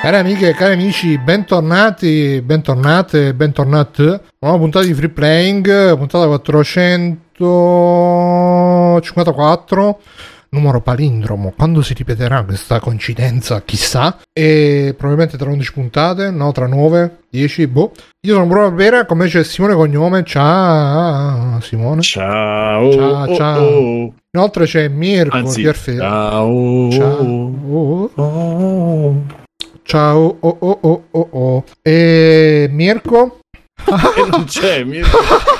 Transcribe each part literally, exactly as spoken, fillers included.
Cari amiche e cari amici, bentornati, bentornate, bentornati. Nuova puntata di Free Playing, puntata quattrocentocinquantaquattro, numero palindromo. Quando si ripeterà questa coincidenza, chissà. E probabilmente tra undici puntate, no, tra nove, dieci, boh. Io sono Bruno Barbera, con me c'è Simone Cognome. Ciao Simone. Ciao. Ciao, ciao. Oh, oh. Inoltre c'è Mirko. Anzi, Pierfe- ciao. Ciao. Oh, oh. Oh. Ciao, oh oh oh oh oh. E Mirko? E non c'è, Mirko.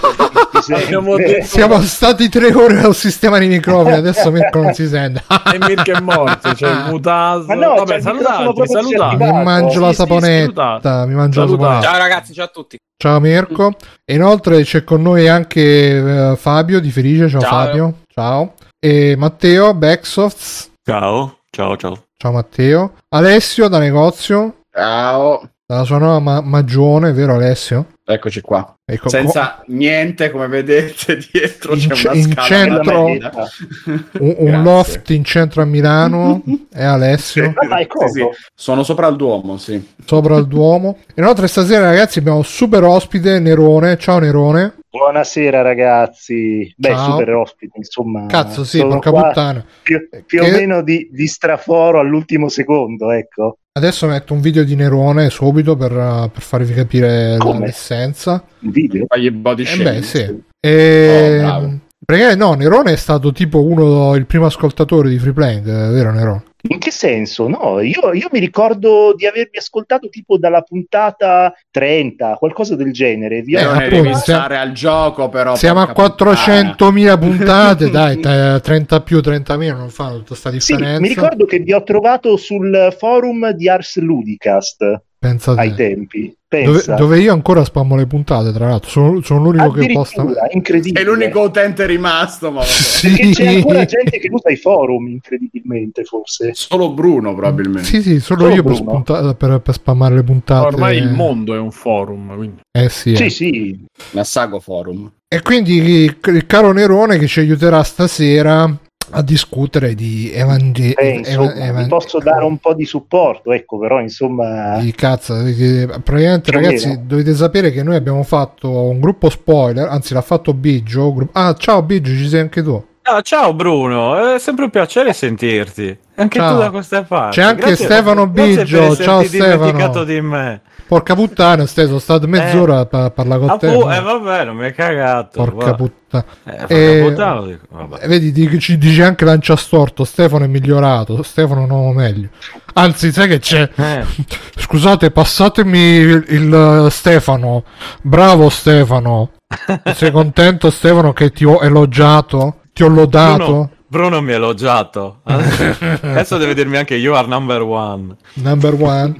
Abbiamo detto... Siamo stati tre ore al sistema di microfoni, adesso Mirko non si sente. E Mirko è morto, cioè il mutato. Ma no, vabbè, salutate, salutate. Mi mangio la Sì, sì, saponetta, salutate. mi mangio la Salutate. saponetta. Ciao ragazzi, ciao a tutti. Ciao Mirko. E inoltre c'è con noi anche uh, Fabio di Felice. Ciao, Ciao. Fabio. Ciao. E Matteo Backsofts. Ciao, ciao, ciao. Ciao Matteo. Alessio da negozio. Ciao. Dalla sua nuova ma- magione, vero Alessio? Eccoci qua. Ecco, Senza niente, come vedete, dietro In c'è ce- una in scala. centro- una un, un Grazie. loft in centro a Milano. È Alessio. Sì, sì, sì. Sono sopra il Duomo, sì. Sopra il Duomo. E inoltre stasera ragazzi abbiamo un super ospite, Nerone. Ciao Nerone. Buonasera ragazzi, beh Ciao. super ospite insomma. Cazzo sì, sono porca qua puttana. più, più Che- o meno di, di straforo all'ultimo secondo, ecco. Adesso metto un video di Nerone subito per, uh, per farvi capire la- Come? l'essenza. Un video? Fagli body Eh shaming. beh sì. E... Oh, bravo. perché no, Nerone è stato tipo uno, il primo ascoltatore di Free Playing, eh, vero Nerone? In che senso? No, io, io mi ricordo di avervi ascoltato tipo dalla puntata trenta, qualcosa del genere. Vi Eh, ho- Non appunto, devi siamo- stare al gioco, però. Siamo a porca quattrocentomila puntate, dai, t- trenta più, trenta meno, non fanno tutta sta Sì, differenza. mi ricordo che vi ho trovato sul forum di Ars Ludicast Pensa te. ai tempi. Dove, Pensa. dove io ancora spammo le puntate, tra l'altro, sono, sono l'unico che posta. Addirittura, incredibile. È l'unico utente rimasto, ma vabbè. Sì. Perché c'è ancora gente che usa i forum, incredibilmente, forse. Solo Bruno, probabilmente. Sì, sì, solo, Solo io per, Bruno. spunta- per, per spammare le puntate. Ormai il mondo è un forum, quindi. Eh sì. Sì, eh. sì. Massago Forum. E quindi il caro Nerone che ci aiuterà stasera a discutere di Evangeli. Eh, insomma, vi posso dare un po' di supporto, ecco, però insomma. Di cazzo, perché praticamente Più o ragazzi meno. dovete sapere che noi abbiamo fatto un gruppo spoiler, anzi l'ha fatto Biggio. Gru- ah, ciao Biggio, ci sei anche tu. Ah, ciao Bruno, è sempre un piacere sentirti. Anche Ciao. tu da queste parti. C'è anche Grazie- Stefano grazie per Biggio, esserti ciao Stefano. dimenticato di me. Porca puttana, stai, sono stato mezz'ora a pa- parlare con Ah, te. pu- no? eh, vabbè, non mi hai cagato. Porca va. puttana. Eh, porca Eh, puttana, lo dico. Vabbè. Eh, Vedi, di- ci dice anche Lancia Storto. Stefano è migliorato. Stefano è un uomo meglio. Anzi, sai che c'è? Eh. Scusate, passatemi il, il, uh, Stefano. Bravo Stefano. Sei contento Stefano che ti ho elogiato? Ti ho lodato? Bruno, Bruno mi ha elogiato. Adesso deve dirmi anche you are number one. Number one.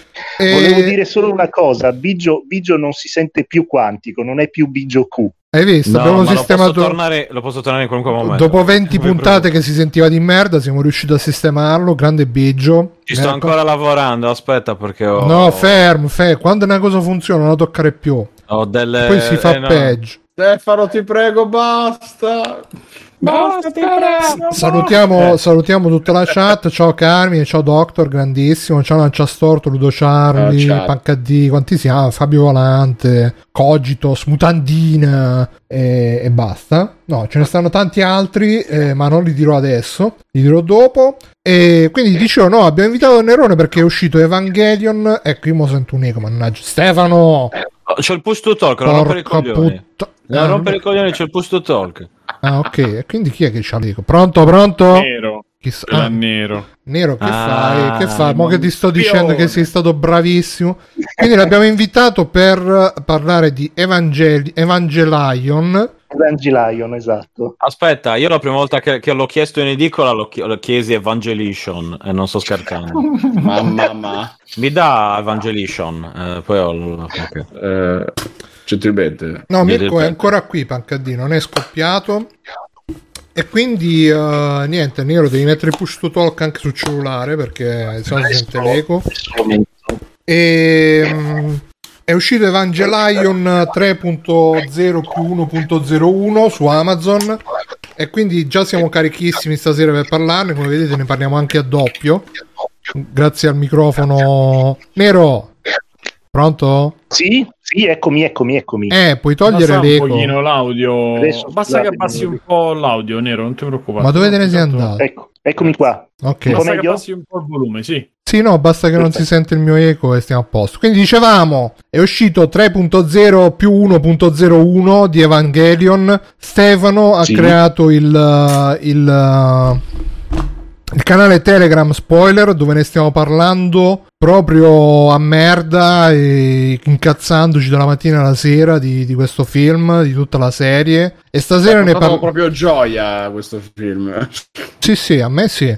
E- Volevo dire solo una cosa, Biggio, Biggio non si sente più quantico, non è più Biggio Q. Hai visto? No, Abbiamo ma lo sistemato. posso, tornare, lo posso tornare in qualunque momento. Dopo venti Non mi puntate che si sentiva di merda, siamo riusciti a sistemarlo. Grande Biggio. Ci sto Ecco. ancora lavorando, aspetta perché ho... No, fermo, fermo. Quando una cosa funziona, non la toccare più. Ho delle... Poi si fa eh, no. peggio. Stefano, ti prego, basta. Basta, ti prego. Salutiamo, Eh. salutiamo tutta la chat. Ciao Carmine, ciao Doctor, grandissimo. Ciao Lanciastorto, Ludo Charlie, Ciao, chat. Pancadì, quanti siamo? Fabio Volante, Cogitos, Mutandina e, e basta. No, ce ne stanno tanti altri, eh, ma non li dirò adesso, li dirò dopo. E quindi dicevo, no, abbiamo invitato Nerone perché è uscito Evangelion. Ecco, io mo sento un eco, mannaggia. Stefano! Oh, c'è il push to talk, non rompere i Porca coglioni. putta... Non Ah, rompere i coglioni, c'è il push to talk. ah, ok. E quindi chi è che c'ha l'eco? Pronto, pronto? Nero. Chissà. Era Ah, nero. Nero, che Ah, fai? Che fai? Mo non- che ti sto dicendo che sei stato bravissimo. Quindi l'abbiamo invitato per parlare di Evangel- Evangelion. Evangelion, esatto. Aspetta, io la prima volta che, che l'ho chiesto in edicola l'ho, chi- l'ho chiesi Evangelation e non sto scherzando. Mamma, ma. Mi dà Evangelation, eh, poi ho... ok. Eh, gentilmente. No, Vedi Mirko il è pe- ancora qui, Pancadì, non è scoppiato. E quindi eh, niente, Nero, devi mettere il push to talk anche sul cellulare perché se no si sente l'eco. E mm, è uscito Evangelion tre punto zero più uno punto zero uno su Amazon e quindi già siamo carichissimi stasera per parlarne. Come vedete ne parliamo anche a doppio grazie al microfono nero. Pronto? Sì, sì, eccomi, eccomi, eccomi. Eh, puoi togliere un l'eco. pochino l'audio. Adesso, Basta scusate, che abbassi mi- un po' l'audio, Nero, non ti preoccupare. Ma dove te ne sei Tanto- andato? Ecco, eccomi qua. Ok. Un po' Basta che meglio? abbassi un po' il volume, sì. Sì, no, basta che non si Perfetto. sente il mio eco e stiamo a posto. Quindi dicevamo, è uscito tre punto zero più uno punto zero uno di Evangelion. Stefano ha Sì. creato il, uh, il, uh, il canale Telegram Spoiler, dove ne stiamo parlando proprio a merda e incazzandoci dalla mattina alla sera di, di questo film, di tutta la serie. E stasera Mi ne ha fatto parliamo. proprio gioia questo film. Sì, sì, a me sì.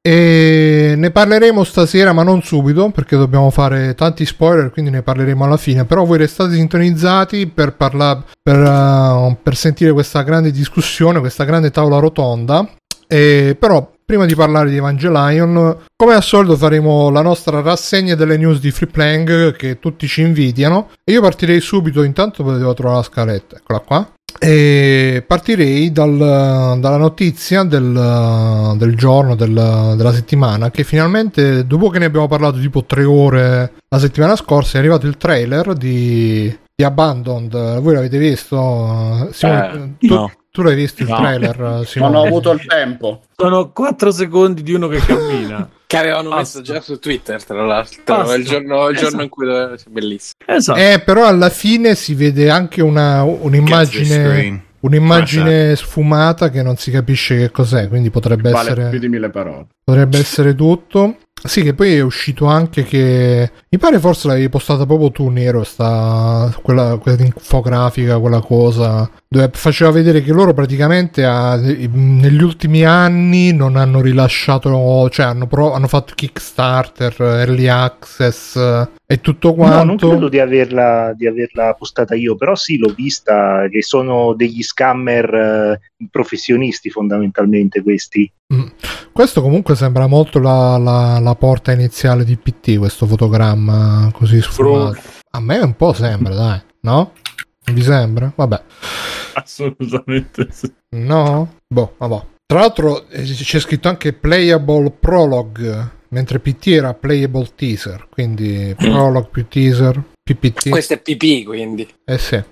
E ne parleremo stasera, ma non subito, perché dobbiamo fare tanti spoiler, quindi ne parleremo alla fine. Però voi restate sintonizzati per parlare, per, uh, per sentire questa grande discussione, questa grande tavola rotonda. E però, prima di parlare di Evangelion, come al solito faremo la nostra rassegna delle news di Free Playing, che tutti ci invidiano. E io partirei subito, intanto devo trovare la scaletta, eccola qua. E partirei dal, dalla notizia del, del giorno, del, della settimana, che finalmente, dopo che ne abbiamo parlato tipo tre ore la settimana scorsa, è arrivato il trailer di, di Abandoned. Voi l'avete visto? Simone, Eh, tu, no. tu l'hai visto il No. trailer, Simone? Non ho avuto il tempo. Sono quattro secondi di uno che cammina. Che avevano Basta. messo già su Twitter, tra l'altro, Basta. il giorno, il giorno Esatto. in cui doveva essere bellissimo. Esatto. Eh, però alla fine si vede anche una, un'immagine, un'immagine sfumata che non si capisce che cos'è, quindi potrebbe Vale essere... più di mille parole. Potrebbe essere tutto. Sì, che poi è uscito anche che... Mi pare forse l'avevi postata proprio tu, Nero, sta... quella, quella infografica, quella cosa, dove faceva vedere che loro praticamente a... negli ultimi anni non hanno rilasciato... Cioè hanno, pro... hanno fatto Kickstarter, Early Access e tutto quanto. No, non credo di averla, di averla postata io, però sì, l'ho vista, che sono degli scammer eh, professionisti fondamentalmente questi. Mm. Questo comunque sembra molto la, la, la porta iniziale di P T, questo fotogramma così sfumato. A me un po' sembra, dai, no? Non vi sembra? Vabbè. Assolutamente sì. No? Boh, vabbè. Tra l'altro eh, c'è scritto anche Playable Prologue, mentre P T era Playable Teaser, quindi Prologue più Teaser, P P T. Questo è P P, quindi. Eh sì.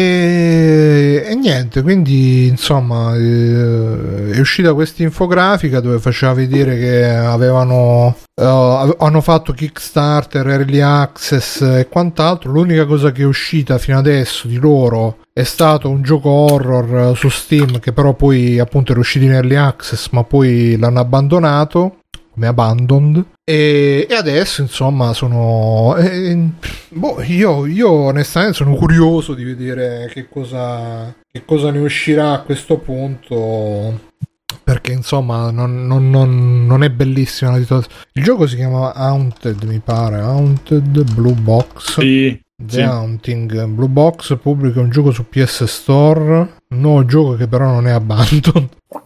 E, e niente, quindi insomma eh, è uscita questa infografica dove faceva vedere che avevano uh, hanno fatto Kickstarter, Early Access e quant'altro. L'unica cosa che è uscita fino adesso di loro è stato un gioco horror su Steam, che però poi appunto era uscito in Early Access ma poi l'hanno abbandonato come Abandoned, e, e adesso insomma sono eh, boh, io, io onestamente sono curioso di vedere che cosa che cosa ne uscirà a questo punto, perché insomma non, non, non, non è bellissima la situazione. Il gioco si chiama Haunted, mi pare Haunted Blue Box. Sì. The Sì. Haunting. Blue Box pubblica un gioco su P S Store, un nuovo gioco che però non è Abandoned.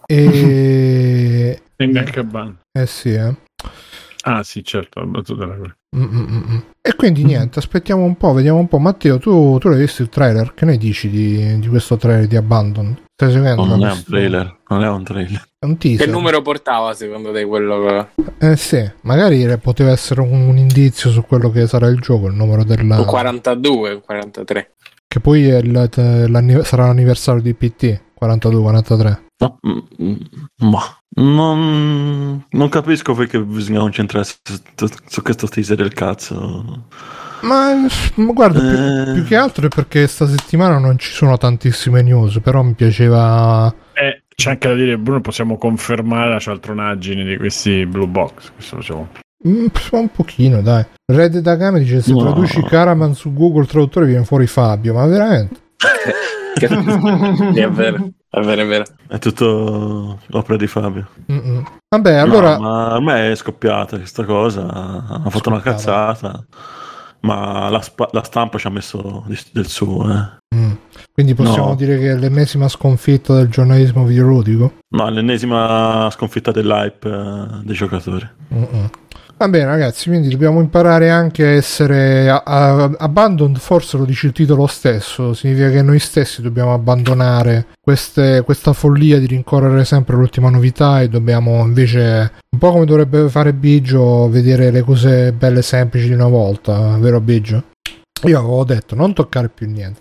E E neanche ban. eh sì, eh. Ah sì, certo, la battuta era quella. Mm-mm-mm. E quindi niente, aspettiamo un po', vediamo un po'. Matteo, tu, tu l'hai visto il trailer? Che ne dici di, di questo trailer di Abandon? Stai seguendo? No, non è un questo- trailer, non è un trailer. È un teaser. Che numero portava secondo te quello? Eh sì, magari poteva essere un, un indizio su quello che sarà il gioco, il numero della... Un quarantadue, un quarantatré. Che poi è il, l'anni- sarà l'anniversario di P T, quarantadue quarantatré. No, mm, mm, ma non, non capisco perché bisogna concentrarsi su, su, su questo teaser del cazzo. Ma, ma guarda, più, Eh. più che altro è perché sta settimana non ci sono tantissime news, però mi piaceva... Eh, c'è anche da dire, Bruno, possiamo confermare la cialtronaggine di questi blue box. Questo facciamo. Mm, un pochino, dai. Red Dagame dice: se No. traduci Caraman su Google Traduttore viene fuori Fabio, ma veramente? Che- Sì, è vero, è vero, è vero. È tutto opera di Fabio. Mm-mm. Vabbè, allora... No, ma a me è scoppiata questa cosa. Hanno fatto una Scoppiata. cazzata. Ma la, spa- la stampa ci ha messo di- del suo. Eh. Mm. Quindi possiamo No. dire che è l'ennesima sconfitta del giornalismo videoludico? No, l'ennesima sconfitta dell'hype eh, dei giocatori. Mm-mm. Va bene ragazzi, quindi dobbiamo imparare anche a essere a, a, abandoned, forse lo dice il titolo stesso, significa che noi stessi dobbiamo abbandonare queste, questa follia di rincorrere sempre l'ultima novità e dobbiamo invece, un po' come dovrebbe fare Biggio, vedere le cose belle semplici di una volta, vero Biggio? Io avevo detto non toccare più niente.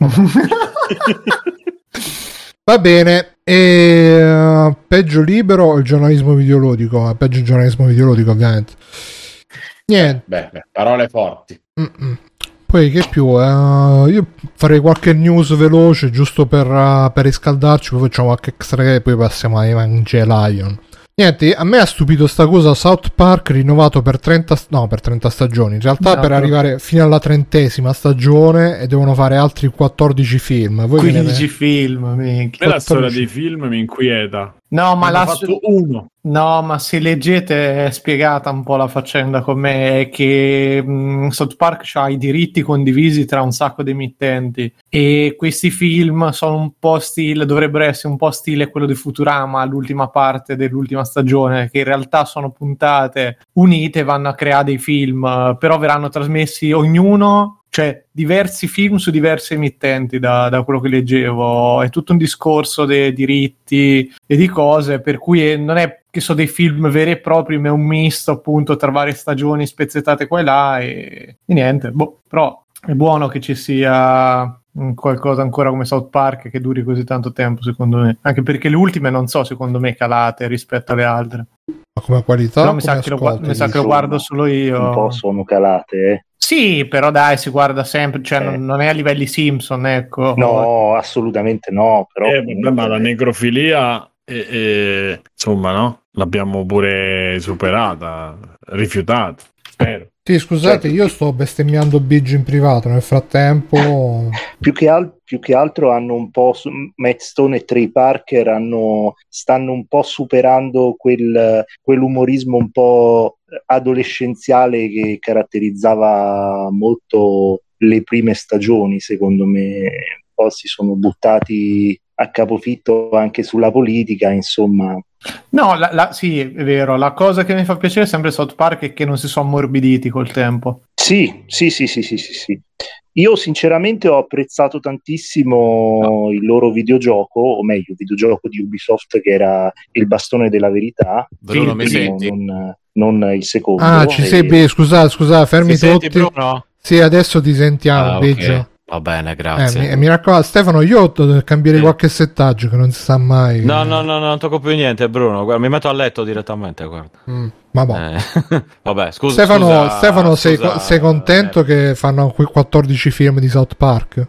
Va bene, e uh, peggio libero o il giornalismo videoludico? Peggio il giornalismo videoludico ovviamente. Niente. Beh, beh, parole forti. Mm-mm. Poi che più? Uh, io farei qualche news veloce giusto per, uh, per riscaldarci, poi facciamo qualche extra e poi passiamo a Evangelion. Niente, a me ha stupito sta cosa, South Park rinnovato per trenta, no, per trenta stagioni, in realtà no, per arrivare fino alla trentesima stagione e devono fare altri quattordici film. Voi quindici film, minchia. La storia dei film mi inquieta. No, ma l'ha fatto uno. No, ma se leggete è spiegata un po' la faccenda con me, è che mh, South Park ha i diritti condivisi tra un sacco di emittenti e questi film sono un po' stile, dovrebbero essere un po' stile quello di Futurama, l'ultima parte dell'ultima stagione, che in realtà sono puntate unite, vanno a creare dei film, però verranno trasmessi ognuno, cioè diversi film su diversi emittenti da, da quello che leggevo. È tutto un discorso dei diritti e di cose, per cui non è che sono dei film veri e propri, ma è un misto appunto tra varie stagioni spezzettate qua e là e, e niente, boh, però è buono che ci sia qualcosa ancora come South Park che duri così tanto tempo, secondo me, anche perché le ultime non so, secondo me calate rispetto alle altre. Ma come qualità? Però mi sa che, lo, mi sa che lo guardo solo io. Un po' sono calate, eh. Sì, però dai, si guarda sempre, cioè eh. non, non è a livelli Simpson, ecco. No, assolutamente no, però eh, vabbè, ma la necrofilia e, e, insomma, no? L'abbiamo pure superata, rifiutata, spero. Sì, scusate, certo. Io sto bestemmiando Biggio in privato, nel frattempo... più, che al- più che altro hanno un po'... Su- Matt Stone e Trey Parker hanno, stanno un po' superando quel, quell'umorismo un po' adolescenziale che caratterizzava molto le prime stagioni, secondo me. Un po' si sono buttati a capofitto anche sulla politica, insomma... No, la, la, sì, è vero. La cosa che mi fa piacere sempre South Park è che non si sono ammorbiditi col tempo. Sì, sì, sì, sì, sì, sì, sì. Io sinceramente ho apprezzato tantissimo il loro videogioco, o meglio, il videogioco di Ubisoft che era Il bastone della verità. Bruno, il mi primo, senti? non, non il secondo. Ah, ci sei, e... scusa, scusa, fermi Ti tutti. senti, Bruno? Sì, adesso ti sentiamo, ah, Biggio. Okay. Va bene, grazie. Eh, mi, mi raccomando, Stefano, io cambierei sì. qualche settaggio che non si sa mai. No, no, no, no, non tocco più niente, Bruno. Guarda, mi metto a letto direttamente, guarda. Mm, vabbè. Eh, vabbè, scusa. Stefano, scusa, Stefano sei, scusa, sei contento eh. che fanno quei quattordici film di South Park?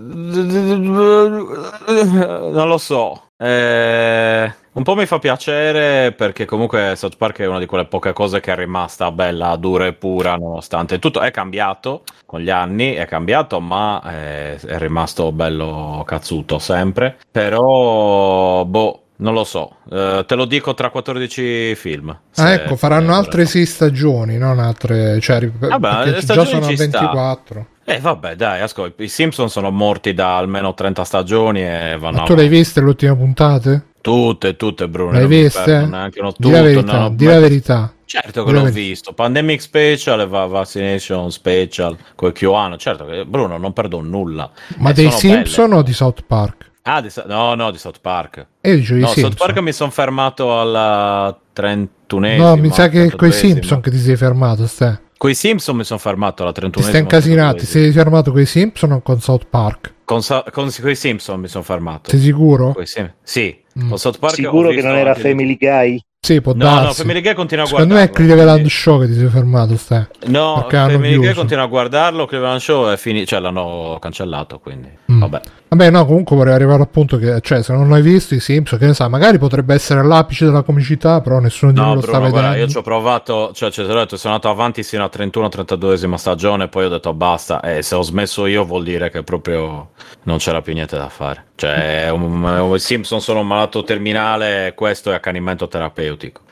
Non lo so. Eh, un po' mi fa piacere perché comunque South Park è una di quelle poche cose che è rimasta bella, dura e pura, nonostante tutto è cambiato con gli anni, è cambiato, ma è, è rimasto bello cazzuto sempre. Però boh, non lo so, uh, te lo dico tra quattordici film. Ah, ecco, faranno altre sei stagioni, non altre, cioè, vabbè, perché già sono ventiquattro. Sta. Eh vabbè dai, ascolta, i Simpson sono morti da almeno trenta stagioni e vanno. Ma tu l'hai viste le ultime puntate? Tutte, tutte, Bruno. L'hai viste? Neanche uno di la verità, no, di la verità. Certo che l'ho verità. visto. Pandemic Special e Vaccination Special con QAnon. Certo che Bruno non perdo nulla. Ma eh, dei Simpson belle. O di South Park? Ah, di, no, no, di South Park. E dicevo no, South Simpson. Park mi sono fermato alla trentunesima. No, mi sa che è con i Simpson che ti sei fermato, stai. Con i Simpson mi sono fermato alla trentunesima. Ti stai incasinati, sei fermato con i Simpson o con South Park? Con, con, con i Simpson mi sono fermato. Sei sicuro? Sim- sì, mm. con South Park sicuro che non era Family Guy? Sì, può no, darsi. no, Family Guy continua a guardarlo. Secondo me è Cleveland quindi... Show che ti sei fermato, stai. No, Family Guy continua a guardarlo, Cleveland Show è finito, cioè l'hanno cancellato, quindi mm. vabbè. Vabbè, no, comunque vorrei arrivare al punto che, cioè, se non hai visto i Simpson, che ne sa, magari potrebbe essere l'apice della comicità, però nessuno di no, noi lo Bruno, sta vedendo. Guarda, io ci ho provato, cioè, cioè, detto, sono andato avanti sino a trentuno trentaduesima stagione, poi ho detto basta, e se ho smesso io vuol dire che proprio non c'era più niente da fare. Cioè, un, un, i Simpson sono un malato terminale, questo è accanimento terapeutico.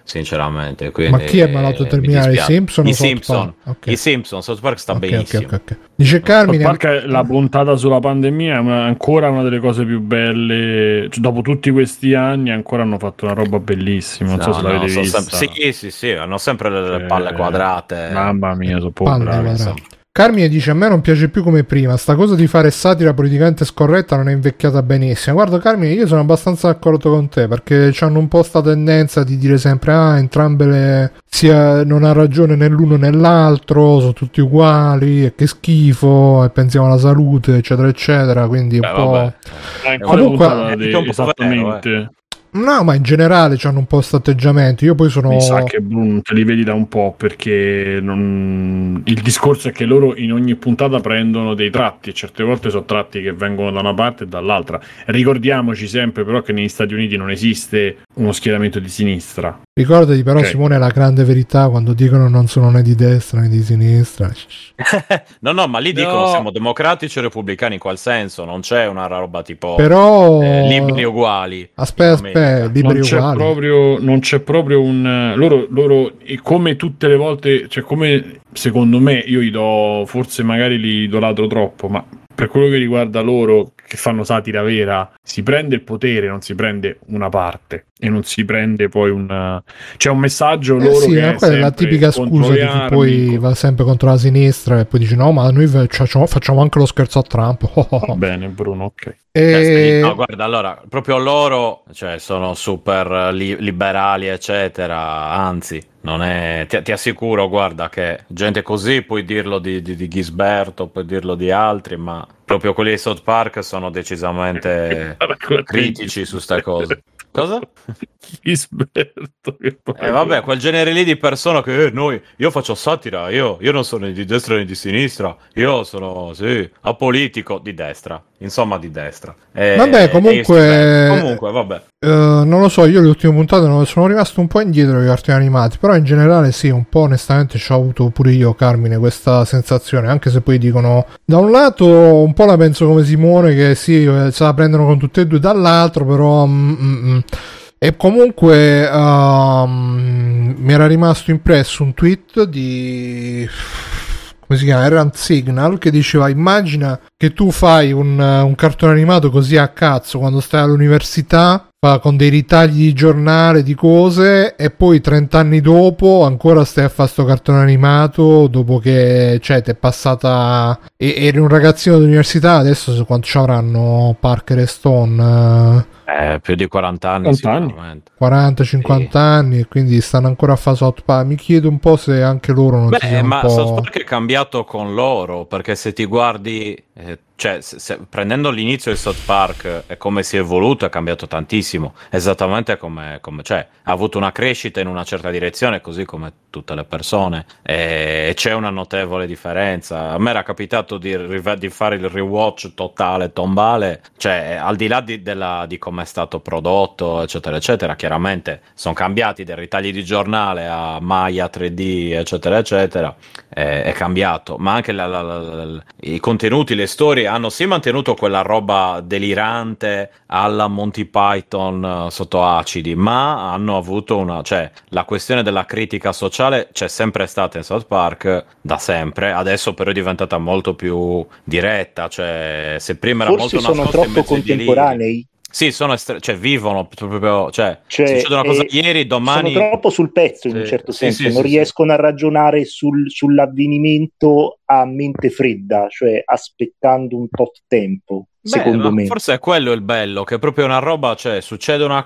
sinceramente. Quindi, ma chi è malato terminale? I Simpson? I o Simpson. Okay. I Simpson. South Park sta okay, benissimo. Okay, okay, okay. Dice Carmine, South Park, la puntata sulla pandemia è una, ancora una delle cose più belle, cioè, dopo tutti questi anni ancora hanno fatto una roba bellissima, non no, so se no, l'avete so vista. sem- sì sì sì, hanno sempre le, le palle quadrate, mamma mia, sono palle bravi, quadrate. Carmine dice: a me non piace più come prima, sta cosa di fare satira politicamente scorretta non è invecchiata benissimo. Guarda Carmine, io sono abbastanza d'accordo con te, perché hanno un po' sta tendenza di dire sempre ah entrambe le sia non ha ragione né l'uno né l'altro, sono tutti uguali e che schifo e pensiamo alla salute eccetera eccetera, quindi un eh, po' eh, comunque di, esattamente vero, eh. No, ma in generale c'hanno un po' questo atteggiamento. Io poi sono. Mi sa che Bruno, te li vedi da un po', perché non... il discorso è che loro in ogni puntata prendono dei tratti e certe volte sono tratti che vengono da una parte e dall'altra. Ricordiamoci sempre però che negli Stati Uniti non esiste uno schieramento di sinistra. Ricordati però, okay. Simone, la grande verità quando dicono non sono né di destra né di sinistra. no, no, ma lì no. dicono siamo democratici o repubblicani, in qual senso? Non c'è una roba tipo però... eh, liberi uguali. Aspetta, aspetta, liberi non c'è uguali. Proprio, non c'è proprio un... Loro, loro, come tutte le volte, cioè come secondo me, io gli do, forse magari li idolatro troppo, ma per quello che riguarda loro che fanno satira vera, si prende il potere, non si prende una parte e non si prende poi un c'è un messaggio loro eh sì, che è quella è la tipica scusa di chi poi va sempre contro la sinistra e poi dice no ma noi facciamo, facciamo anche lo scherzo a Trump. Bene Bruno, ok. E... no guarda, allora proprio loro cioè sono super li- liberali eccetera, anzi non è ti, ti assicuro guarda che gente così puoi dirlo di, di, di Ghisberto, puoi dirlo di altri, ma proprio quelli di South Park sono decisamente critici su sta cosa. Cosa? Ghisberto, che eh vabbè, quel genere lì di persona che eh, noi, io faccio satira, io, io non sono né di destra né di sinistra, io sono, sì, apolitico, di destra, insomma di destra. E, vabbè, comunque... comunque, vabbè. Uh, non lo so, io le ultime puntate non, sono rimasto un po' indietro con i cartoni animati, però in generale sì, un po' onestamente ci ho avuto pure io, Carmine, questa sensazione, anche se poi dicono, da un lato un po' la penso come Simone, che sì, se la prendono con tutte e due, dall'altro però... Mm, mm, e comunque um, mi era rimasto impresso un tweet di... come si chiama? Errant Signal, che diceva immagina che tu fai un, un cartone animato così a cazzo quando stai all'università, con dei ritagli di giornale, di cose, e poi trent'anni dopo ancora stai a fare sto cartone animato dopo che cioè ti è passata e, eri un ragazzino d'università, adesso quanto ci avranno Parker e Stone? Eh, più di quaranta anni sicuramente. quaranta cinquanta sì. Anni, e quindi stanno ancora a fare South Park. Mi chiedo un po' se anche loro non Beh, si sono ma un po'... South Park è cambiato con loro, perché se ti guardi eh, cioè se, se, prendendo l'inizio di South Park e come si è evoluto, è cambiato tantissimo, esattamente come, come cioè ha avuto una crescita in una certa direzione, così come tutte le persone, e c'è una notevole differenza. A me era capitato di, di fare il rewatch totale tombale, cioè al di là di, della, di come è stato prodotto eccetera eccetera, chiaramente sono cambiati dai ritagli di giornale a Maya tre D eccetera eccetera, è, è cambiato, ma anche la, la, la, la, i contenuti, le storie hanno sì mantenuto quella roba delirante alla Monty Python sotto acidi, ma hanno avuto una, cioè la questione della critica sociale c'è sempre stata in South Park da sempre, adesso però è diventata molto più diretta, cioè se prima era forse molto sono troppo contemporanei. Sì, sono estre- cioè vivono proprio, cioè, cioè se succede una cosa eh, ieri, domani sono troppo sul pezzo in sì, un certo sì, senso, sì, non sì, riescono sì. a ragionare sul, sull'avvenimento a mente fredda, cioè aspettando un po' di tempo. Beh, secondo me forse è quello il bello, che è proprio una roba, cioè succede una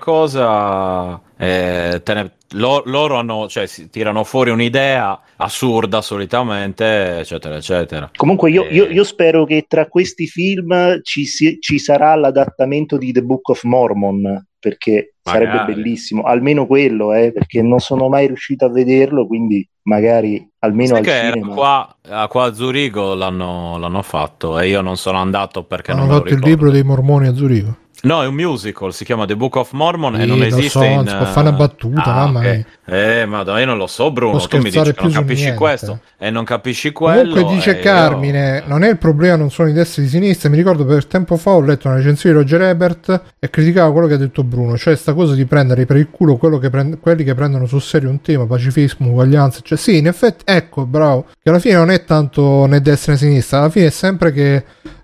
cosa, eh, te ne, lo, loro hanno, cioè si tirano fuori un'idea assurda solitamente, eccetera eccetera. Comunque io, eh, io, io spero che tra questi film ci, si, ci sarà l'adattamento di The Book of Mormon, perché magari. Sarebbe bellissimo, almeno quello, eh, perché non sono mai riuscito a vederlo, quindi magari almeno Sai al che cinema. Qua, qua a Zurigo l'hanno, l'hanno fatto e io non sono andato perché Hanno non me lo fatto il ricordo. libro dei mormoni a Zurigo. No, è un musical, si chiama The Book of Mormon Sì, e non lo esiste so, in... si può fare una battuta, Ah, mamma ok. mia. Eh, madonna, io non lo so, Bruno, Può tu mi dici scherzare che non più su capisci niente. questo e non capisci quello. Comunque dice e Carmine, io- non è il problema, non sono di destra e di sinistra. Mi ricordo per tempo fa ho letto una recensione di Roger Ebert e criticava quello che ha detto Bruno, cioè sta cosa di prendere per il culo quello che prend- quelli che prendono sul serio un tema, pacifismo, uguaglianza, cioè sì, in effetti, ecco, bravo, che alla fine non è tanto né destra né sinistra, alla fine è sempre che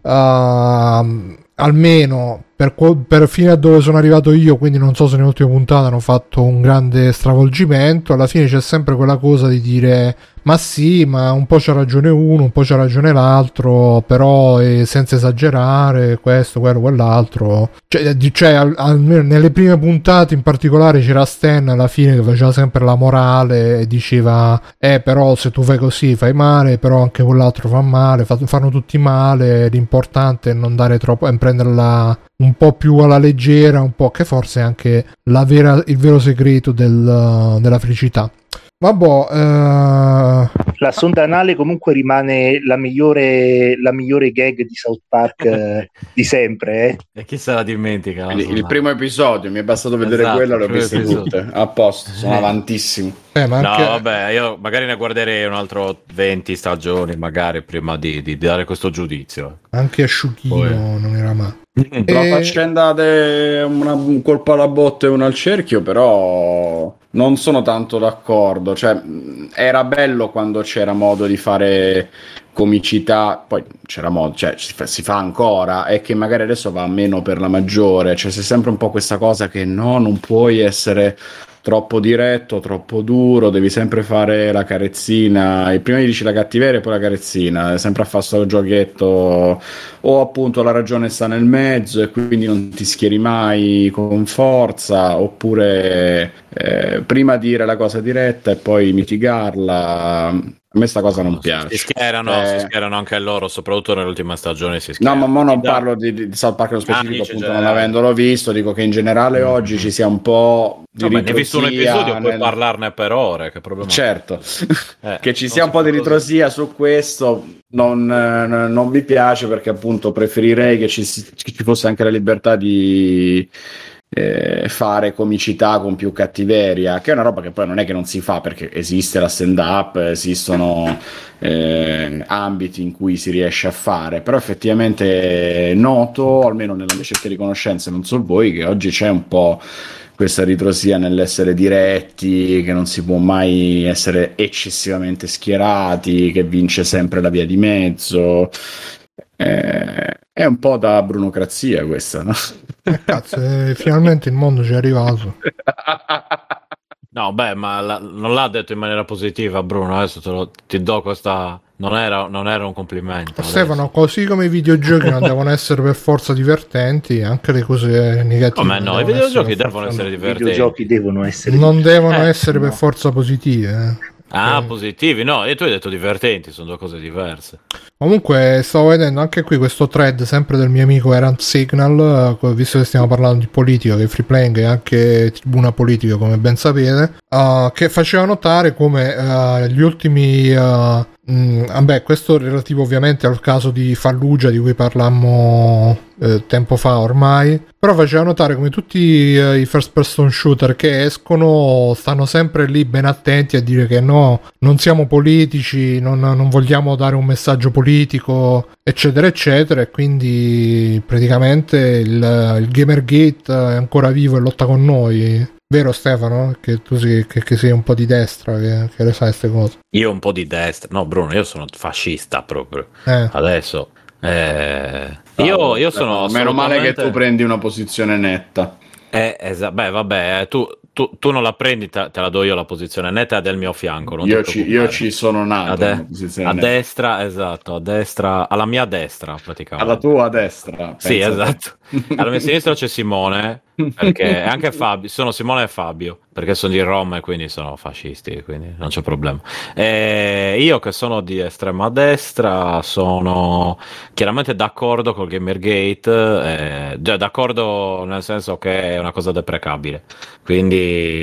uh, almeno per, per fino a dove sono arrivato io, quindi non so se nell'ultima puntata hanno fatto un grande stravolgimento, alla fine c'è sempre quella cosa di dire ma sì, ma un po' c'ha ragione uno, un po' c'ha ragione l'altro, però eh, senza esagerare, questo, quello, quell'altro. Cioè, di- cioè al- almeno nelle prime puntate in particolare c'era Stan alla fine che faceva sempre la morale e diceva eh però se tu fai così fai male, però anche quell'altro fa male, fa- fanno tutti male, l'importante è non dare troppo, è prenderla un po' più alla leggera, un po' che forse è anche la vera, il vero segreto del, della felicità. Vabbè, eh... La sonda anale comunque rimane la migliore, la migliore gag di South Park eh, di sempre. Eh. E chi se la dimentica? Il, il primo episodio, mi è bastato vedere Esatto, quello, le ho il primo viste episodio. tutte. A posto, sono Eh. avantissimo. eh, ma anche... No, vabbè, io magari ne guarderei un altro venti stagioni, magari prima di, di dare questo giudizio. anche Asciuchino Poi- non era male. La E- faccenda de una, un colpo alla botte e uno al cerchio, però non sono tanto d'accordo. Cioè, mh, era bello quando c'era modo di fare comicità, poi c'era modo, cioè si fa, si fa ancora, è che magari adesso va meno per la maggiore, cioè c'è sempre un po' questa cosa che no, non puoi essere troppo diretto, troppo duro, devi sempre fare la carezzina, e prima gli dici la cattiveria e poi la carezzina, sempre a fare sto giochetto, o appunto la ragione sta nel mezzo e quindi non ti schieri mai con forza, oppure eh, prima dire la cosa diretta e poi mitigarla. A me sta cosa non piace. Si schierano, Eh, si schierano anche loro, soprattutto nelle ultime stagioni si schierano. No, ma mo non Da- parlo di, di South Park nello specifico, dici in appunto, non generale. avendolo visto, dico che in generale oggi ci sia un po' di Vabbè, ne hai visto un ritrosia episodio, puoi nel- parlarne per ore, che problema. Certo, Eh, che ci non sia un si po' di può così. ritrosia su questo non, eh, non mi piace, perché appunto preferirei che ci, si- che ci fosse anche la libertà di eh, fare comicità con più cattiveria, che è una roba che poi non è che non si fa, perché esiste la stand up, esistono eh, ambiti in cui si riesce a fare, però effettivamente noto, almeno nella mia cerchia di conoscenze, non so voi, che oggi c'è un po' questa ritrosia nell'essere diretti, che non si può mai essere eccessivamente schierati, che vince sempre la via di mezzo. Eh, è un po' da brunocrazia questa, no? Eh, cazzo, eh, finalmente il mondo ci è arrivato. No, beh, ma la- non l'ha detto in maniera positiva, Bruno. Adesso te lo, ti do questa. Non era, non era un complimento. adesso. Stefano, così come i videogiochi non devono essere per forza divertenti, anche le cose negative. Come no? non I devono videogiochi essere per devono forza- essere I divertenti. videogiochi devono essere non devono Eh, essere per no. forza positive. eh. Ah, Eh. positivi? No, e tu hai detto divertenti, sono due cose diverse. Comunque stavo vedendo anche qui questo thread sempre del mio amico Erant Signal, eh, visto che stiamo parlando di politica, che Free Playing è anche tribuna politica come ben sapete, eh, che faceva notare come eh, gli ultimi eh, mh, vabbè, questo relativo ovviamente al caso di Fallujah di cui parlammo eh, tempo fa ormai, però faceva notare come tutti eh, i first person shooter che escono stanno sempre lì ben attenti a dire che no, non siamo politici, non, non vogliamo dare un messaggio politico, eccetera eccetera, e quindi praticamente il, il Gamergate è ancora vivo e lotta con noi. Vero Stefano? Che tu sei, che, che sei un po' di destra, che, che le sai queste cose. Io un po' di destra. No, Bruno, io sono fascista proprio. Eh. Adesso. Eh, io, io sono. Meno male che assolutamente- tu prendi una posizione netta. Eh, esa- beh, vabbè, eh, tu, tu, tu non la prendi, te, te la do io la posizione netta, è del mio fianco. Non Io ti ci, io preoccupare. ci sono nato. A, de- una posizione a netta. destra, esatto, a destra, alla mia destra praticamente. Alla tua destra. Sì, pensa te. esatto. Alla mia sinistra c'è Simone, perché e anche Fabio, sono Simone e Fabio, perché sono di Roma e quindi sono fascisti, quindi non c'è problema. E io che sono di estrema destra sono chiaramente d'accordo col Gamergate, eh, cioè d'accordo nel senso che è una cosa deprecabile, quindi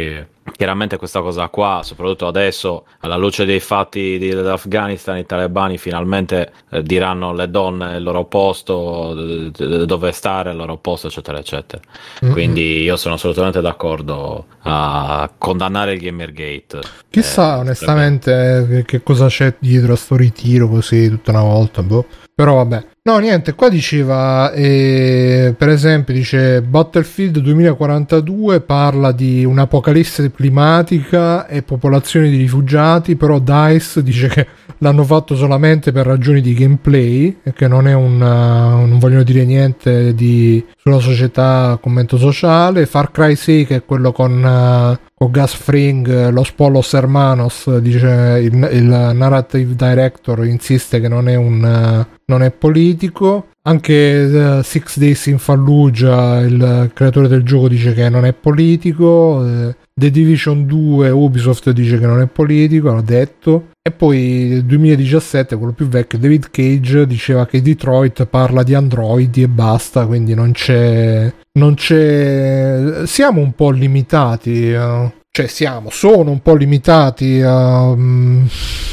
chiaramente questa cosa qua, soprattutto adesso, alla luce dei fatti di, dell'Afghanistan, i talebani finalmente eh, diranno le donne il loro posto, d- d- dove stare, il loro posto, eccetera, eccetera. Mm-hmm. Quindi io sono assolutamente d'accordo a condannare il Gamergate. Chissà eh, onestamente che, che cosa c'è dietro a sto ritiro così tutta una volta, boh. Però vabbè. No, niente, qua diceva, eh, per esempio, dice Battlefield duemilaquarantadue parla di un'apocalisse climatica e popolazioni di rifugiati, però DICE dice che l'hanno fatto solamente per ragioni di gameplay e che non è un, uh, non vogliono dire niente di, sulla società, commento sociale. Far Cry sei, che è quello con... Uh, con Gus Fring, Los Polos Hermanos, dice il, il narrative director insiste che non è un uh, non è politico. Anche uh, Six Days in Fallujah, il creatore del gioco, dice che non è politico. uh, The Division due, Ubisoft dice che non è politico, hanno detto. E poi nel duemiladiciassette, quello più vecchio, David Cage diceva che Detroit parla di androidi e basta, quindi non c'è non c'è siamo un po' limitati, uh, cioè siamo sono un po' limitati a um...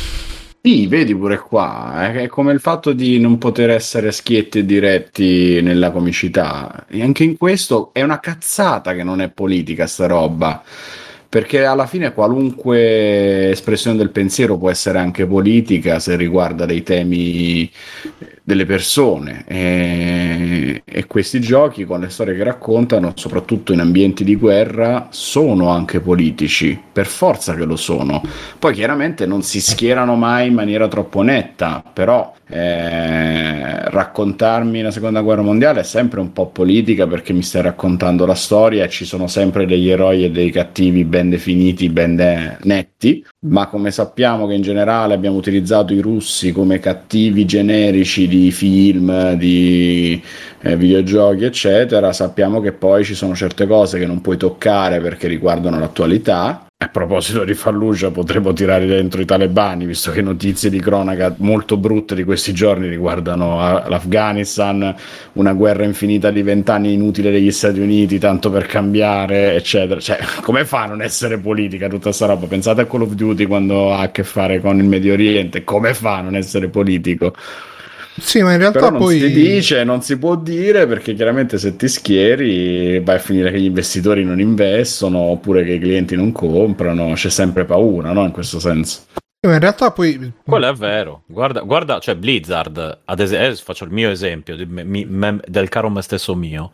Sì, vedi pure qua, è come il fatto di non poter essere schietti e diretti nella comicità. E anche in questo è una cazzata che non è politica sta roba, perché alla fine qualunque espressione del pensiero può essere anche politica se riguarda dei temi delle persone, e, e questi giochi con le storie che raccontano, soprattutto in ambienti di guerra, sono anche politici, per forza che lo sono. Poi chiaramente non si schierano mai in maniera troppo netta, però eh, raccontarmi la seconda guerra mondiale è sempre un po' politica, perché mi stai raccontando la storia e ci sono sempre degli eroi e dei cattivi ben definiti, ben de- netti, ma come sappiamo che in generale abbiamo utilizzato i russi come cattivi generici di film, di eh, videogiochi eccetera, sappiamo che poi ci sono certe cose che non puoi toccare perché riguardano l'attualità. A proposito di Fallujah, potremmo tirare dentro i talebani, visto che notizie di cronaca molto brutte di questi giorni riguardano l'Afghanistan, una guerra infinita di vent'anni inutile degli Stati Uniti, tanto per cambiare, eccetera. Cioè, come fa a non essere politica tutta sta roba? Pensate a Call of Duty quando ha a che fare con il Medio Oriente, come fa a non essere politico? Sì, ma in realtà però non poi si dice, non si può dire, perché chiaramente se ti schieri vai a finire che gli investitori non investono oppure che i clienti non comprano, c'è sempre paura, no? In questo senso. Ma in realtà poi quello è vero. Guarda, guarda, cioè Blizzard, ad esempio, faccio il mio esempio di me, mi, me, del caro me stesso mio.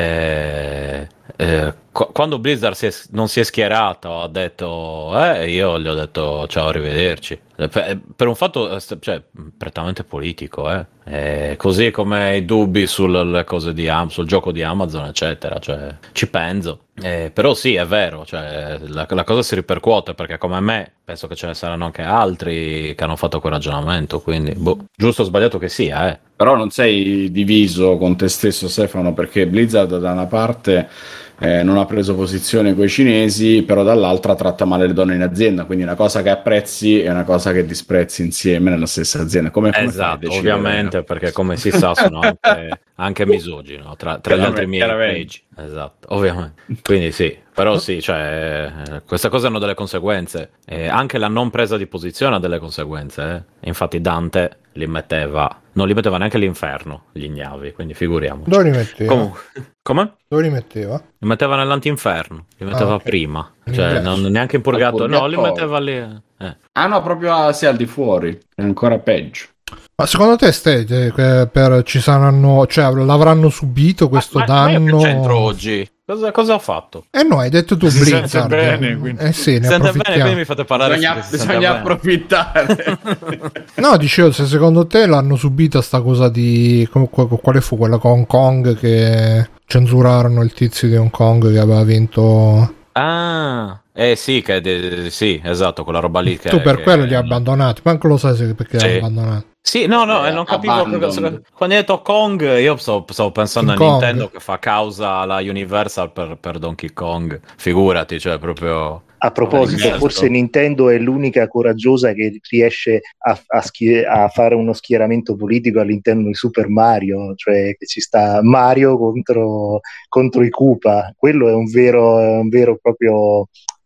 Eh, eh, qu- quando Blizzard si è, non si è schierato, ha detto, eh, io gli ho detto ciao, arrivederci. Per, per un fatto, cioè, prettamente politico, eh. Eh, così come i dubbi sulle cose di Am- sul gioco di Amazon, eccetera. Cioè, ci penso. Eh, però sì, è vero, cioè, la, la cosa si ripercuote, perché come me penso che ce ne saranno anche altri che hanno fatto quel ragionamento, quindi boh, giusto o sbagliato che sia, eh. Però non sei diviso con te stesso, Stefano, perché Blizzard da una parte eh, non ha preso posizione coi cinesi, però dall'altra tratta male le donne in azienda, quindi una cosa che apprezzi è una cosa che disprezzi insieme nella stessa azienda. Come, come esatto, ovviamente, perché come si sa sono anche, anche misogini, no? tra, tra gli altri miei page. Esatto, ovviamente. Quindi sì, però sì, cioè, eh, queste cose hanno delle conseguenze, eh, anche la non presa di posizione ha delle conseguenze, eh. Infatti Dante li metteva, non li metteva neanche all'inferno, gli ignavi, quindi figuriamoci. Dove li metteva? Comunque, come? Dove li metteva? Li metteva nell'antinferno, li metteva ah, okay. prima, cioè non, neanche in purgatorio, no, li metteva lì. Eh. Ah no, proprio sì, al di fuori, è ancora peggio. Ma secondo te State, eh, per, ci saranno, cioè l'avranno subito questo ma, danno? Ma io che c'entro oggi? Cosa, cosa ha fatto? Eh no, hai detto tu Blizzard. Si sente bene, quindi. Eh sì, ne sente bene, quindi mi fate parlare. Bisogna, bisogna approfittare. No, dicevo, se secondo te l'hanno subita sta cosa di... Quale fu quella con Hong Kong che censurarono il tizio di Hong Kong che aveva vinto... Ah... Eh sì, che de- sì, esatto, quella roba lì che... Tu per che, quello li hai no. abbandonati, manco lo sai perché sì. li hai abbandonati. Sì, no, no, eh, non capivo cosa, quando hai detto Kong, io stavo, stavo pensando King a Kong. Nintendo che fa causa alla Universal per, per Donkey Kong, figurati, cioè proprio... A proposito, forse Nintendo è l'unica coraggiosa che riesce a, a, schie- a fare uno schieramento politico all'interno di Super Mario, cioè che ci sta Mario contro, contro i Koopa. Quello è un vero, è un vero proprio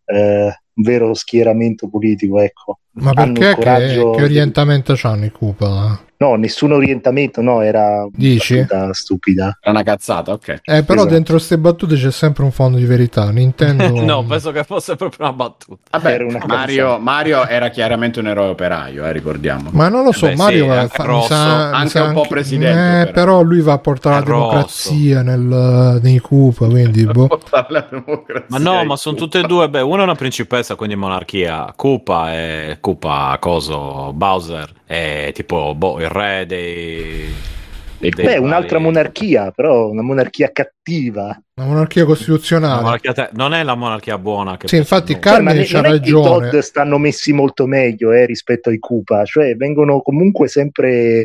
eh, un vero schieramento politico, ecco. Ma perché che, che orientamento c'hanno i Koopa? No, nessun orientamento, no, era Dici? una battuta stupida. Era una cazzata, ok. Eh, però Esatto. dentro queste battute c'è sempre un fondo di verità. Nintendo... No, penso che fosse proprio una battuta. Vabbè, Era una Mario, cazzata. Mario era chiaramente un eroe operaio, eh, ricordiamo. Ma non lo so, Eh beh, Mario sì, va- anche fa- mi rosso. sa, mi Anche sa un po' presidente, eh, però. però lui va a portare la È rosso. democrazia nel, nei Koopa, quindi boh. Portare la democrazia Ma no, ai ma sono Koopa. tutte e due. Beh, una è una principessa, quindi monarchia. Koopa e Koopa, coso, Bowser. È tipo boh, il re dei. dei Beh, vari- un'altra monarchia, però una monarchia cattiva. Una monarchia La costituzionale. monarchia te- non è la monarchia buona che Sì, infatti, pensa Carmine Cioè, ma c'ha ne- non è che i ragione. Todd stanno messi molto meglio eh, rispetto ai Koopa, cioè vengono comunque sempre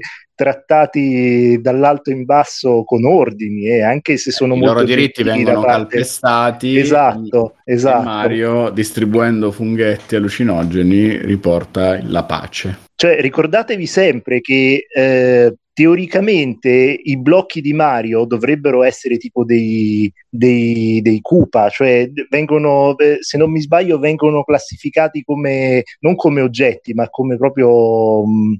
trattati dall'alto in basso con ordini, eh, anche se sono I molto loro diritti gentili vengono da parte- calpestati. Esatto, E esatto. Mario, distribuendo funghetti allucinogeni, riporta la pace. Cioè, ricordatevi sempre che eh, teoricamente i blocchi di Mario dovrebbero essere tipo dei, dei, dei Koopa, cioè vengono, eh, se non mi sbaglio, vengono classificati come non come oggetti, ma come proprio mh,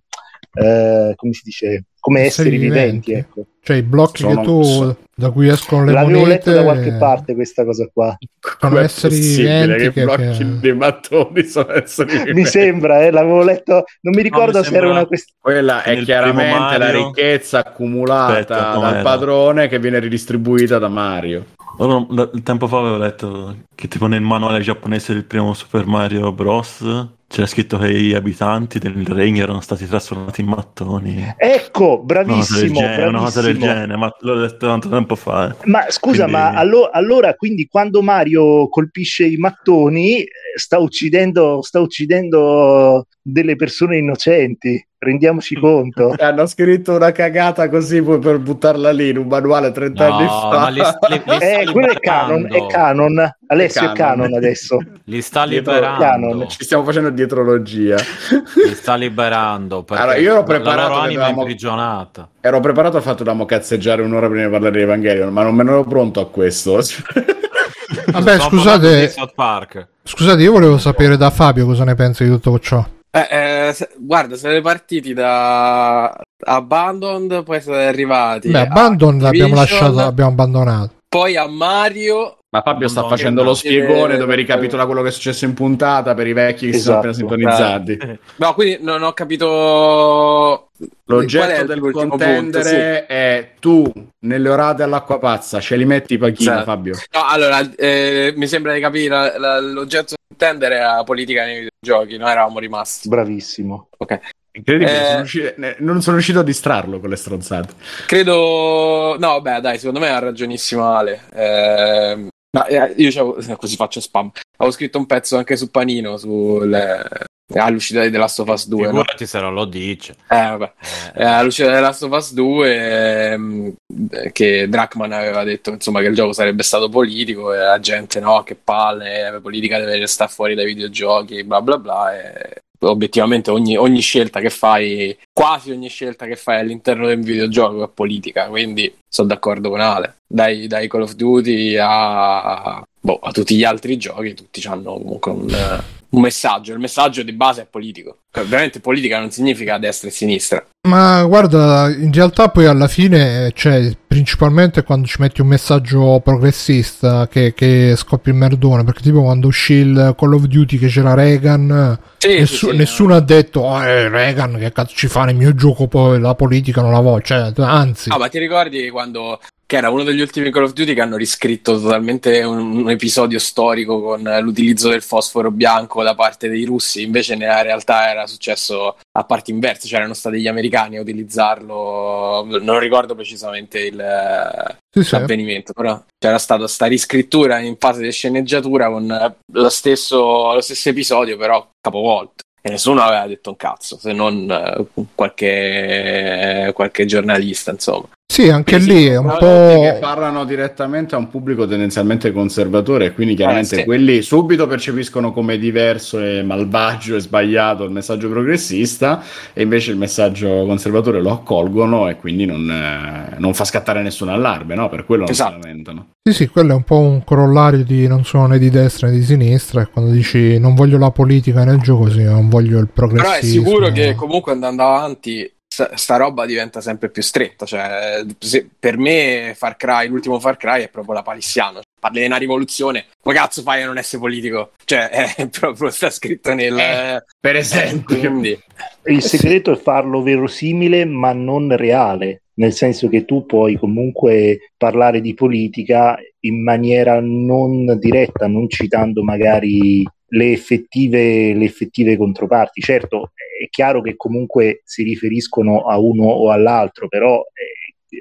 eh, come si dice, come esseri, Esseri viventi, viventi. ecco. Cioè i blocchi Sono- che tu so- da cui escono le L'avevo monete letto da qualche parte questa cosa qua. sono Com'è esseri possibile viventi che che, i blocchi che- dei mattoni sono esseri Mi viventi? sembra, eh, l'avevo letto, non mi ricordo mi se era sembra- una questione. Quella è Nel chiaramente primo la Mario- ricchezza accumulata Aspetta, dal com'era? padrone che viene ridistribuita da Mario. Ora, da- tempo fa avevo letto che tipo nel manuale giapponese del primo Super Mario Bros. C'era scritto che gli abitanti del regno erano stati trasformati in mattoni. Ecco, Una cosa del bravissimo, genere, una cosa del bravissimo. genere, ma l'ho letto tanto tempo fa. eh. Ma scusa, Quindi- ma allo- allora quindi quando Mario colpisce i mattoni eh, sta uccidendo, sta uccidendo delle persone innocenti, rendiamoci conto. Hanno scritto una cagata così poi per buttarla lì in un manuale trenta anni No, fa. ma li, li- li sta Eh, quello è canon, è liberando. canon. Alessio è È canon canon. adesso. Li sta Dietro- liberando. Canon. Ci stiamo facendo dietrologia. Li sta liberando. Perché Allora, io ero la preparato loro che anima è dovevamo- imprigionata. Ero preparato al fatto da mo cazzeggiare un'ora prima di parlare di Evangelion, ma non me ne ero pronto a questo. Vabbè, Sto parlando di scusate, South Park. scusate, io volevo sapere da Fabio cosa ne pensa di tutto ciò. Eh, eh, se- guarda, siete partiti da Abandoned, poi siete arrivati Beh, a Abandon l'abbiamo Activision, lasciato, l'abbiamo abbandonato. poi a Mario. Ma Fabio sta Madonna, facendo lo no. spiegone Eh, dove ricapitola quello che è successo in puntata per i vecchi che si sono appena Esatto. sintonizzati. No, quindi non ho capito. Qual è L'oggetto del l'ultimo contendere punto? è tu nelle orate all'acqua pazza, ce li metti i pachini, Sì. Fabio. Sì. No, allora, eh, mi sembra di capire, la- la- l'oggetto da intendere era politica nei videogiochi, noi eravamo rimasti. Bravissimo. Ok. Incredibile, Eh. sono riuscito- ne- non sono riuscito a distrarlo con le stronzate. Credo. No, beh, dai, secondo me ha ragionissimo Ale. Eh, ma, eh, io c'avevo- così faccio spam. Avevo scritto un pezzo anche su Panino sulle. All'uscita di The Last of Us due, no? Figurati se non lo dice. Eh, vabbè. Eh, all'uscita di The Last of Us due, ehm, che Druckmann aveva detto insomma che il gioco sarebbe stato politico e la gente no, che palle, la politica deve restare fuori dai videogiochi, bla bla bla. E obiettivamente ogni, ogni scelta che fai, quasi ogni scelta che fai all'interno del videogioco è politica, quindi sono d'accordo con Ale. Dai, dai Call of Duty a, boh, a tutti gli altri giochi, tutti hanno comunque un, un messaggio. Il messaggio di base è politico. Ovviamente politica non significa destra e sinistra. Ma guarda, in realtà poi alla fine, cioè, principalmente quando ci metti un messaggio progressista che, che scoppia il merdone, perché tipo quando uscì il Call of Duty che c'era Reagan, Sì, nessu- sì, sì, nessuno ha detto oh, eh, Reagan che cazzo ci fa nel mio gioco, poi la politica non la voglio, cioè, anzi. Ah, ma ti ricordi quando che era uno degli ultimi Call of Duty che hanno riscritto totalmente un, un episodio storico con l'utilizzo del fosforo bianco da parte dei russi, invece nella realtà era successo a parti inverse, cioè erano stati gli americani a utilizzarlo, non ricordo precisamente il, Sì, sì. l'avvenimento, però c'era stata sta riscrittura in fase di sceneggiatura con lo stesso, lo stesso episodio però capovolto. E nessuno aveva detto un cazzo, se non eh, qualche, qualche giornalista, insomma. Sì, anche sì, lì è un po' che parlano direttamente a un pubblico tendenzialmente conservatore, e quindi chiaramente eh, sì. quelli subito percepiscono come diverso e malvagio e sbagliato il messaggio progressista, e invece il messaggio conservatore lo accolgono e quindi non, eh, non fa scattare nessun allarme, no? Per quello non Esatto. si lamentano. sì, sì, quello è un po' un corollario di non sono né di destra né di sinistra, e quando dici non voglio la politica nel gioco, sì, non voglio il progressismo. Però è sicuro che comunque andando avanti sta roba diventa sempre più stretta, cioè se, per me Far Cry, l'ultimo Far Cry è proprio la palissiano, parli di una rivoluzione, come cazzo fai a non essere politico? Cioè è proprio, sta scritto nel eh, per esempio, quindi il segreto è farlo verosimile ma non reale, nel senso che tu puoi comunque parlare di politica in maniera non diretta, non citando magari le effettive, le effettive controparti. Certo, è chiaro che comunque si riferiscono a uno o all'altro, però è,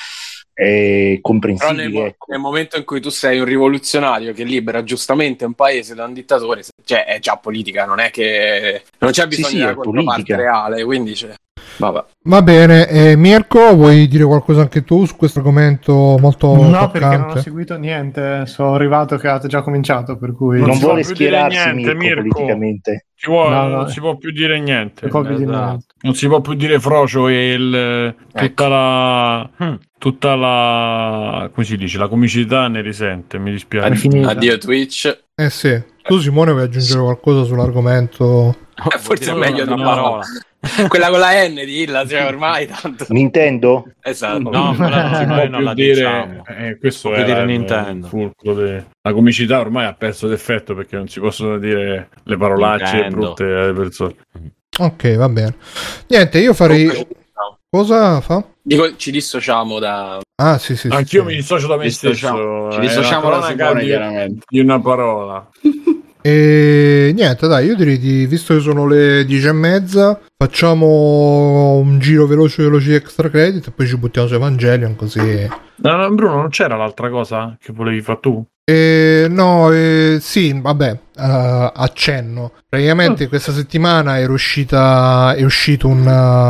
è comprensibile. Però nel, ecco. nel momento in cui tu sei un rivoluzionario che libera giustamente un paese da un dittatore, cioè è già politica, non è che non c'è bisogno Sì, sì, di è una controparte politica. reale, quindi c'è. Vabbè. Va bene, eh, Mirko, vuoi dire qualcosa anche tu su questo argomento molto No, toccante? perché non ho seguito niente, sono arrivato che avete già cominciato, per cui Non, Non si vuole può più dire schierarsi niente, Mirko, Mirko. politicamente. Ci vuole, No, no. non si può più dire niente. Non può più dire Esatto. niente. Non si può più dire frocio e il, tutta Ecco. la Mm. tutta la come si dice, la comicità ne risente, mi È dispiace. finita. Addio Twitch. Eh sì. Tu Simone vuoi aggiungere qualcosa sull'argomento? Eh, forse è Vuol dire meglio di una no. parola. Quella con la N di Illa, cioè ormai tanto. Nintendo? Esatto. No, quella non si può può più non la dire, diciamo. eh, questo Non si è può dire il- Nintendo. il fulcro de- la comicità ormai ha perso d'effetto, perché non si possono dire le parolacce Nintendo. brutte alle persone. Ok, va bene. Niente, io farei... Cosa fa? Dico, ci dissociamo da. Ah, sì, sì. sì, Anch'io sì. mi dissocio da me Dissociamo- stesso. ci è dissociamo una da cronaca Simone, di- chiaramente. di una parola. E niente, dai, io direi di, visto che sono le dieci e mezza, facciamo un giro veloce veloce di extra credit e poi ci buttiamo su Evangelion, così. No, no, Bruno, non c'era l'altra cosa che volevi fare tu? E, no, eh, sì, vabbè, uh, accenno. Praticamente questa settimana era uscita, è uscito un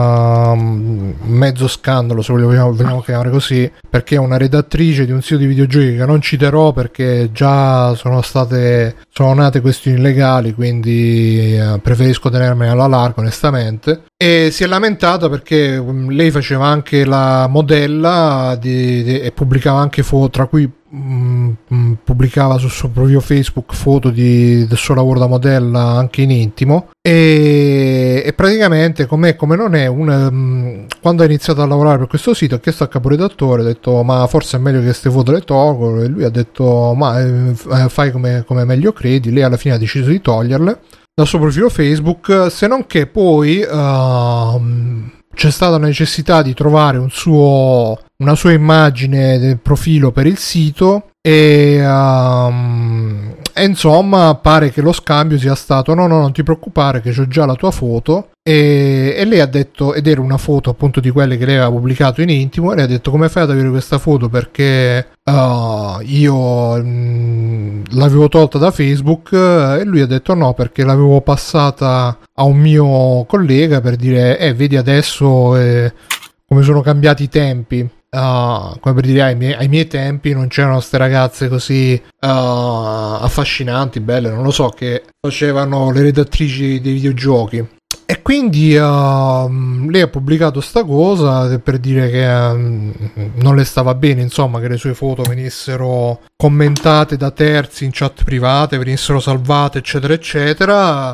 uh, mezzo scandalo, se vogliamo, vogliamo chiamare così, perché una redattrice di un sito di videogiochi che non citerò perché già sono state sono nate questioni legali, quindi uh, preferisco tenermene alla larga onestamente, e si è lamentata perché um, lei faceva anche la modella di, di, e pubblicava anche foto, tra cui mh, mh, pubblicava sul suo proprio Facebook foto di, del suo lavoro da modella anche in intimo, e, e praticamente com'è come non è una, mh, quando ha iniziato a lavorare per questo sito ha chiesto al caporedattore, ha detto ma forse è meglio che queste foto le tolgo, e lui ha detto ma eh, fai come, come meglio credi. Lei alla fine ha deciso di toglierle dal suo profilo Facebook, se non che poi uh, c'è stata la necessità di trovare un suo, una sua immagine del profilo per il sito e, um, e insomma pare che lo scambio sia stato no no non ti preoccupare che c'ho già la tua foto, e, e lei ha detto, ed era una foto appunto di quelle che lei aveva pubblicato in intimo, e lei ha detto come fai ad avere questa foto perché uh, io mh, l'avevo tolta da Facebook, e lui ha detto no perché l'avevo passata a un mio collega per dire eh vedi adesso eh, come sono cambiati i tempi. Uh, come per dire ai miei, ai miei tempi non c'erano queste ragazze così uh, affascinanti, belle, non lo so, che facevano le redattrici dei videogiochi. E quindi uh, lei ha pubblicato sta cosa per dire che uh, non le stava bene, insomma, che le sue foto venissero commentate da terzi in chat private, venissero salvate, eccetera, eccetera.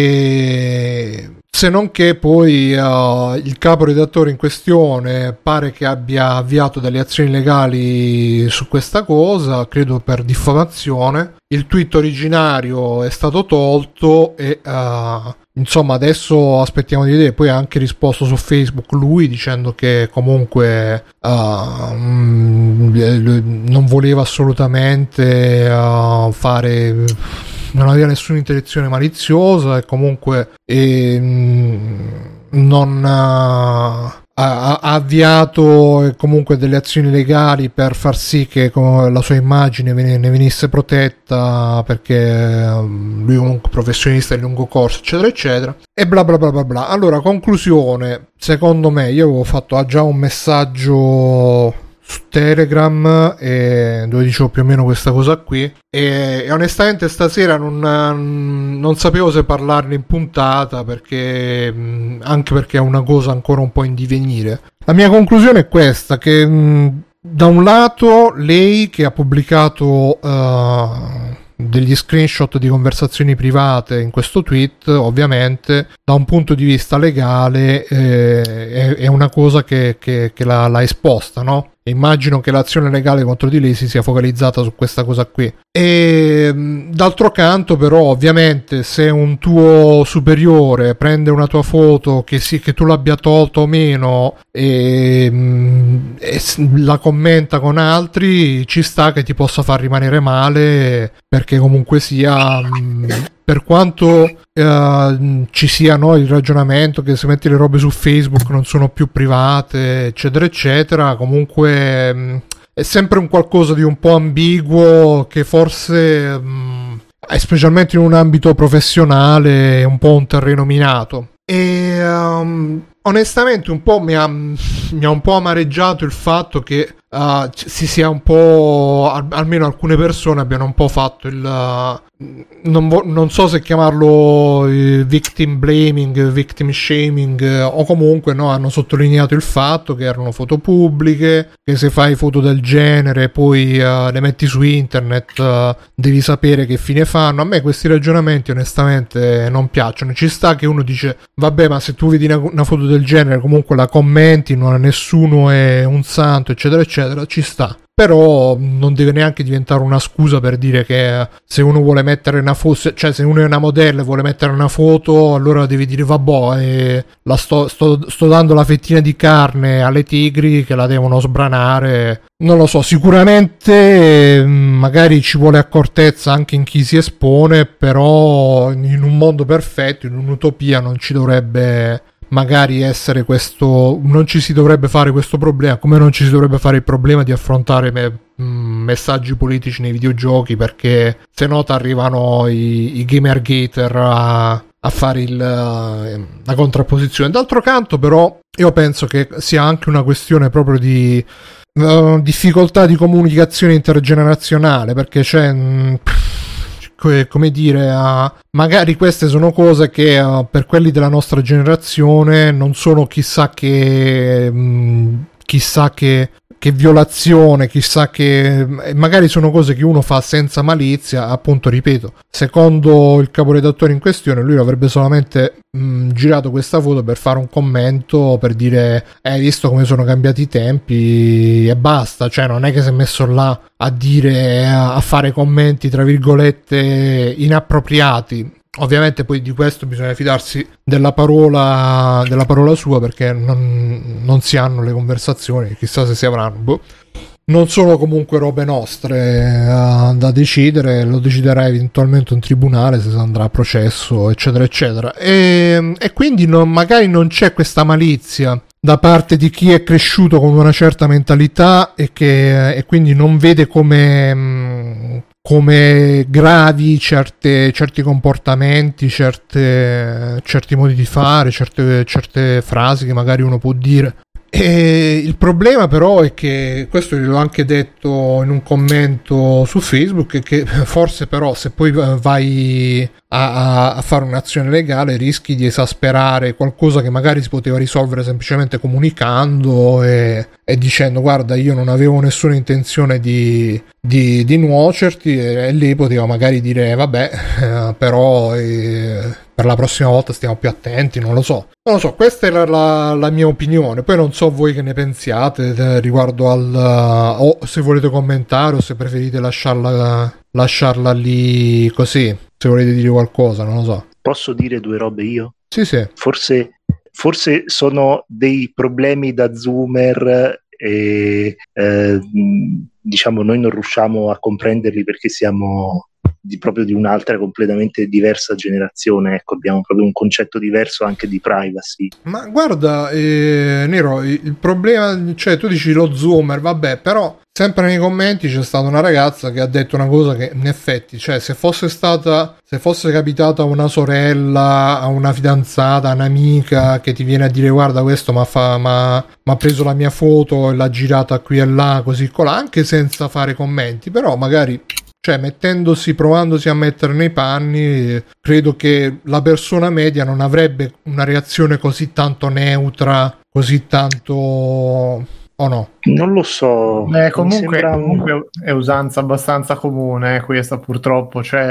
E se non che poi uh, il caporedattore in questione pare che abbia avviato delle azioni legali su questa cosa, credo per diffamazione. Il tweet originario è stato tolto e uh, insomma adesso aspettiamo di vedere. Poi ha anche risposto su Facebook lui dicendo che comunque uh, non voleva assolutamente uh, fare, non aveva nessuna intenzione maliziosa e comunque eh, non uh, ha, ha avviato comunque delle azioni legali per far sì che la sua immagine ne venisse protetta, perché lui comunque professionista di lungo corso, eccetera eccetera, e bla bla bla bla bla. Allora, conclusione, secondo me, io avevo fatto già un messaggio su Telegram e dove dicevo più o meno questa cosa qui, e, e onestamente stasera non, non sapevo se parlarne in puntata, perché anche perché è una cosa ancora un po' in divenire. La mia conclusione è questa, che mh, da un lato lei, che ha pubblicato uh, degli screenshot di conversazioni private in questo tweet, ovviamente da un punto di vista legale eh, è, è una cosa che, che, che l'ha, l'ha esposta, no? Immagino che l'azione legale contro di lei si sia focalizzata su questa cosa qui. E d'altro canto, però, ovviamente, se un tuo superiore prende una tua foto, che sì, che tu l'abbia tolta o meno, e, e la commenta con altri, ci sta che ti possa far rimanere male, perché comunque sia, per quanto Uh, ci sia, no, il ragionamento che se metti le robe su Facebook non sono più private, eccetera eccetera, comunque mh, è sempre un qualcosa di un po' ambiguo, che forse mh, specialmente in un ambito professionale è un po' un terreno minato. E um, onestamente un po' mi ha, mi ha un po' amareggiato il fatto che uh, si sia un po', al, almeno alcune persone abbiano un po' fatto il uh, non, vo- non so se chiamarlo eh, victim blaming, victim shaming, eh, o comunque no, hanno sottolineato il fatto che erano foto pubbliche, che se fai foto del genere poi uh, le metti su internet, uh, devi sapere che fine fanno. A me questi ragionamenti onestamente non piacciono. Ci sta che uno dice vabbè, ma se tu vedi una, una foto del genere comunque la commenti, non nessuno è un santo, eccetera eccetera, ci sta. Però non deve neanche diventare una scusa per dire che se uno vuole mettere una foto, cioè se uno è una modella e vuole mettere una foto, allora devi dire vabbè, eh, la sto, sto, sto dando la fettina di carne alle tigri che la devono sbranare. Non lo so, sicuramente magari ci vuole accortezza anche in chi si espone, però in un mondo perfetto, in un'utopia, non ci dovrebbe magari essere questo, non ci si dovrebbe fare questo problema, come non ci si dovrebbe fare il problema di affrontare me, mh, messaggi politici nei videogiochi, perché se no ti arrivano i, i gamergater a, a fare il, la contrapposizione. D'altro canto però io penso che sia anche una questione proprio di uh, difficoltà di comunicazione intergenerazionale, perché c'è mh, come dire, uh, magari queste sono cose che uh, per quelli della nostra generazione non sono chissà che mh, chissà che che violazione, chissà che magari sono cose che uno fa senza malizia. Appunto, ripeto, secondo il caporedattore in questione, lui avrebbe solamente mh, girato questa foto per fare un commento, per dire hai visto come sono cambiati i tempi, e basta. Cioè non è che si è messo là a dire, a fare commenti tra virgolette inappropriati. Ovviamente poi di questo bisogna fidarsi della parola della parola sua, perché non, non si hanno le conversazioni, chissà se si avranno. Boh. Non sono comunque robe nostre uh, da decidere, lo deciderà eventualmente un tribunale se si andrà a processo, eccetera eccetera. E, e quindi non, magari non c'è questa malizia da parte di chi è cresciuto con una certa mentalità e che e quindi non vede come mh, come gravi certe, certi comportamenti, certe, certi modi di fare, certe, certe frasi che magari uno può dire. E il problema però è che, questo gliel'ho anche detto in un commento su Facebook, è che forse però se poi vai a, a fare un'azione legale rischi di esasperare qualcosa che magari si poteva risolvere semplicemente comunicando e, e dicendo guarda, io non avevo nessuna intenzione di, di, di nuocerti, e, e lì poteva magari dire vabbè, eh, però eh, per la prossima volta stiamo più attenti, non lo so. Non lo so, questa era la, la mia opinione. Poi non so voi che ne pensiate eh, riguardo al uh, o se volete commentare o se preferite lasciarla, lasciarla lì così, se volete dire qualcosa, non lo so. Posso dire due robe io? Sì, sì. Forse, forse sono dei problemi da zoomer e eh, diciamo noi non riusciamo a comprenderli perché siamo di proprio di un'altra completamente diversa generazione, ecco, abbiamo proprio un concetto diverso anche di privacy. Ma guarda, eh, Nero, il problema, cioè tu dici lo zoomer, vabbè, però sempre nei commenti c'è stata una ragazza che ha detto una cosa che in effetti, cioè se fosse stata, se fosse capitata a una sorella, a una fidanzata, a un'amica che ti viene a dire guarda questo mi ha preso la mia foto e l'ha girata qui e là, così colà, anche senza fare commenti, però magari, cioè mettendosi, provandosi a mettere nei panni, credo che la persona media non avrebbe una reazione così tanto neutra, così tanto... o no? Non lo so. Beh, comunque, sembra... comunque è usanza abbastanza comune eh, questa purtroppo, cioè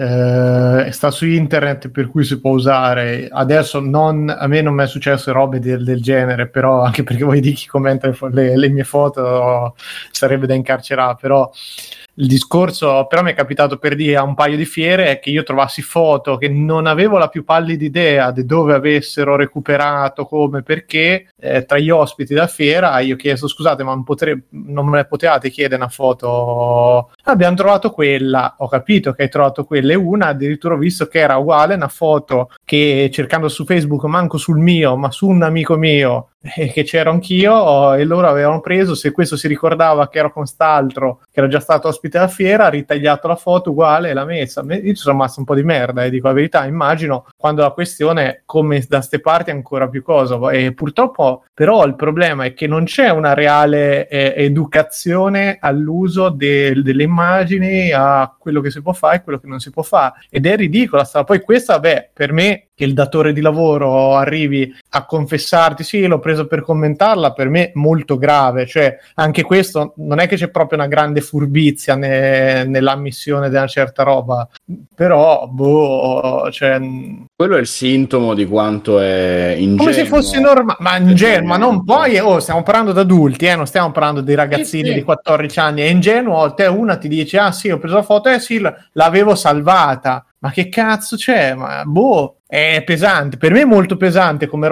eh, sta su internet per cui si può usare. Adesso non, a me non mi è successo robe del, del genere, però anche perché voi di chi commenta le, le mie foto sarebbe da incarcerare, però il discorso però mi è capitato per dire a un paio di fiere è che io trovassi foto che non avevo la più pallida idea di dove avessero recuperato, come, perché eh, tra gli ospiti da fiera io ho chiesto scusate ma non, potre- non me ne potevate chiedere una foto? Abbiamo trovato quella, ho capito che hai trovato quella e una addirittura ho visto che era uguale una foto che cercando su Facebook manco sul mio ma su un amico mio e che c'ero anch'io e loro avevano preso, se questo si ricordava che ero con st'altro che era già stato ospite alla fiera, ha ritagliato la foto uguale e l'ha messa. Io ci sono rimasto un po' di merda e eh, dico la verità, immagino quando la questione come da ste parti è ancora più cosa e purtroppo però il problema è che non c'è una reale eh, educazione all'uso de- delle immagini, a quello che si può fare e quello che non si può fare ed è ridicola sta. Poi questa, beh, per me che il datore di lavoro arrivi a confessarti sì l'ho preso per commentarla, per me molto grave, cioè anche questo non è che c'è proprio una grande furbizia ne- nell'ammissione di una certa roba, però boh, cioè quello è il sintomo di quanto è ingenuo, come se fosse normale, ma ingenuo, ma non poi oh, stiamo parlando di adulti, eh, non stiamo parlando di ragazzini sì, sì. di quattordici anni, è ingenuo, te una ti dice ah sì ho preso la foto, eh sì l'avevo salvata, ma che cazzo c'è, ma boh, è pesante, per me è molto pesante come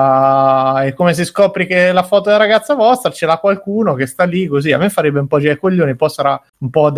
roba, è come se scopri che la foto della ragazza vostra ce l'ha qualcuno che sta lì così, a me farebbe un po' girare i coglioni, poi sarà un po'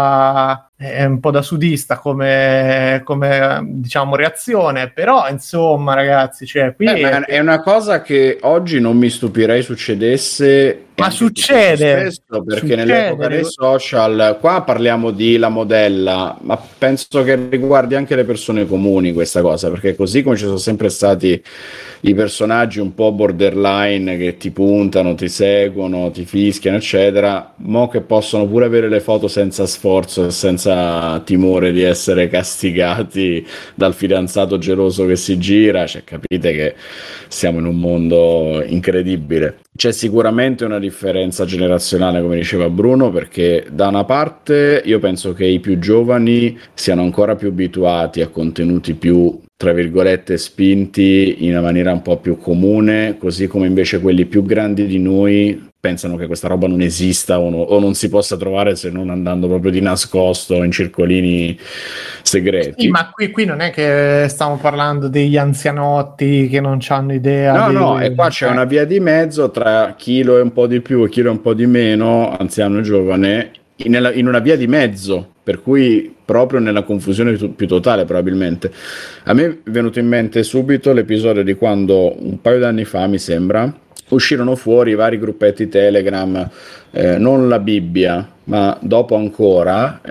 da è un po' da sudista come, come diciamo reazione, però insomma ragazzi, cioè qui eh, è... è una cosa che oggi non mi stupirei succedesse, ma succede spesso, perché succede. Nell'epoca dei social qua parliamo di la modella, ma penso che riguardi anche le persone comuni questa cosa, perché così come ci sono sempre stati i personaggi un po' borderline che ti puntano, ti seguono, ti fischiano eccetera, mo che possono pure avere le foto senza sforzo e senza timore di essere castigati dal fidanzato geloso che si gira, cioè capite che siamo in un mondo incredibile. C'è sicuramente una differenza generazionale, come diceva Bruno, perché da una parte io penso che i più giovani siano ancora più abituati a contenuti più, tra virgolette, spinti in una maniera un po' più comune, così come invece quelli più grandi di noi pensano che questa roba non esista o, no, o non si possa trovare se non andando proprio di nascosto in circolini segreti. Sì, ma qui, qui non è che stiamo parlando degli anzianotti che non hanno idea. No, di... no, e qua c'è una via di mezzo tra chilo e un po' di più e chilo e un po' di meno, anziano e giovane, in, in una via di mezzo, per cui proprio nella confusione più totale probabilmente. A me è venuto in mente subito l'episodio di quando un paio d'anni fa, mi sembra, uscirono fuori i vari gruppetti Telegram, eh, non la Bibbia, ma dopo ancora,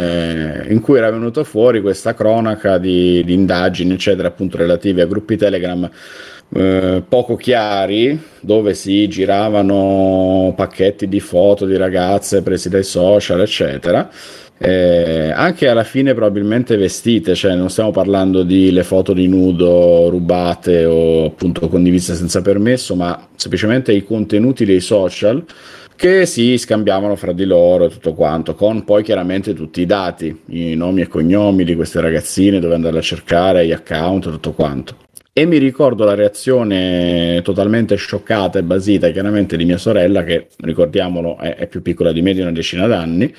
eh, in cui era venuta fuori questa cronaca di, di indagini, eccetera, appunto relative a gruppi Telegram eh, poco chiari, dove si giravano pacchetti di foto di ragazze presi dai social, eccetera. Eh, anche alla fine probabilmente vestite, cioè non stiamo parlando di le foto di nudo rubate o appunto condivise senza permesso, ma semplicemente i contenuti dei social che si scambiavano fra di loro e tutto quanto, con poi chiaramente tutti i dati, i nomi e cognomi di queste ragazzine, dove andare a cercare, gli account, tutto quanto. E mi ricordo la reazione totalmente scioccata e basita chiaramente di mia sorella, che ricordiamolo è, è più piccola di me di una decina d'anni,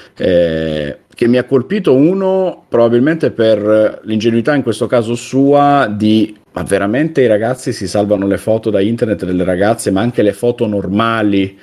eh, che mi ha colpito, uno probabilmente per l'ingenuità in questo caso sua di ma veramente i ragazzi si salvano le foto da internet delle ragazze, ma anche le foto normali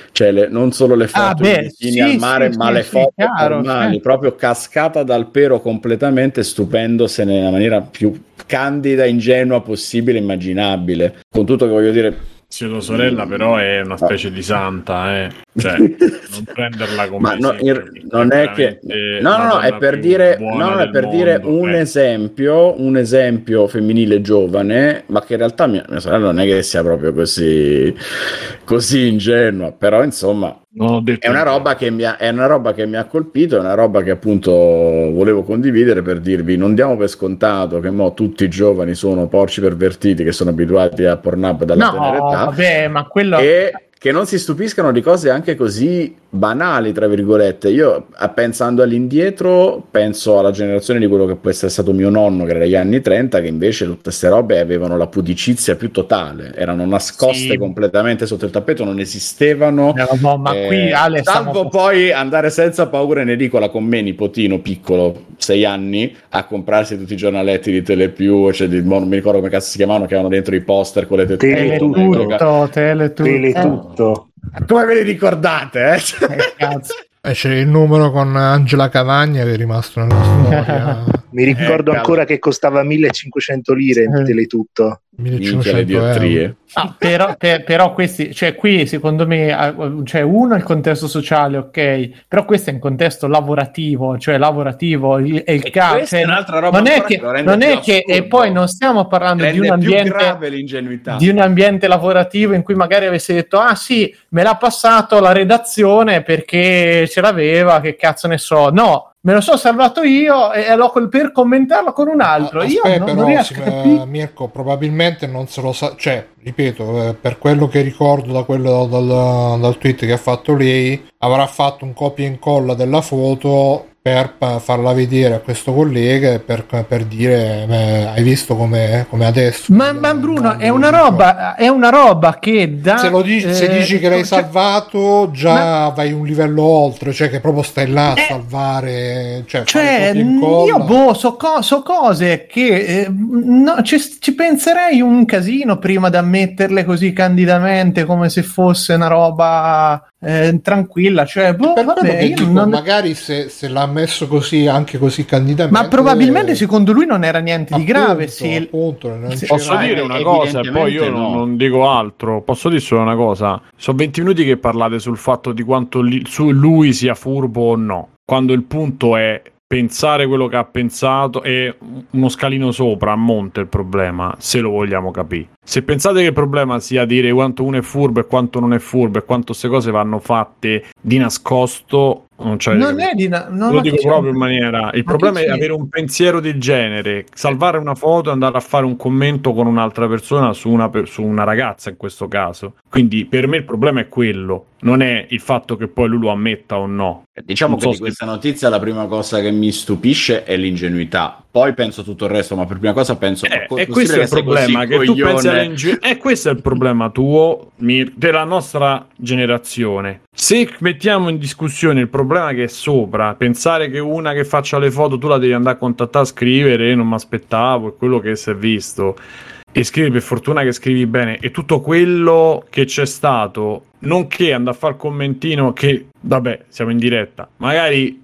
cioè le, non solo le foto Ah, beh, di bikini sì, al mare, sì, ma sì, le sì, foto chiaro, normali, certo. proprio cascata dal pero completamente, stupendosene nella maniera più candida, ingenua possibile, immaginabile. Con tutto che voglio dire, Sì, tua sorella però è una specie di santa, eh. Cioè, non prenderla come ma no, esempio, in- non è che veramente no la no no è donna per più dire buona no, no, è del per dire mondo, un eh. esempio un esempio femminile giovane, ma che in realtà mia, mia sorella non è che sia proprio così così ingenua, però insomma Non ho detto è una roba che mi ha, è una roba che mi ha colpito, è una roba che appunto volevo condividere per dirvi non diamo per scontato che mo tutti i giovani sono porci pervertiti che sono abituati a Pornhub dalla tenera No, età, vabbè, ma quello... e che non si stupiscano di cose anche così banali, tra virgolette. Io, pensando all'indietro, penso alla generazione di quello che può essere stato mio nonno, che era degli anni trenta, che invece tutte queste robe avevano la pudicizia più totale, erano nascoste Sì. completamente sotto il tappeto, non esistevano. Eh, no, ma eh, qui, Ale, salvo stiamo- poi andare senza paura in edicola con me, nipotino piccolo, sei anni, a comprarsi tutti i giornaletti di Telepiù, cioè di, non mi ricordo come cazzo si chiamavano, che avevano dentro i poster con le tettone. Teletutto, teletutto. Teletutto. Come ve li ricordate, eh? Eh, cazzo. E c'è il numero con Angela Cavagna che è rimasto nella storia. Mi ricordo Eh, ancora che costava millecinquecento lire in Eh. Teletutto. Minchia le millecinquecento euro. diotrie. Ah, però, per- però questi, cioè qui secondo me, ah, cioè uno è il contesto sociale, ok, però questo è un contesto lavorativo, cioè lavorativo il- è il E caso, questa cioè, è un'altra roba non è ancora che, che lo rende non è più che e assurdo. poi non stiamo parlando di un Rende più ambiente grave l'ingenuità. di un ambiente lavorativo in cui magari avessi detto ah sì, me l'ha passato la redazione perché ce l'aveva, che cazzo ne so, no, me lo sono salvato io e l'ho col- per commentarlo con un altro. Io Aspetta, non, però, non riesco sì, a capire. eh, Mirko probabilmente non se lo sa, cioè, ripeto, eh, per quello che ricordo da quello dal, dal tweet che ha fatto lei, avrà fatto un copia e incolla della foto per pa- farla vedere a questo collega e per, per dire eh, hai visto come adesso. Ma, ma Bruno, è una roba, è una roba che da Se, lo dici, se eh, dici che l'hai cioè- salvato, già ma- vai un livello oltre, cioè che proprio stai là a Eh, salvare, cioè, Cioè, fare copia e incolla. io boh, so, co- so cose che eh, no, ci, ci penserei un casino prima di ammetterle così candidamente, come se fosse una roba eh, tranquilla. Cioè, boh, Per quello vabbè, che io dico, non- magari se, se l'ha messo così, anche così candidamente, ma probabilmente secondo lui non era niente di appunto, grave. Sì. appunto, non Sì. c'era- Posso Ah, dire eh, una cosa e poi io evidentemente non, no. non dico altro. Posso dire solo una cosa? Sono venti minuti che parlate sul fatto di quanto li- su lui sia furbo o no. Quando il punto è pensare quello che ha pensato è uno scalino sopra, a monte il problema, se lo vogliamo capire. Se pensate che il problema sia dire quanto uno è furbo e quanto non è furbo e quanto queste cose vanno fatte di nascosto, non c'è Non è di na- non lo ma dico che c'è- proprio in maniera. Il ma problema che è c'è? avere un pensiero del genere, salvare una foto e andare a fare un commento con un'altra persona su una, per- su una ragazza in questo caso. Quindi per me il problema è quello, non è il fatto che poi lui lo ammetta o no. Diciamo Non che so di se- questa notizia la prima cosa che mi stupisce è l'ingenuità. Poi penso tutto il resto, ma per prima cosa penso Eh, ma e possibile questo è il sei problema, così che tu pensi coglione? all'inge- e questo è il problema tuo, Mir- della nostra generazione. Se mettiamo in discussione il problema che è sopra, pensare che una che faccia le foto tu la devi andare a contattare, a scrivere, non mi aspettavo, è quello che si è visto, e scrivi, per fortuna che scrivi bene, e tutto quello che c'è stato, nonché andare a fare il commentino che, vabbè, siamo in diretta, magari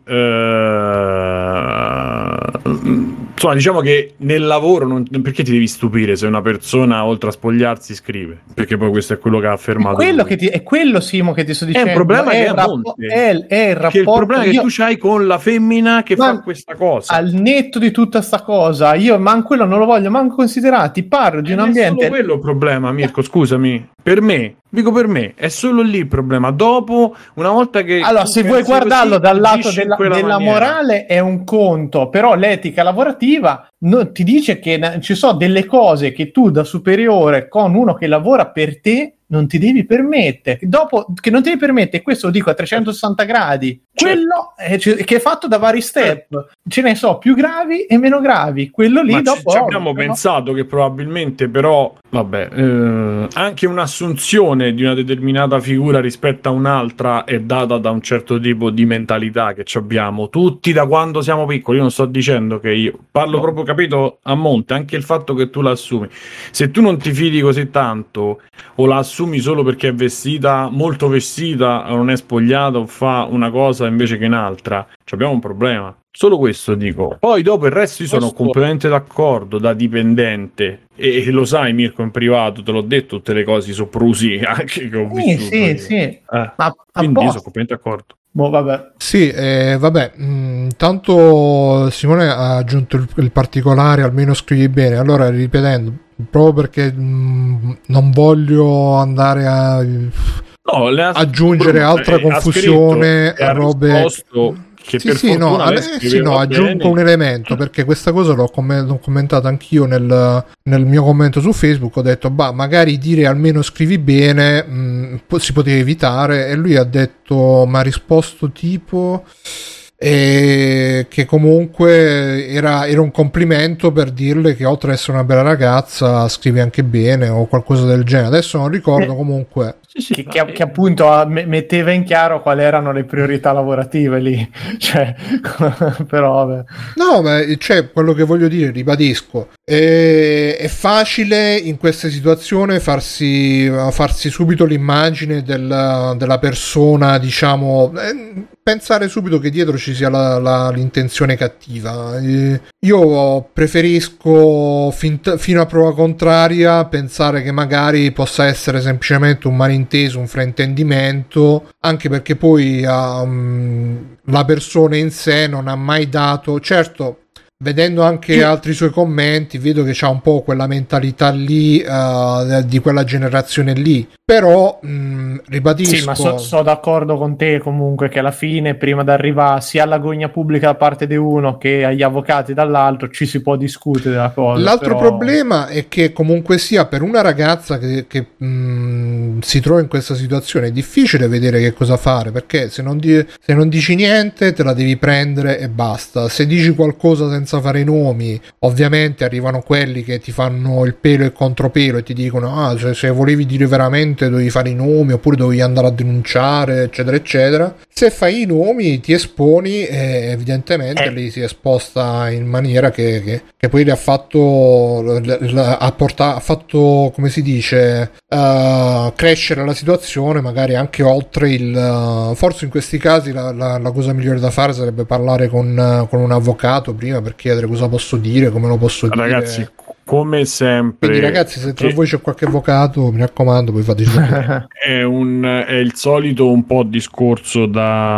eh, insomma, diciamo che nel lavoro non, perché ti devi stupire se una persona oltre a spogliarsi scrive, perché poi questo è quello che ha È affermato quello, lui. che ti, è quello Simo che ti sto È dicendo. un problema che è il a rappo- monte. è, il- è il Perché il rapporto problema che io- tu c'hai con la femmina che Ma- fa questa cosa. al netto di tutta sta cosa, io man quello non lo voglio manco considerare. Ti parlo di Eh, un non è ambiente. solo quello il problema, Mirko, scusami. Per me, dico per me, è solo lì il problema. Dopo, una volta che Allora, tu se vuoi pensi guardarlo così, dal lato agisci in della, quella della maniera. morale è un conto, però l'etica lavorativa non, ti dice che na- ci sono delle cose che tu da superiore con uno che lavora per te non ti devi permettere. Dopo che non ti devi permettere, questo lo dico a trecentosessanta gradi, quello è, cioè, che è fatto da vari step. Ce ne so più gravi e meno gravi. Quello lì Ma ci, dopo ci abbiamo però- pensato che probabilmente però, vabbè, eh, anche un'assunzione di una determinata figura rispetto a un'altra è data da un certo tipo di mentalità che ci abbiamo tutti da quando siamo piccoli. Io non sto dicendo che io parlo proprio, capito, a monte, anche il fatto che tu la assumi. Se tu non ti fidi così tanto o la assumi assumi solo perché è vestita, molto vestita, o non è spogliata, o fa una cosa invece che un'altra. Ci abbiamo un problema. Solo questo dico. Poi dopo il resto io sono Questo... completamente d'accordo da dipendente. E, e lo sai, Mirko, in privato, te l'ho detto tutte le cose su Prusi, anche che ho Sì, vissuto. sì, io. sì. Eh, Ma quindi io apposta. sono completamente d'accordo. Boh, vabbè. Sì, eh, vabbè, mh, intanto Simone ha aggiunto il, il particolare, almeno scrivi bene. Allora, ripetendo, proprio perché mh, non voglio andare a no, le ha, aggiungere Bruno, altra eh, confusione ha a robe... risposto che Sì, per sì, no, fortuna lei eh, sì, scriveva no, aggiungo bene. un elemento, perché questa cosa l'ho, comm- l'ho commentato anch'io nel, nel mio commento su Facebook. Ho detto, bah, magari dire almeno scrivi bene mh, po- si poteva evitare, e lui ha detto, mi ha risposto tipo e che comunque era, era un complimento per dirle che oltre ad essere una bella ragazza scrive anche bene o qualcosa del genere. Adesso non ricordo, Eh. comunque Sì, sì, Che, ma- che, che appunto ah, me- metteva in chiaro quali erano le priorità lavorative lì, cioè, però vabbè. no, ma cioè, quello che voglio dire, ribadisco, è, è facile in queste situazioni farsi, farsi subito l'immagine del, della persona, diciamo, eh, pensare subito che dietro ci sia la, la, l'intenzione cattiva. Eh, io preferisco fin, fino a prova contraria pensare che magari possa essere semplicemente un malinteso, un fraintendimento, anche perché poi um, la persona in sé non ha mai dato, certo, vedendo anche altri suoi commenti vedo che c'ha un po' quella mentalità lì, uh, di quella generazione lì, però mh, ribadisco, Sì, ma sono so d'accordo con te comunque che alla fine, prima di arrivare sia alla gogna pubblica da parte di uno che agli avvocati dall'altro, ci si può discutere della cosa. l'altro però... problema è che comunque sia per una ragazza che, che mh, si trova in questa situazione è difficile vedere che cosa fare, perché se non, di- se non dici niente te la devi prendere e basta. Se dici qualcosa senza fare i nomi, ovviamente arrivano quelli che ti fanno il pelo e il contropelo e ti dicono ah, se, se volevi dire veramente dovevi fare i nomi, oppure dovevi andare a denunciare, eccetera eccetera. Se fai i nomi ti esponi e evidentemente Eh. lì si è esposta in maniera che, che, che poi le ha fatto l- l- ha, portato, ha fatto, come si dice, uh, crescere la situazione magari anche oltre il uh, forse in questi casi la, la, la cosa migliore da fare sarebbe parlare con, uh, con un avvocato prima per chiedere cosa posso dire, come lo posso dire. Ragazzi, come sempre, Quindi ragazzi, se tra che voi c'è qualche avvocato, mi raccomando, poi fateci sapere. è, un, è il solito un po' discorso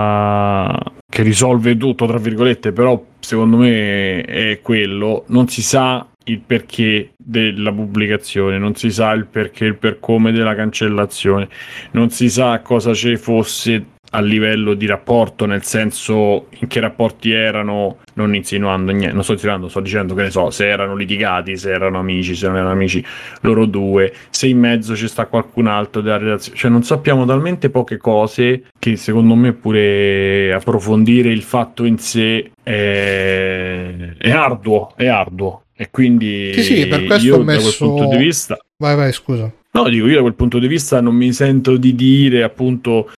da che risolve tutto, tra virgolette, però secondo me è quello, non si sa il perché della pubblicazione, non si sa il perché, il per come della cancellazione, non si sa cosa ci fosse a livello di rapporto, nel senso in che rapporti erano, non insinuando niente, non sto insinuando, sto dicendo che ne so, se erano litigati, se erano amici, se non erano amici loro due, se in mezzo ci sta qualcun altro della relazione, cioè non sappiamo talmente poche cose che secondo me pure approfondire il fatto in sé è, è arduo, è arduo. E quindi Sì, sì, per questo io ho messo... da quel punto di vista Vai, vai, scusa. no, dico, io da quel punto di vista non mi sento di dire appunto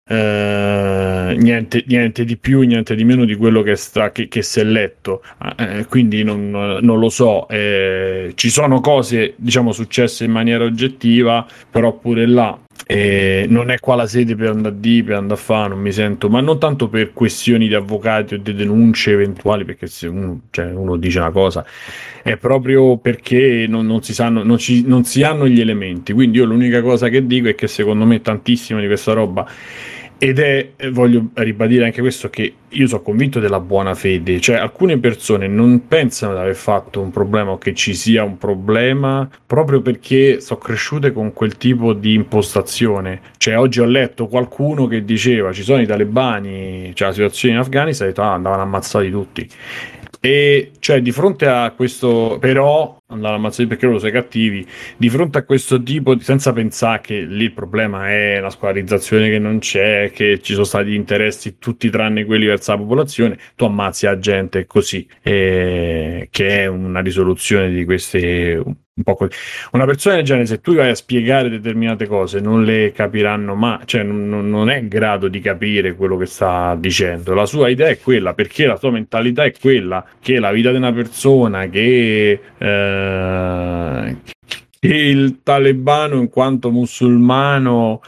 eh, niente, niente di più, niente di meno di quello che, sta, che, che si è letto, eh, quindi non, non lo so, eh, ci sono cose diciamo successe in maniera oggettiva, però pure là eh, non è qua la sede per andare a dire, per andare a fare, non mi sento, ma non tanto per questioni di avvocati o di denunce eventuali, perché se uno, cioè, uno dice una cosa è proprio perché non, non si sanno, non, ci, non si hanno gli elementi. Quindi io l'unica cosa che dico è che secondo me tantissimo di questa roba, ed è, voglio ribadire anche questo, che io sono convinto della buona fede, cioè alcune persone non pensano di aver fatto un problema o che ci sia un problema proprio perché sono cresciute con quel tipo di impostazione. Cioè oggi ho letto qualcuno che diceva ci sono i talebani, cioè la situazione in Afghanistan, e detto, ah, andavano ammazzati tutti. E cioè di fronte a questo, però andare a ammazzare perché loro sono cattivi, di fronte a questo tipo di, senza pensare che lì il problema è la scolarizzazione che non c'è, che ci sono stati interessi tutti tranne quelli verso la popolazione, tu ammazzi la gente così, e, che è una risoluzione di queste un po' così. Una persona del genere, se tu vai a spiegare determinate cose, non le capiranno mai, cioè non, non è in grado di capire quello che sta dicendo. La sua idea è quella, perché la sua mentalità è quella, che la vita di una persona che eh, che il talebano in quanto musulmano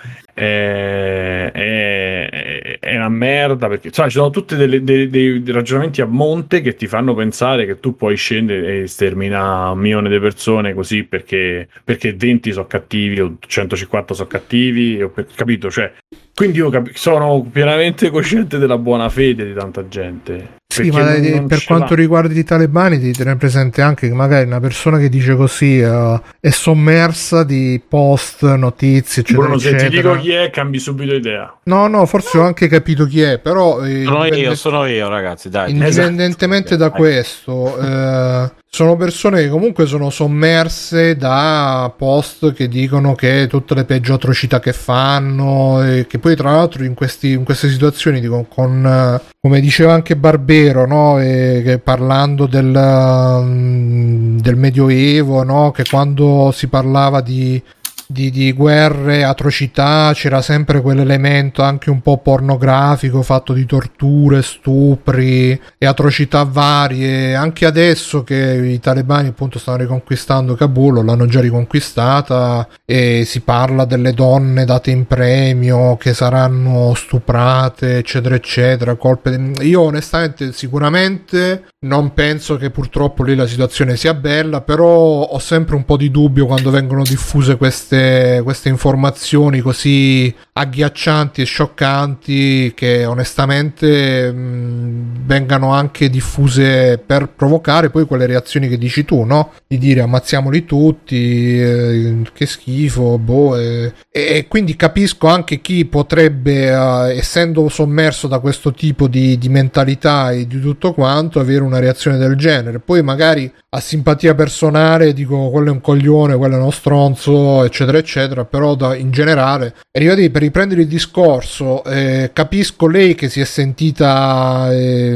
è, è, è una merda, perché cioè, ci sono tutti dei, dei, dei ragionamenti a monte che ti fanno pensare che tu puoi scendere e sterminare un milione di persone così perché, perché venti sono cattivi o centocinquanta sono cattivi, o, capito? Cioè, quindi io cap- sono pienamente cosciente della buona fede di tanta gente. Sì, ma non, non per quanto va. riguarda i talebani, devi tenere presente anche che magari una persona che dice così uh, è sommersa di post, notizie, eccetera, Bruno, eccetera. Se ti dico chi è, cambi subito idea. No, no, forse ho anche capito chi è, però... Eh, sono indipendent- io, sono io, ragazzi, dai. Indipendentemente esatto. da questo... Eh, sono persone che comunque sono sommerse da post che dicono che tutte le peggio atrocità che fanno, e che poi tra l'altro in, questi, in queste situazioni dico, con, come diceva anche Barbero, no? E che parlando del, del Medioevo, no? Che quando si parlava di Di, di guerre, atrocità, c'era sempre quell'elemento anche un po' pornografico fatto di torture, stupri e atrocità varie. Anche adesso che i talebani appunto stanno riconquistando Kabul, l'hanno già riconquistata, e si parla delle donne date in premio che saranno stuprate, eccetera eccetera, colpe di... Io onestamente sicuramente non penso che purtroppo lì la situazione sia bella, però ho sempre un po' di dubbio quando vengono diffuse queste queste informazioni così agghiaccianti e scioccanti, che onestamente mh, vengano anche diffuse per provocare poi quelle reazioni che dici tu, no? Di dire ammazziamoli tutti, eh, che schifo, boh, eh. E quindi capisco anche chi potrebbe, eh, essendo sommerso da questo tipo di, di mentalità e di tutto quanto, avere una reazione del genere. Poi magari a simpatia personale dico quello è un coglione, quello è uno stronzo, eccetera eccetera, però da, in generale, e rivedi, per riprendere il discorso, eh, capisco lei che si è sentita eh,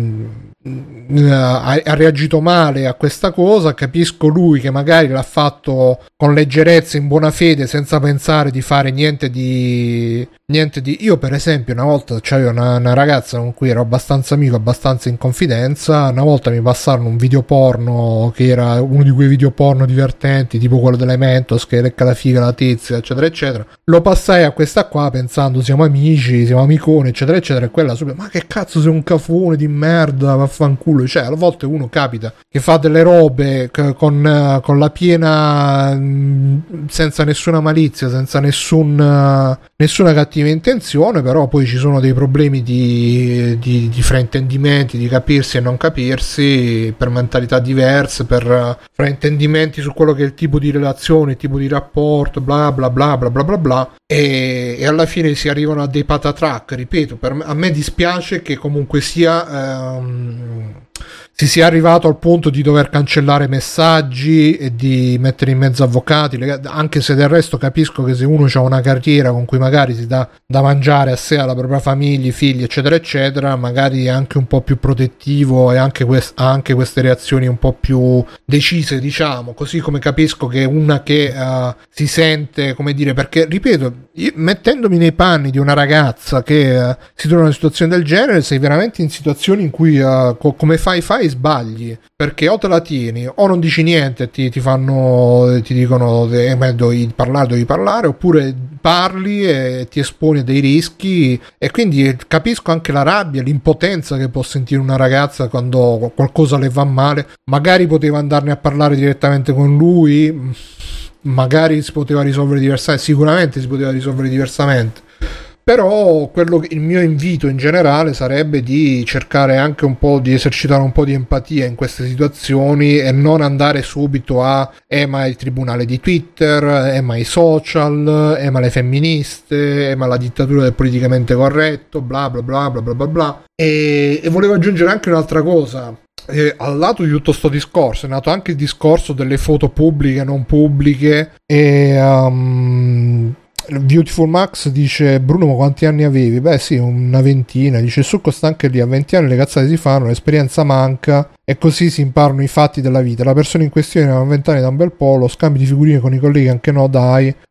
mh, ha, ha reagito male a questa cosa, capisco lui che magari l'ha fatto con leggerezza, in buona fede, senza pensare di fare niente di niente di... Io per esempio una volta c'avevo una, una ragazza con cui ero abbastanza amico, abbastanza in confidenza, una volta mi passarono un video porno che era uno di quei video porno divertenti, tipo quello delle Mentos che lecca la figa la tizia, eccetera eccetera. Lo passai a questa qua pensando siamo amici, siamo amiconi, eccetera eccetera, e quella subito, ma che cazzo sei un cafone di merda, vaffanculo. Cioè a volte uno capita che fa delle robe con, con la piena, senza nessuna malizia, senza nessun nessuna cattiva intenzione, però poi ci sono dei problemi di, di, di fraintendimenti, di capirsi e non capirsi, per mentalità diverse, per fraintendimenti su quello che è il tipo di relazione, il tipo di rapporto, bla bla bla bla bla bla bla, e, e alla fine si arrivano a dei patatrack. Ripeto, per me, a me dispiace che comunque sia ehm, si sia arrivato al punto di dover cancellare messaggi e di mettere in mezzo avvocati, anche se del resto capisco che se uno ha una carriera con cui magari si dà da mangiare a sé, alla propria famiglia, i figli, eccetera eccetera, magari è anche un po' più protettivo e anche quest- ha anche queste reazioni un po' più decise, diciamo. Così come capisco che una che uh, si sente, come dire, perché ripeto, io, mettendomi nei panni di una ragazza che uh, si trova in una situazione del genere, sei veramente in situazioni in cui uh, co- come fai fai sbagli, perché o te la tieni o non dici niente e ti, ti fanno ti dicono eh, devi parlare devi parlare oppure parli e ti esponi a dei rischi. E quindi capisco anche la rabbia, l'impotenza che può sentire una ragazza quando qualcosa le va male. Magari poteva andarne a parlare direttamente con lui, magari si poteva risolvere diversamente, sicuramente si poteva risolvere diversamente. Però quello che, il mio invito in generale sarebbe di cercare anche un po' di esercitare un po' di empatia in queste situazioni e non andare subito a eh ma il tribunale di Twitter, eh ma i social, eh ma le femministe, eh ma la dittatura del politicamente corretto, bla bla bla bla bla bla bla. E, e volevo aggiungere anche un'altra cosa. Eh, al lato di tutto sto discorso è nato anche il discorso delle foto pubbliche, non pubbliche, e um, Beautiful Max dice: Bruno, ma quanti anni avevi? Beh sì, una ventina. Dice: il succo sta anche lì, a venti anni le cazzate si fanno, l'esperienza manca e così si imparano i fatti della vita. La persona in questione aveva venti anni da un bel po', lo scambio di figurine con i colleghi anche no, dai.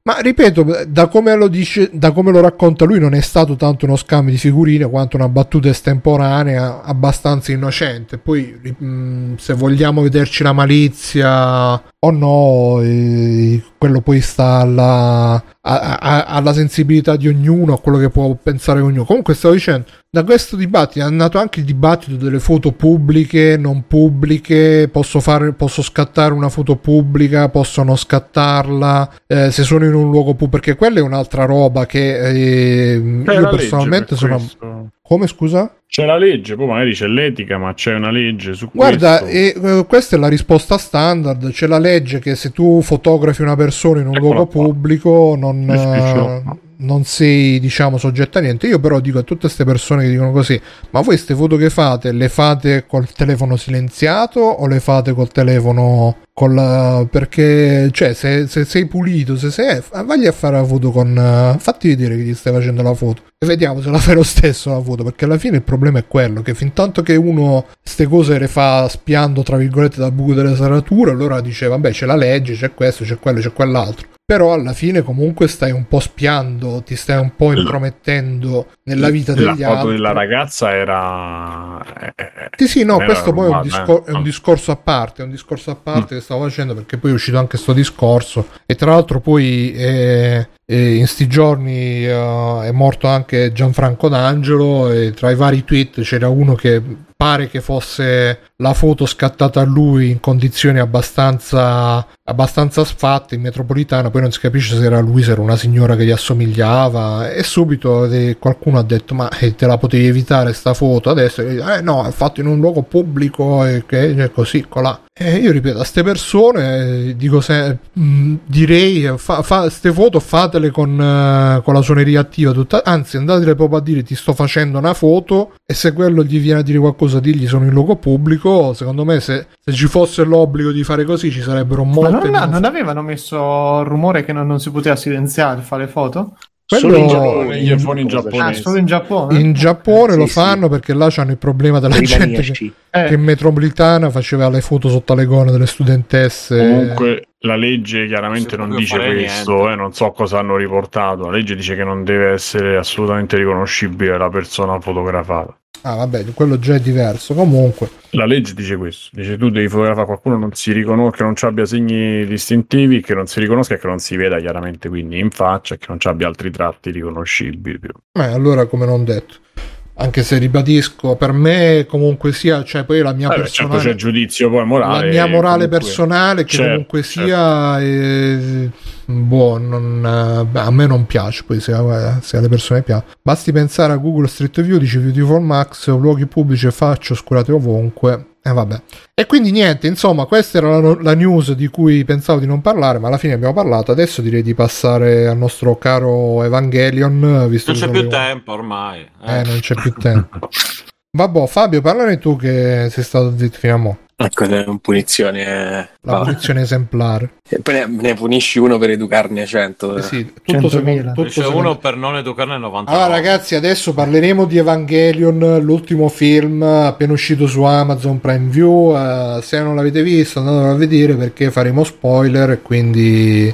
Ma ripeto, da come lo dice, da come lo racconta lui, non è stato tanto uno scambio di figurine quanto una battuta estemporanea abbastanza innocente. Poi mh, se vogliamo vederci la malizia o no, eh, quello poi sta alla, a, a, alla sensibilità di ognuno, a quello che può pensare ognuno. Comunque stavo dicendo, da questo dibattito è nato anche il dibattito delle foto pubbliche, non pubbliche, posso fare, posso scattare una foto pubblica, posso non scattarla, eh, se sono in un luogo pubblico, perché quella è un'altra roba che eh, io personalmente sono... Questo. Come, scusa? C'è la legge, poi magari c'è l'etica, ma c'è una legge su Guarda, questo. e, eh, questa è la risposta standard. C'è la legge che se tu fotografi una persona in un Eccola luogo qua. pubblico non, Eh, eh, non sei, diciamo, soggetto a niente. Io però dico a tutte queste persone che dicono così, ma voi queste foto che fate, le fate col telefono silenziato o le fate col telefono con la... perché, cioè, se, se sei pulito, se sei... Vai a fare la foto con... Uh, fatti vedere che ti stai facendo la foto e vediamo se la fai lo stesso la foto, perché alla fine il problema è quello, che fin tanto che uno ste cose le fa spiando, tra virgolette, dal buco delle serrature, allora dice, vabbè, c'è la legge, c'è questo, c'è quello, c'è quell'altro. Però alla fine comunque stai un po' spiando, ti stai un po' intromettendo nella vita degli altri. La foto della ragazza era... Sì, sì, no, era questo poi è un, normale, discor- eh. è un discorso a parte, è un discorso a parte mm. che stavo facendo, perché poi è uscito anche sto discorso, e tra l'altro poi eh, eh, in sti giorni uh, è morto anche Gianfranco D'Angelo, e tra i vari tweet c'era uno che pare che fosse la foto scattata a lui in condizioni abbastanza abbastanza sfatte in metropolitana, poi non si capisce se era lui, se era una signora che gli assomigliava, e subito eh, qualcuno ha detto, ma eh, te la potevi evitare sta foto adesso? Eh no, è fatto in un luogo pubblico e che è così, colà. E io ripeto, a ste persone eh, dico se, mh, direi fa, fa, ste foto fatele con, uh, con la suoneria attiva tutta, anzi andatele proprio a dire ti sto facendo una foto, e se quello gli viene a dire qualcosa digli sono in luogo pubblico. Secondo me se, se ci fosse l'obbligo di fare così ci sarebbero molte... Ma non, non avevano messo il rumore che non, non si poteva silenziare fare le foto? Quello in Giappone, gli iPhone in Giappone. Ah, solo in Giappone? In Giappone Eh, lo sì, fanno sì. perché là c'hanno il problema della gente che, Eh. che in metropolitana faceva le foto sotto alle gone delle studentesse. Comunque la legge chiaramente Non si non può dice fare questo, niente. eh, non so cosa hanno riportato. La legge dice che non deve essere assolutamente riconoscibile la persona fotografata. Ah vabbè, quello già è diverso. Comunque La legge dice questo, dice tu devi fotografare qualcuno non si riconosca, che non ci abbia segni distintivi, che non si riconosca e che non si veda chiaramente quindi in faccia, e che non ci abbia altri tratti riconoscibili più. eh, allora come non detto, anche se ribadisco, per me comunque sia, cioè poi la mia Eh beh, personale, certo c'è giudizio poi morale, la mia morale comunque. personale che Certo, comunque certo. sia eh, boh, non, eh, a me non piace, poi se, se alle persone piace, basti pensare a Google Street View, dice Beautiful Max, luoghi pubblici e facce oscurate ovunque. E eh, vabbè. E quindi niente, insomma, questa era la, la news di cui pensavo di non parlare, ma alla fine abbiamo parlato. Adesso direi di passare al nostro caro Evangelion, visto Non che c'è sono più le- tempo ormai. Eh, non c'è più tempo. Vabbè, Fabio, parlane tu che sei stato zitto fino a mo'. Ecco, è una punizione. eh. La Ah. posizione esemplare. E poi ne, ne punisci uno per educarne a cento. Eh sì, tutto centomila. secondo, tutto C'è secondo- uno per non educarne novantanove. Allora ragazzi, adesso parleremo di Evangelion, l'ultimo film appena uscito su Amazon Prime Video. Eh, se non l'avete visto andatelo a vedere perché faremo spoiler, e quindi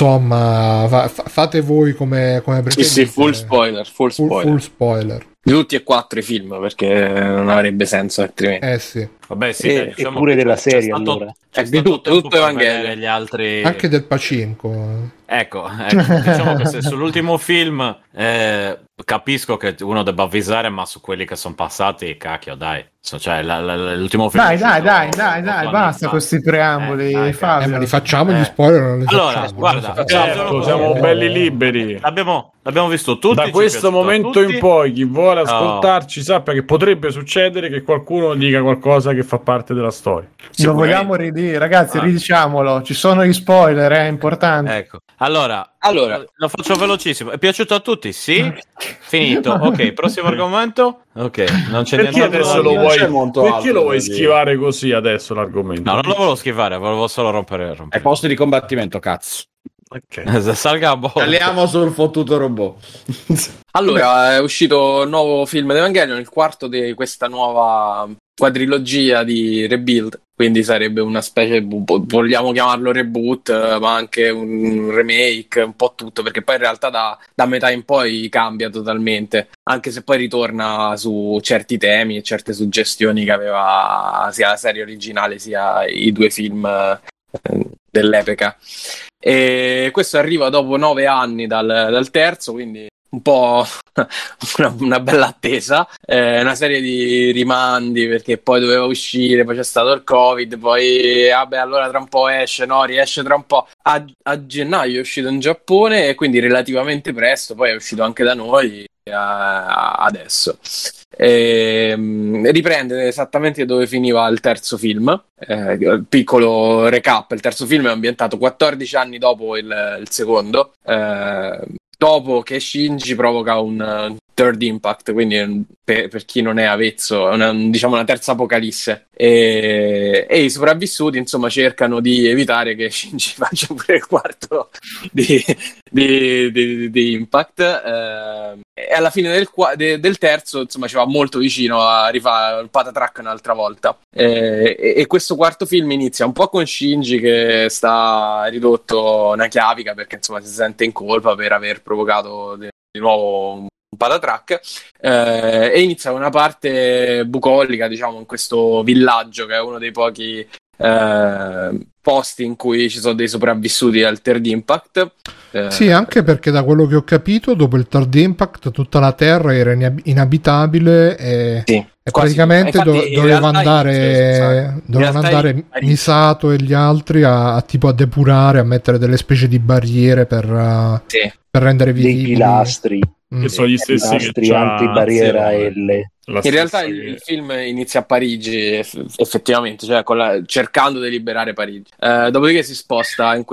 insomma fa- fa- fate voi come, come Sì, preferite. sì, full spoiler, full Full- spoiler. full spoiler. Di tutti e quattro i film, perché non avrebbe senso altrimenti. Eh sì, Vabbè, sì, E- dai, diciamo e pure che della c'è serie, stato- allora. C'è Eh, di stato tutto, tempo tutto per Evangelion. vedere gli altri. anche del Pacinco. Ecco, ecco, diciamo che se sull'ultimo film eh, capisco che uno debba avvisare, ma su quelli che sono passati, cacchio, dai. So, cioè, la- la- l'ultimo film. Dai, è dai, uscito dai, dai, otto dai, anni basta fa. questi preamboli, Eh, dai, Fabio. Eh, ma li facciamo gli Eh. spoiler o non li Allora, facciamo? guarda, Non so. Certo, siamo belli liberi. L'abbiamo, l'abbiamo visto tutti. Da ci è questo piaciuto a momento tutti. in poi chi vuole No. ascoltarci sappia che potrebbe succedere che qualcuno dica qualcosa che fa parte della storia. Lo vogliamo ridire, ragazzi, Ah. ridiciamolo. Ci sono gli spoiler, è importante. Ecco, allora, Allora. lo faccio velocissimo. È piaciuto a tutti? Sì. Finito. Ok, prossimo argomento. Ok, non c'è Perché niente adesso da lo dire. vuoi, c'è molto perché altro lo vuoi da dire. schivare così adesso l'argomento? No, non lo volevo schivare, volevo solo rompere. È rompere. posto di combattimento, cazzo. Ok. Salga a bordo. Parliamo sul fottuto robot. Allora, è uscito il nuovo film di Evangelion, il quarto di questa nuova quadrilogia di Rebuild. quindi sarebbe una specie, vogliamo chiamarlo reboot, ma anche un remake, un po' tutto, perché poi in realtà da, da metà in poi cambia totalmente, anche se poi ritorna su certi temi e certe suggestioni che aveva sia la serie originale sia i due film eh, dell'epoca. E questo arriva dopo nove anni dal, dal terzo, quindi un po' una, una bella attesa, eh, una serie di rimandi perché poi doveva uscire, poi c'è stato il Covid, poi vabbè allora tra un po' esce, no, riesce tra un po'. A, a gennaio è uscito in Giappone e quindi relativamente presto, poi è uscito anche da noi a, adesso. E, riprende esattamente dove finiva il terzo film, eh, piccolo recap: il terzo film è ambientato quattordici anni dopo il, il secondo, eh, dopo che Shinji provoca un uh, third impact, quindi per, per chi non è avvezzo, una, diciamo una terza apocalisse, e, e i sopravvissuti insomma cercano di evitare che Shinji faccia pure il quarto di, di, di, di impact, eh, e alla fine del, de, del terzo insomma ci va molto vicino a rifare il patatrack un'altra volta, eh, e, e questo quarto film inizia un po' con Shinji che sta ridotto una chiavica perché insomma si sente in colpa per aver provocato di, di nuovo un patatrack, eh, e inizia una parte bucolica diciamo in questo villaggio che è uno dei pochi eh, posti in cui ci sono dei sopravvissuti al third impact. Eh, sì, anche perché da quello che ho capito dopo il third impact tutta la terra era inabitabile e, sì, e praticamente do, doveva andare, dovevano andare Misato e gli altri a, a tipo a depurare, a mettere delle specie di barriere per, uh, sì. per rendere visibili dei pilastri. Mm. Che sono gli stessi pilastri che antibarriera L. In realtà il, il film inizia a Parigi eff- effettivamente, cioè con la, cercando di liberare Parigi, eh, dopodiché si sposta in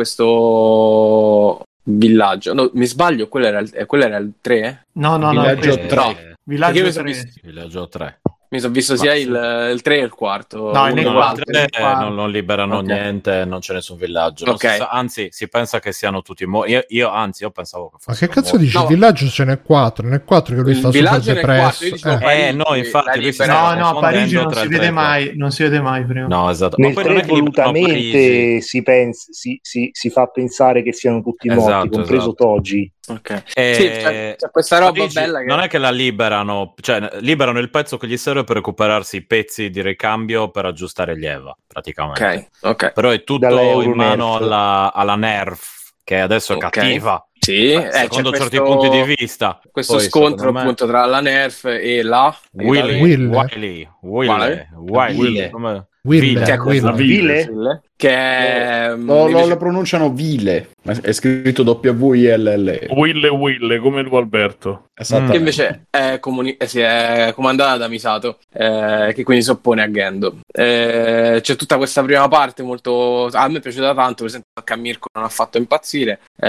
questo villaggio. No, mi sbaglio, quello era il, quello era il tre? No, no, villaggio no, tre. Villaggio tre. Visto, villaggio tre. Mi sono visto sia il, il tre e il quarto. No, nel quattro, tre, eh, non, non liberano okay. niente, non c'è nessun villaggio. Okay. Si sa, anzi, si pensa che siano tutti morti. Io, io, anzi, io pensavo che fossero. Ma che cazzo morti. dici? No. Il villaggio c'è nel quattro, nel quattro che lui sta super depresso. Eh, eh no, infatti. No, no, a Parigi non si vede mai, non si vede mai prima. No, esatto. Nel tre volutamente si, pensa, si, si, si fa pensare che siano tutti morti, esatto, compreso esatto. Toji. Okay. Eh, sì, c'è, c'è questa roba Parigi, bella che... non è che la liberano, cioè liberano il pezzo che gli serve per recuperarsi i pezzi di ricambio per aggiustare gli Eva praticamente. Okay, okay. Però è tutto in mano alla, alla Nerf, che adesso è okay. cattiva. Sì, eh, secondo c'è certi questo, punti di vista. Questo Poi, scontro me... appunto tra la Nerf e la Willy Willy Willy Willy Wille, che è questa Wille? Wille? Che è, lo, lo, lo pronunciano Vile, è scritto W I L L. Wille Wille come il Alberto. Mm. Che invece è, comuni- eh sì, è comandata da Misato, eh, che quindi si oppone a Gendo. Eh, c'è tutta questa prima parte molto, a me è piaciuta tanto, per esempio a Mirko non ha fatto impazzire, eh,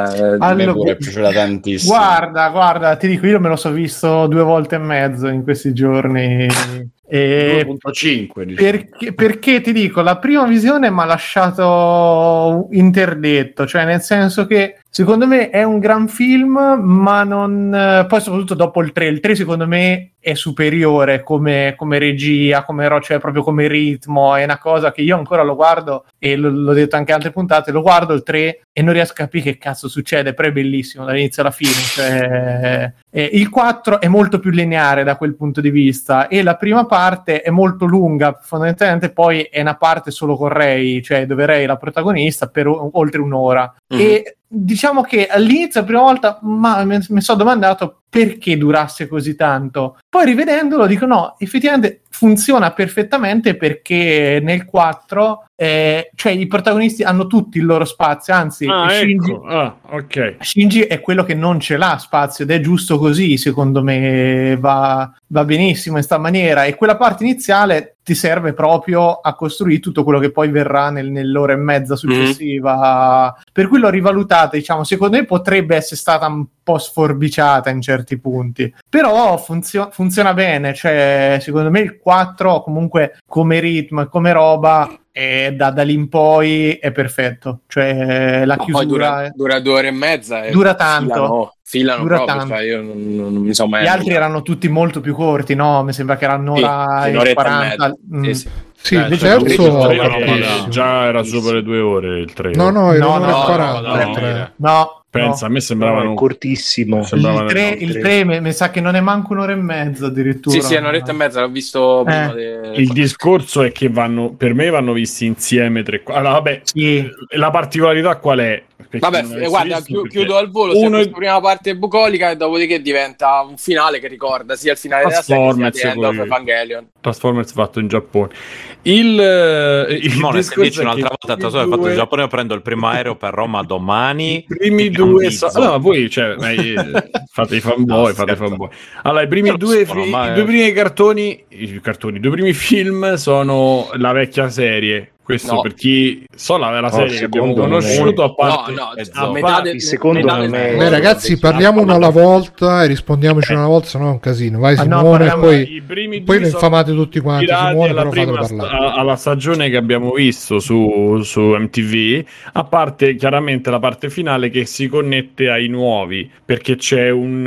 a me pure è piaciuta tantissimo. Guarda, guarda, ti dico, io me lo so visto due volte e mezzo in questi giorni. E due virgola cinque diciamo. perché, perché ti dico, la prima visione mi ha lasciato interdetto, cioè nel senso che secondo me è un gran film, ma non, poi soprattutto dopo il tre, il tre secondo me è superiore come, come regia, come cioè proprio come ritmo, è una cosa che io ancora lo guardo e l- l'ho detto anche in altre puntate, lo guardo il tre e non riesco a capire che cazzo succede, però è bellissimo dall'inizio alla fine, cioè, eh, il quattro è molto più lineare da quel punto di vista e la prima parte è molto lunga, fondamentalmente poi è una parte solo con Rei, cioè dove Rei è la protagonista per o- oltre un'ora mm-hmm. e diciamo che all'inizio, la prima volta, ma mi, mi sono domandato perché durasse così tanto. Poi rivedendolo dico no, effettivamente funziona perfettamente perché nel quattro eh, cioè i protagonisti hanno tutti il loro spazio, anzi ah, Shinji, ecco. ah, okay. Shinji è quello che non ce l'ha spazio ed è giusto così, secondo me va, va benissimo in sta maniera e quella parte iniziale ti serve proprio a costruire tutto quello che poi verrà nel, nell'ora e mezza successiva, mm-hmm. per cui l'ho rivalutata, diciamo, secondo me potrebbe essere stata un po' sforbiciata in certi punti, però funzio- funziona bene, cioè secondo me il quattro comunque come ritmo e come roba e da, da lì in poi è perfetto, cioè la chiusura poi dura, è... dura due ore e mezza e dura tanto filano, filano dura proprio, tanto. cioè io non, non, non mi so mai Gli altri erano tutti molto più corti, no? Mi sembra che erano un'ora Sì, e un'oretta e quaranta. mezza. Mm. Sì, sì. Sì, Eh, il cioè, terzo il tre è no, bellissimo. già era sopra le due ore il tre. No, no, era No, un'ora no, e no, quaranta. no, il no, tre. No, Pensa, a no. me No, sembravano è cortissimo. sembravano Il tre, le il tre mi, mi sa che non è manco un'ora e mezza addirittura. Sì, sì, è un'oretta e mezza, l'ho visto prima. Eh. De... Il discorso è che vanno, per me vanno visti insieme tre. Allora, vabbè, Sì. la particolarità qual è? Per chi Vabbè, non f- avesse guarda, visto, chiu- perché chiudo al volo. C'è uno questa prima parte bucolica e dopodiché diventa un finale che ricorda sia il finale della serie sia Transformers, The End of quello che- Evangelion. Transformers fatto in Giappone. Il, eh, il Simone, se discorso dici è un'altra che volta i Tasone fatto due- in Giappone, io prendo il primo aereo per Roma domani. I primi ti due so- gambizzo. no, ma voi cioè, ma, eh, fate i fanboy, No, fate i scherzo. fanboy. Allora, i primi Io lo due, sono, fi- ma i è- due primi cartoni, i cartoni, i due primi film sono la vecchia serie. Questo No. per chi so la, la serie il che abbiamo secondo non è- conosciuto, a parte No, no, è a zoppo. metà parte- de- il secondo metà non del- è- Beh, ragazzi, parliamo uno alla volta e rispondiamoci una volta, se no è un casino. Vai, Ah, no, Simone, parliamo- poi, i primi poi due lo sono infamate tutti quanti. ispirati Simone, alla però fatelo prima parlare. sta- alla stagione che abbiamo visto su, su M T V, a parte chiaramente la parte finale che si connette ai nuovi, perché c'è un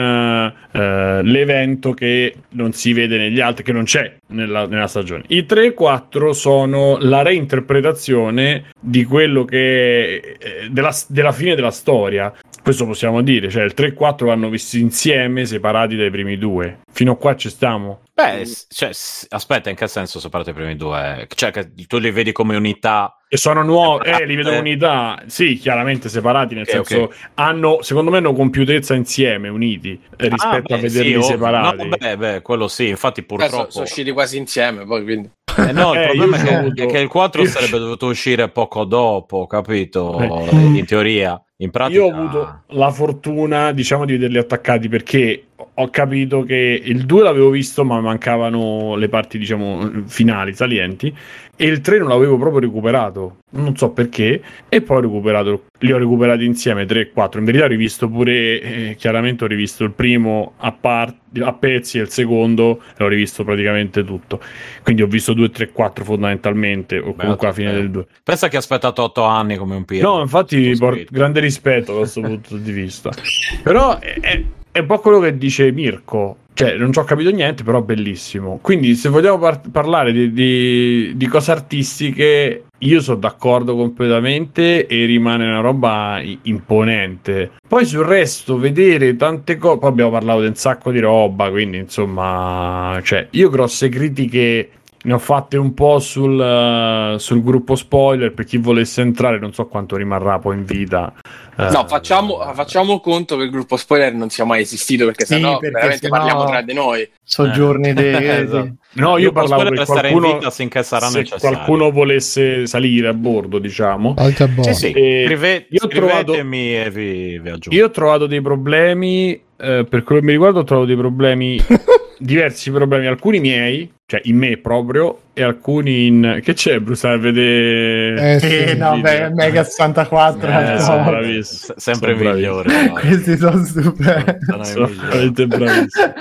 eh, l'evento che non si vede negli altri, che non c'è nella, nella stagione. I tre e quattro sono la reinterpretazione di quello che eh, della, della fine della storia. Questo possiamo dire, cioè il tre e quattro vanno visti insieme, separati dai primi due. Fino a qua ci stiamo. Beh, s- cioè, s- aspetta, in che senso separate i primi due? Cioè, che tu li vedi come unità? E sono nuovi, eh, li vedo Eh. unità, sì, chiaramente separati, nel Ok, senso ok. hanno, secondo me, hanno compiutezza insieme, uniti, eh, rispetto Ah, a beh, vederli sì, ovvio. separati. No, beh, beh, quello sì, infatti Eh, purtroppo... so- sono usciti quasi insieme, poi quindi. Eh, no, il Eh, problema io è che, ho avuto- è che il quattro io- sarebbe dovuto uscire poco dopo, capito? Eh. In teoria. In pratica... Io ho avuto la fortuna, diciamo, di vederli attaccati perché ho capito che il due l'avevo visto, ma mancavano le parti, diciamo, finali, salienti, e il tre non l'avevo proprio recuperato, non so perché, e poi ho recuperato, li ho recuperati insieme, tre e quattro. In verità ho rivisto pure, eh, chiaramente ho rivisto il primo a, par- a pezzi e il secondo l'ho rivisto praticamente tutto. Quindi ho visto due, tre, quattro fondamentalmente, o comunque alla fine eh. del due. Pensa che ha aspettato otto anni come un pirla. No, infatti, Sto por- scritto. grande rispetto da questo punto di vista. Però è, è- è un po' quello che dice Mirko. Cioè, non ci ho capito niente, però bellissimo. Quindi, se vogliamo par- parlare di, di- di cose artistiche, io sono d'accordo completamente e rimane una roba i- imponente. Poi sul resto, vedere tante cose... Poi abbiamo parlato di un sacco di roba, quindi, insomma... Cioè, io grosse critiche... Ne ho fatte un po' sul, uh, sul gruppo spoiler per chi volesse entrare, non so quanto rimarrà poi in vita. Uh, No, facciamo, facciamo conto che il gruppo spoiler non sia mai esistito, perché Sì, sennò perché veramente sennò- parliamo tra di noi. Soggiorni di... Esatto. No, io Gruppo parlavo spoiler per resterà in qualcuno, vita finché sarà se necessario. qualcuno volesse salire a bordo, diciamo. Alta boh. Sì, sì. E Scrive- io ho trovato- scrivetemi e vi, vi aggiungo. Io ho trovato dei problemi, eh, per quello che mi riguarda ho trovato dei problemi, diversi problemi, alcuni miei, cioè in me proprio, e alcuni in... Che c'è, Bruce? A vedere... Eh, sì. Eh, no, beh, Mega sessantaquattro. Eh, no. sono bravissimo. S- sempre Sono migliore. no? Questi sono stupendi. Sono i Sono migliori. veramente bravissimo.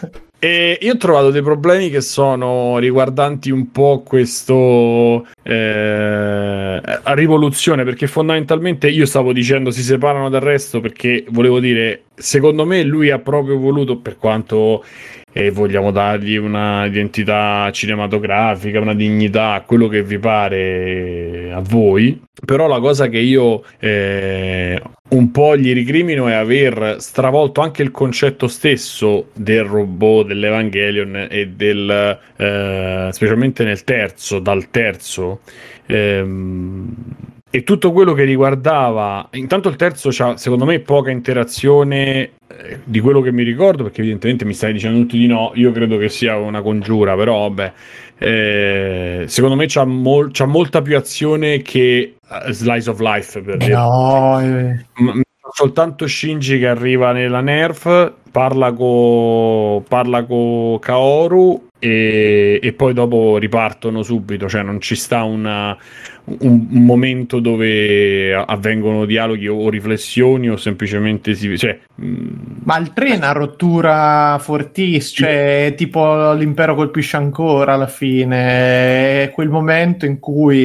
E io ho trovato dei problemi che sono riguardanti un po' questo eh, rivoluzione, perché fondamentalmente io stavo dicendo si separano dal resto perché volevo dire, secondo me lui ha proprio voluto, per quanto eh, vogliamo dargli una identità cinematografica, una dignità, quello che vi pare a voi, però la cosa che io eh, un po' gli ricrimino è aver stravolto anche il concetto stesso del robot dell'Evangelion e del eh, specialmente nel terzo, dal terzo ehm, e tutto quello che riguardava. Intanto il terzo c'ha secondo me poca interazione eh, di quello che mi ricordo, perché evidentemente mi stai dicendo tutti di no, io credo che sia una congiura, però vabbè. Eh, secondo me c'ha, mol- c'ha molta più azione che uh, Slice of Life, per dire. No, eh. M- soltanto Shinji che arriva nella Nerf, parla con parla co Kaoru e, e poi dopo ripartono subito, cioè non ci sta una, un, un momento dove avvengono dialoghi o, o riflessioni o semplicemente si... Cioè, mh, Ma il tre è una rottura fortissima, cioè tipo l'impero colpisce ancora alla fine, è quel momento in cui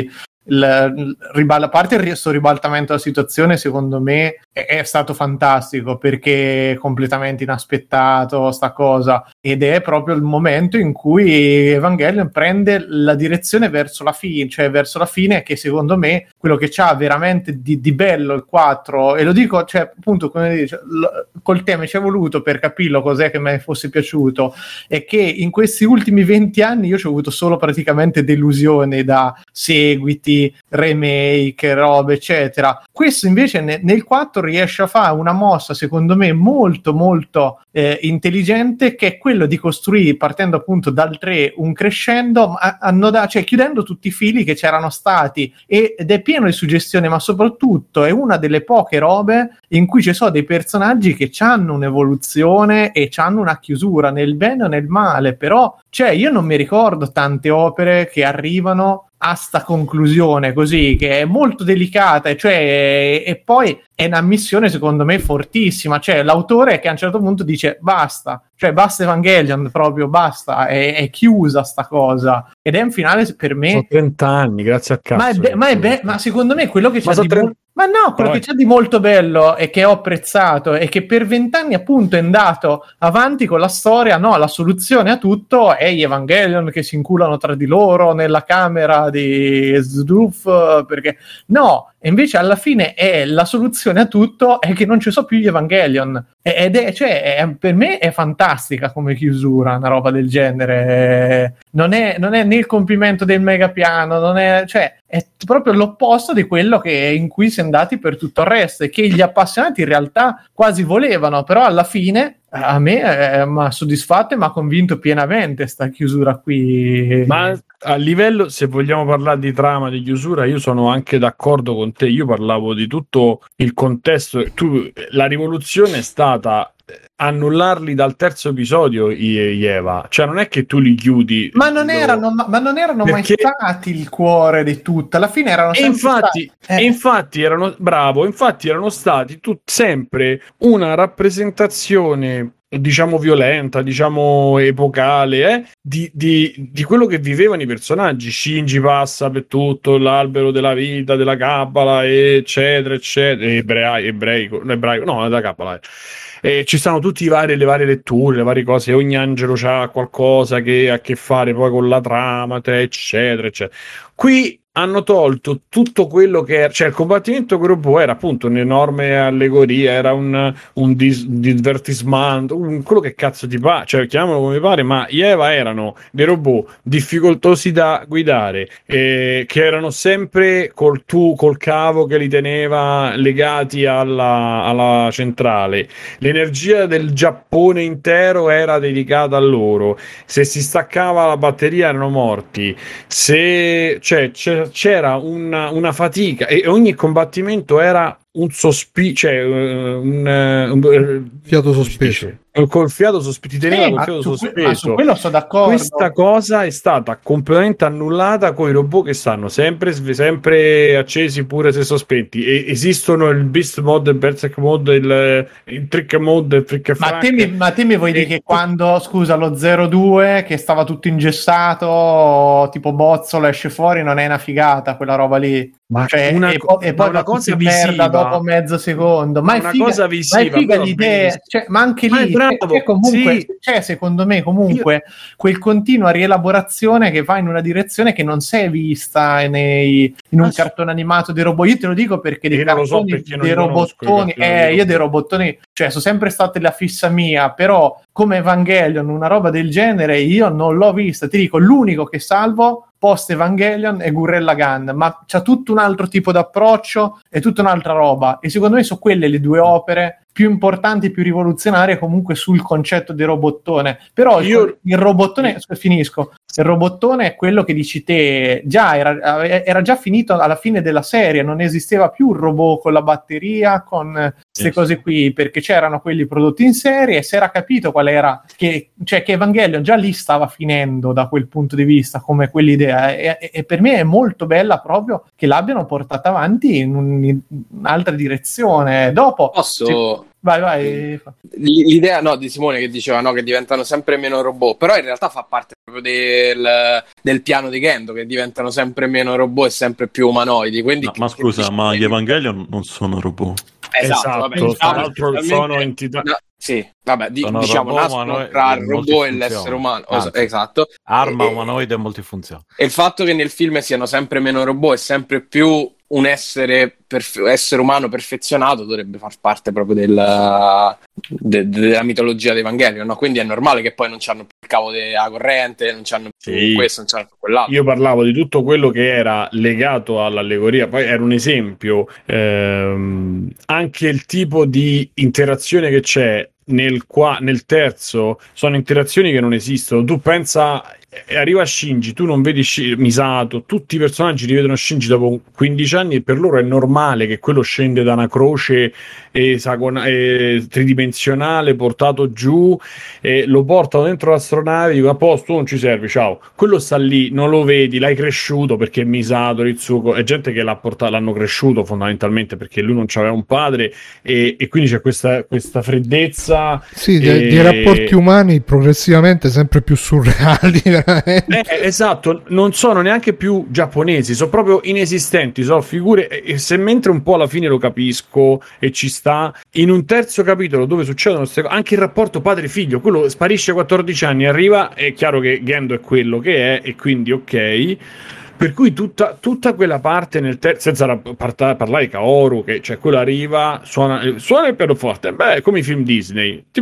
il, il, a parte questo ribaltamento della situazione, secondo me è, è stato fantastico, perché è completamente inaspettato sta cosa, ed è proprio il momento in cui Evangelion prende la direzione verso la fine, cioè verso la fine, che secondo me quello che c'ha veramente di, di bello il quattro, e lo dico, cioè appunto come dice, l- col tema ci è voluto per capirlo cos'è che mi fosse piaciuto, è che in questi ultimi venti anni io ci ho avuto solo praticamente delusioni da seguiti, remake, robe eccetera. Questo invece ne- nel quattro riesce a fare una mossa secondo me molto molto eh, intelligente, che è quello di costruire, partendo appunto dal tre, un crescendo, a- annoda- cioè chiudendo tutti i fili che c'erano stati, e- ed è pieno di suggestioni, ma soprattutto è una delle poche robe in cui ci sono dei personaggi che hanno un'evoluzione e hanno una chiusura nel bene o nel male, però cioè io non mi ricordo tante opere che arrivano a sta conclusione così, che è molto delicata, e cioè e poi è una missione secondo me fortissima, cioè l'autore che a un certo punto dice basta, cioè basta Evangelion, proprio basta, è, è chiusa sta cosa, ed è un finale per me sono trenta anni, grazie a cazzo. ma, è be- ma, è be- ma secondo me quello che c'è di tre... mo- ma no, quello Poi. che c'è di molto bello e che ho apprezzato è che per vent'anni appunto è andato avanti con la storia, no, la soluzione a tutto è gli Evangelion che si inculano tra di loro nella camera di Sdoof, perché no, e invece alla fine è la soluzione a tutto è che non ci sono più gli Evangelion, ed è, cioè, è, per me è fantastica come chiusura una roba del genere, non è, non è né il compimento del megapiano, non è, cioè è proprio l'opposto di quello che in cui si è andati per tutto il resto, e che gli appassionati in realtà quasi volevano, però alla fine a me eh, mi ha soddisfatto e mi ha convinto pienamente sta chiusura qui. Ma a livello, se vogliamo parlare di trama, di chiusura, io sono anche d'accordo con te. Io parlavo di tutto il contesto. Tu, la rivoluzione è stata annullarli dal terzo episodio gli Eva, cioè non è che tu li chiudi, ma non lo... erano, ma, ma non erano Perché... mai stati il cuore di tutto, alla fine erano e sempre infatti, stati... eh. e infatti erano bravo infatti erano stati tut, sempre una rappresentazione, diciamo violenta, diciamo epocale, eh? di, di, di quello che vivevano i personaggi. Shinji passa per tutto l'albero della vita, della Kabbala, eccetera eccetera, ebrei, ebraico, ebraico no, della Kabbala, eh. E ci stanno tutti i vari, le varie letture, le varie cose, ogni angelo ha qualcosa che ha a che fare poi con la trama, eccetera eccetera. Qui hanno tolto tutto quello che era, cioè il combattimento con i robot era appunto un'enorme allegoria, era un, un dis- divertisement, un, quello che cazzo ti pare, cioè chiamalo come pare, ma gli Eva erano dei robot difficoltosi da guidare, eh, che erano sempre col tu, col cavo che li teneva legati alla, alla centrale. L'energia del Giappone intero era dedicata a loro, se si staccava la batteria erano morti, se cioè c'era una, una fatica, e ogni combattimento era un sospiro, cioè un, un, un fiato sospeso. Col fiato sospeso, ti teneva sì, col fiato su sospeso. Que- ma su quello sono d'accordo. Questa cosa è stata completamente annullata con i robot che stanno sempre, sempre accesi pure se sospenti. E esistono il Beast Mode, il Berserk Mode, il, il Trick Mode, il Trick ma te, mi, ma te mi vuoi e dire che quando, scusa, lo zero due che stava tutto ingessato, tipo bozzolo, esce fuori, non è una figata quella roba lì? Ma cioè, una, e, po- e poi una cosa visiva merda dopo mezzo secondo, ma, ma è una figa, cosa visiva, ma è figa l'idea, cioè, ma anche ma lì c'è, c'è comunque sì. c'è secondo me comunque Io... quel continua rielaborazione che va in una direzione che non si è vista nei, in un ah, cartone animato dei robot. Io te lo dico perché dei cartoni so perché dei robottoni eh, io dei robottoni, cioè sono sempre state la fissa mia, però come Evangelion una roba del genere io non l'ho vista. Ti dico, l'unico che salvo post Evangelion è Gurren Gun, ma c'ha tutto un altro tipo di approccio e tutta un'altra roba, e secondo me sono quelle le due opere più importanti, più rivoluzionarie comunque sul concetto di robottone. Però Io... il, il robottone, finisco, il robottone è quello che dici te, già era, era già finito alla fine della serie, non esisteva più il robot con la batteria, con queste yes. cose qui, perché c'erano quelli prodotti in serie e si era capito qual era, che, cioè che Evangelion già lì stava finendo da quel punto di vista come quell'idea, e, e, e per me è molto bella proprio che l'abbiano portata avanti in, un, in un'altra direzione. Dopo posso se... Vai, vai. L'idea no, di Simone che diceva no, che diventano sempre meno robot, però in realtà fa parte proprio del, del piano di Gendo, che diventano sempre meno robot e sempre più umanoidi. Quindi no, ma scusa, ma gli Evangelion non sono robot. Esatto, esatto vabbè, tra diciamo, l'altro sono entità. No, sì, vabbè, di, Sono diciamo robot, nascono umanoidi, tra il robot e multifunzione. l'essere umano. Anzi, esatto. Arma e, umanoide e multifunzione. E il fatto che nel film siano sempre meno robot e sempre più un essere, perfe- essere umano perfezionato dovrebbe far parte proprio della, de- della mitologia di Evangelion, no? Quindi è normale che poi non c'hanno più il cavo della corrente, non c'hanno più Sì. questo, non c'hanno più quell'altro. Io parlavo di tutto quello che era legato all'allegoria, poi era un esempio, ehm, anche il tipo di interazione che c'è nel, qua, nel terzo, sono interazioni che non esistono. Tu pensa, arriva Shinji, tu non vedi Sh- Misato, tutti i personaggi rivedono Shinji dopo quindici anni e per loro è normale che quello scende da una croce esagon- eh, tridimensionale, portato giù, eh, lo portano dentro l'astronave, dico a posto, non ci servi, ciao. Quello sta lì, non lo vedi, l'hai cresciuto perché Misato, Ritsuko, è gente che l'ha portato, l'hanno cresciuto fondamentalmente perché lui non aveva un padre e, e quindi c'è questa, questa freddezza. Sì, e... dei rapporti umani progressivamente sempre più surreali. Eh, esatto, non sono neanche più giapponesi, sono proprio inesistenti, sono figure, e se mentre un po' alla fine lo capisco e ci sta, in un terzo capitolo dove succedono queste cose, anche il rapporto padre-figlio, quello sparisce a quattordici anni, arriva, è chiaro che Gendo è quello che è e quindi ok. Per cui tutta, tutta quella parte nel terzo, senza parta, parlare di Kaoru, che cioè quello arriva, suona, suona il pianoforte, beh, come i film Disney, ti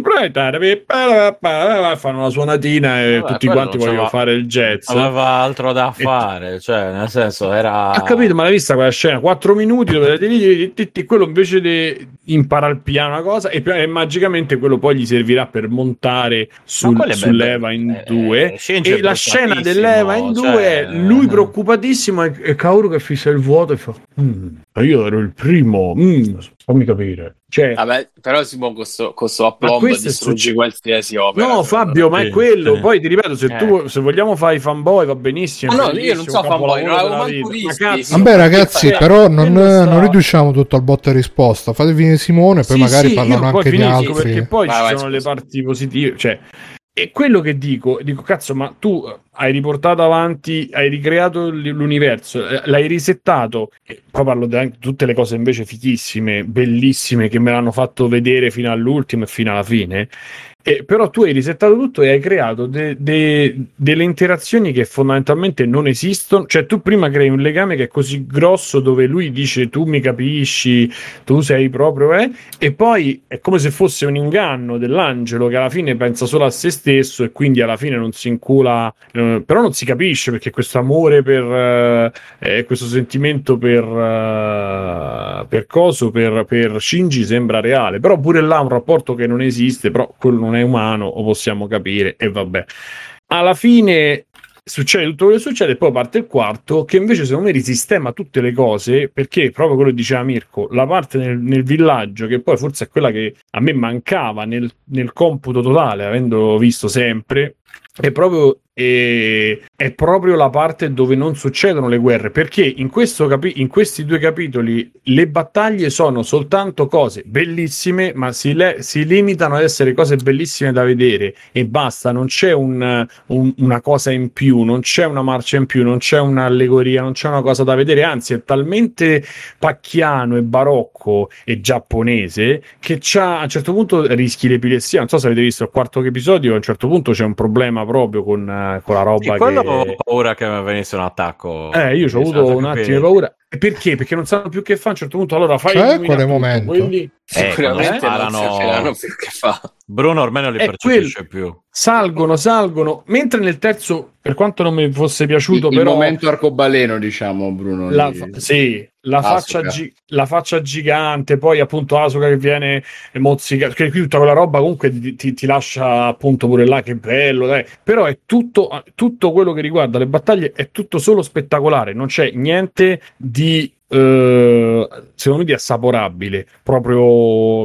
prego, fanno una suonatina e Vabbè, tutti quanti vogliono fare il jazz. Non aveva altro da fare, cioè, nel senso, era... Ha capito, ma l'hai vista quella scena? Quattro minuti dove quello invece di impara il piano una cosa e, e magicamente quello poi gli servirà per montare sul, sull'Eva in eh, due eh, e la scena dell'Eva in due cioè... lui preoccupatissimo e, e Kaoru che fissa il vuoto e fa mm, io ero il primo, mm, fammi capire. Cioè, vabbè, però si può questo, questo aplombo distrugge qualsiasi opera. No, Fabio, ma è quello. Sì. Poi ti ripeto, se eh. tu se vogliamo fare i fanboy va benissimo. Ma no, io non so fanboy, non avevo manco visti. Vabbè, ragazzi, eh, però non, non riduciamo tutto al botta e risposta. Fate finire Simone, poi sì, magari sì, parlano anche di altri. Perché poi vai, ci vai, sono scusa. le parti positive, cioè. E quello che dico, dico cazzo, ma tu hai riportato avanti, hai ricreato l'universo, l'hai risettato, e poi parlo di anche tutte le cose invece fichissime, bellissime, che me l'hanno fatto vedere fino all'ultimo e fino alla fine, e però tu hai risettato tutto e hai creato de, de, delle interazioni che fondamentalmente non esistono, cioè tu prima crei un legame che è così grosso dove lui dice tu mi capisci, tu sei proprio, eh, e poi è come se fosse un inganno dell'angelo che alla fine pensa solo a se stesso e quindi alla fine non si incula, eh, però non si capisce perché questo amore per eh, questo sentimento per uh, per coso per, per Shinji sembra reale, però pure là un rapporto che non esiste, però quello non è umano, o possiamo capire, e vabbè, alla fine succede tutto quello che succede e poi parte il quarto che invece secondo me risistema tutte le cose, perché proprio quello che diceva Mirko, la parte nel, nel villaggio che poi forse è quella che a me mancava nel, nel computo totale, avendo visto sempre, è proprio e è proprio la parte dove non succedono le guerre, perché in questo capi- in questi due capitoli le battaglie sono soltanto cose bellissime, ma si, le- si limitano ad essere cose bellissime da vedere e basta, non c'è un, un, una cosa in più, non c'è una marcia in più, non c'è un'allegoria, non c'è una cosa da vedere, anzi è talmente pacchiano e barocco e giapponese che c'ha, a un certo punto rischi l'epilessia. Non so se avete visto il quarto episodio, a un certo punto c'è un problema proprio con con la roba, sì, quello che... ho paura che venisse un attacco. Eh, io ho avuto un attimo di paura. Perché? Perché non sanno più che fa a un certo punto. Allora fai cioè, il quale momento? Quindi... Eh, sicuramente sparano... non sapranno più che fa. Bruno ormai non li è percepisce quel... più. Salgono, salgono. Mentre nel terzo, per quanto non mi fosse piaciuto, il, però... il momento arcobaleno, diciamo, Bruno. La di... fa... Sì, la faccia, gi... la faccia gigante, poi appunto Asuka che viene mozzicata, che qui tutta quella roba comunque ti, ti, ti lascia appunto pure là, che bello, dai. Però è tutto, tutto quello che riguarda le battaglie è tutto solo spettacolare, non c'è niente di... Uh, secondo me di assaporabile, proprio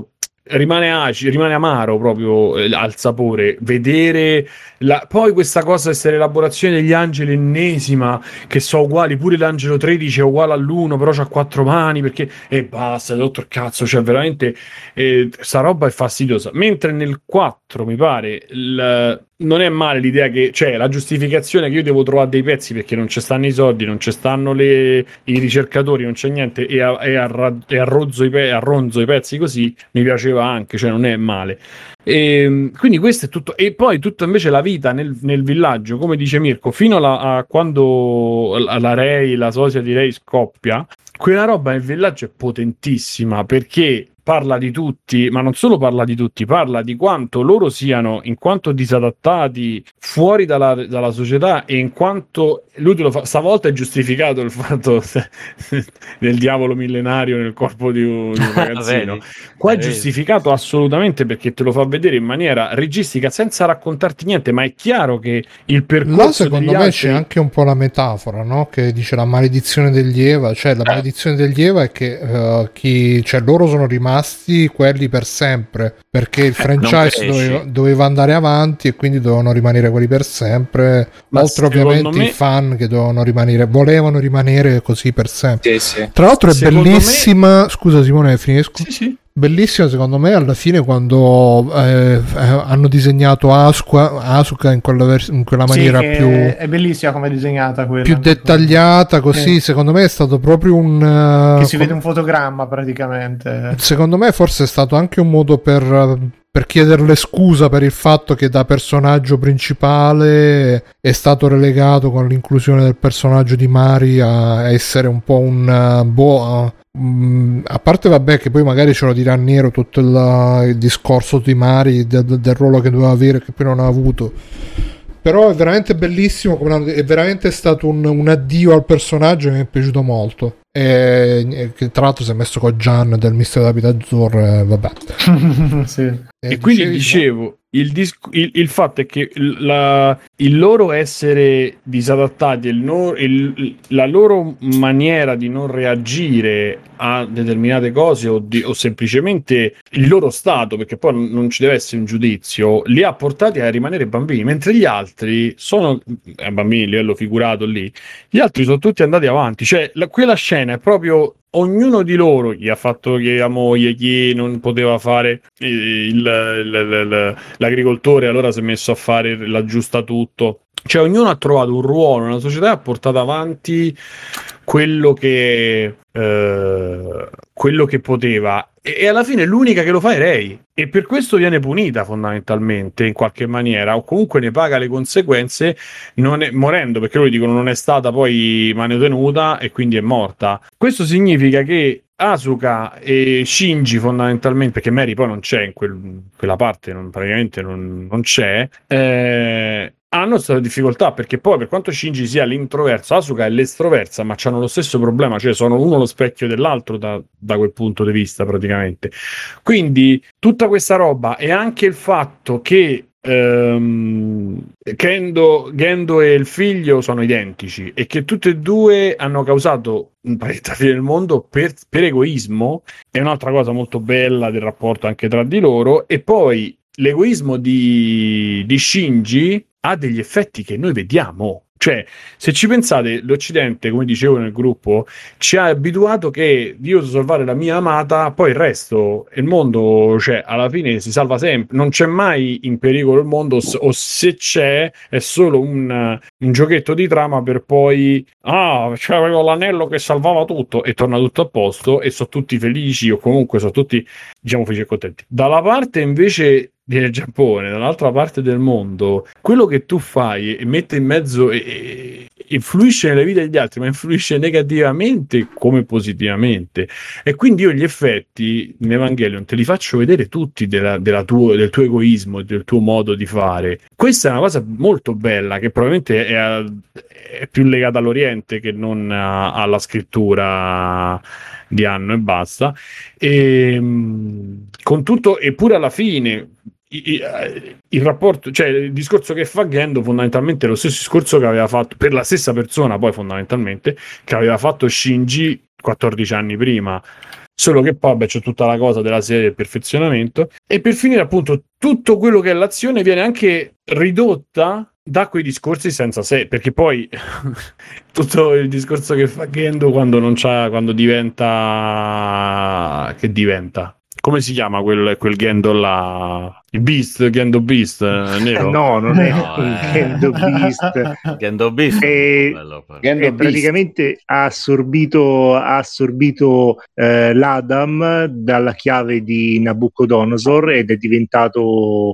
rimane acido, rimane amaro proprio eh, al sapore, vedere la... poi questa cosa, questa elaborazione degli angeli ennesima, che sono uguali, pure l'angelo tredici è uguale all'uno, però c'ha quattro mani, perché... e basta, dottor cazzo, cioè veramente eh, sta roba è fastidiosa, mentre nel quattro mi pare il... non è male l'idea che c'è, cioè, la giustificazione che io devo trovare dei pezzi perché non ci stanno i soldi, non ci stanno le... i ricercatori, non c'è niente, e, a... e, arra... e arrozzo i pe... arronzo i pezzi così, mi piaceva anche, cioè non è male. E quindi questo è tutto, e poi tutta invece la vita nel, nel villaggio, come dice Mirko, fino alla, a quando la, la Rey, la sosia di Rey scoppia, quella roba nel villaggio è potentissima, perché parla di tutti, ma non solo parla di tutti, parla di quanto loro siano in quanto disadattati fuori dalla, dalla società, e in quanto lui te lo fa, stavolta è giustificato il fatto del diavolo millenario nel corpo di un, di un ragazzino. Qua è giustificato assolutamente, perché te lo fa vedere in maniera registica senza raccontarti niente, ma è chiaro che il percorso là secondo me altri... c'è anche un po' la metafora, no? Che dice la maledizione degli Eva, cioè la maledizione degli Eva è che uh, chi, cioè loro sono rimasti quelli per sempre, perché il franchise doveva, doveva andare avanti e quindi dovevano rimanere quelli per sempre. Ma oltre ovviamente me... i fan che dovevano rimanere, volevano rimanere così per sempre. Sì, sì. Tra l'altro è secondo bellissima me... scusa Simone, finisco. Sì, sì. Bellissimo secondo me alla fine quando eh, hanno disegnato Asuka, Asuka in quella, vers- in quella maniera sì, più è bellissima come è disegnata quella, più dettagliata così, eh. Secondo me è stato proprio un uh, che si com- vede un fotogramma praticamente. Secondo me forse è stato anche un modo per per chiederle scusa per il fatto che da personaggio principale è stato relegato con l'inclusione del personaggio di Mari a essere un po' un uh, boh, uh, a parte vabbè che poi magari ce lo dirà Nero tutto il, il discorso di Mari del, del ruolo che doveva avere che poi non ha avuto, però è veramente bellissimo, come è veramente stato un, un addio al personaggio che mi è piaciuto molto, e che tra l'altro si è messo con Gian del Mistero della Vita Azzurra, eh, vabbè. Sì. E, e quindi dicevo il, disc- il, il fatto è che la, il loro essere disadattati, il no, il, la loro maniera di non reagire a determinate cose o, di, o semplicemente il loro stato, perché poi non ci deve essere un giudizio, li ha portati a rimanere bambini, mentre gli altri sono eh, bambini a livello figurato lì, gli altri sono tutti andati avanti, cioè la, quella scena è proprio ognuno di loro, chi ha fatto che la moglie, chi non poteva fare il, il, il, il, l'agricoltore, allora si è messo a fare l'aggiusta tutto, cioè ognuno ha trovato un ruolo nella società e ha portato avanti quello che eh, quello che poteva, e, e alla fine l'unica che lo fa è Rey, e per questo viene punita fondamentalmente in qualche maniera, o comunque ne paga le conseguenze non è, morendo, perché loro dicono non è stata poi manutenuta e quindi è morta. Questo significa che Asuka e Shinji fondamentalmente, perché Mary poi non c'è in quel, quella parte, non, praticamente non, non c'è, eh, hanno questa difficoltà, perché poi per quanto Shinji sia l'introverso, Asuka è l'estroversa, ma hanno lo stesso problema, cioè sono uno lo specchio dell'altro da, da quel punto di vista praticamente. Quindi tutta questa roba, e anche il fatto che Um, Gendo, Gendo e il figlio sono identici e che tutti e due hanno causato un paio del mondo per, per egoismo, è un'altra cosa molto bella del rapporto anche tra di loro. E poi l'egoismo di, di Shinji ha degli effetti che noi vediamo. Cioè, se ci pensate, l'Occidente, come dicevo nel gruppo, ci ha abituato che io devo salvare la mia amata, poi il resto, il mondo, cioè, alla fine si salva sempre, non c'è mai in pericolo il mondo, o se c'è è solo un, un giochetto di trama per poi, ah, cioè avevo l'anello che salvava tutto e torna tutto a posto e sono tutti felici, o comunque sono tutti, diciamo, felici e contenti. Dalla parte invece del Giappone, dall'altra parte del mondo, quello che tu fai e mette in mezzo e, e influisce nelle vite degli altri, ma influisce negativamente come positivamente. E quindi io gli effetti in Evangelion te li faccio vedere tutti della, della tuo, del tuo egoismo e del tuo modo di fare. Questa è una cosa molto bella, che probabilmente è, a, è più legata all'Oriente che non a, alla scrittura di Anno e basta. E con tutto, eppure alla fine il rapporto, cioè il discorso che fa Gendo fondamentalmente è lo stesso discorso che aveva fatto per la stessa persona, poi fondamentalmente che aveva fatto Shinji quattordici anni prima, solo che poi beh, c'è tutta la cosa della serie del perfezionamento, e per finire appunto tutto quello che è l'azione viene anche ridotta da quei discorsi senza sé, perché poi tutto il discorso che fa Gendo quando non c'ha, quando diventa che diventa come si chiama quel, quel Gendo là, il Beast, Gendo Beast eh, nero? No, non è No, un eh. Gendo Beast. Gendo Beast E- bello, però. Gendo E praticamente ha assorbito, ha assorbito eh, l'Adam dalla chiave di Nabucodonosor ed è diventato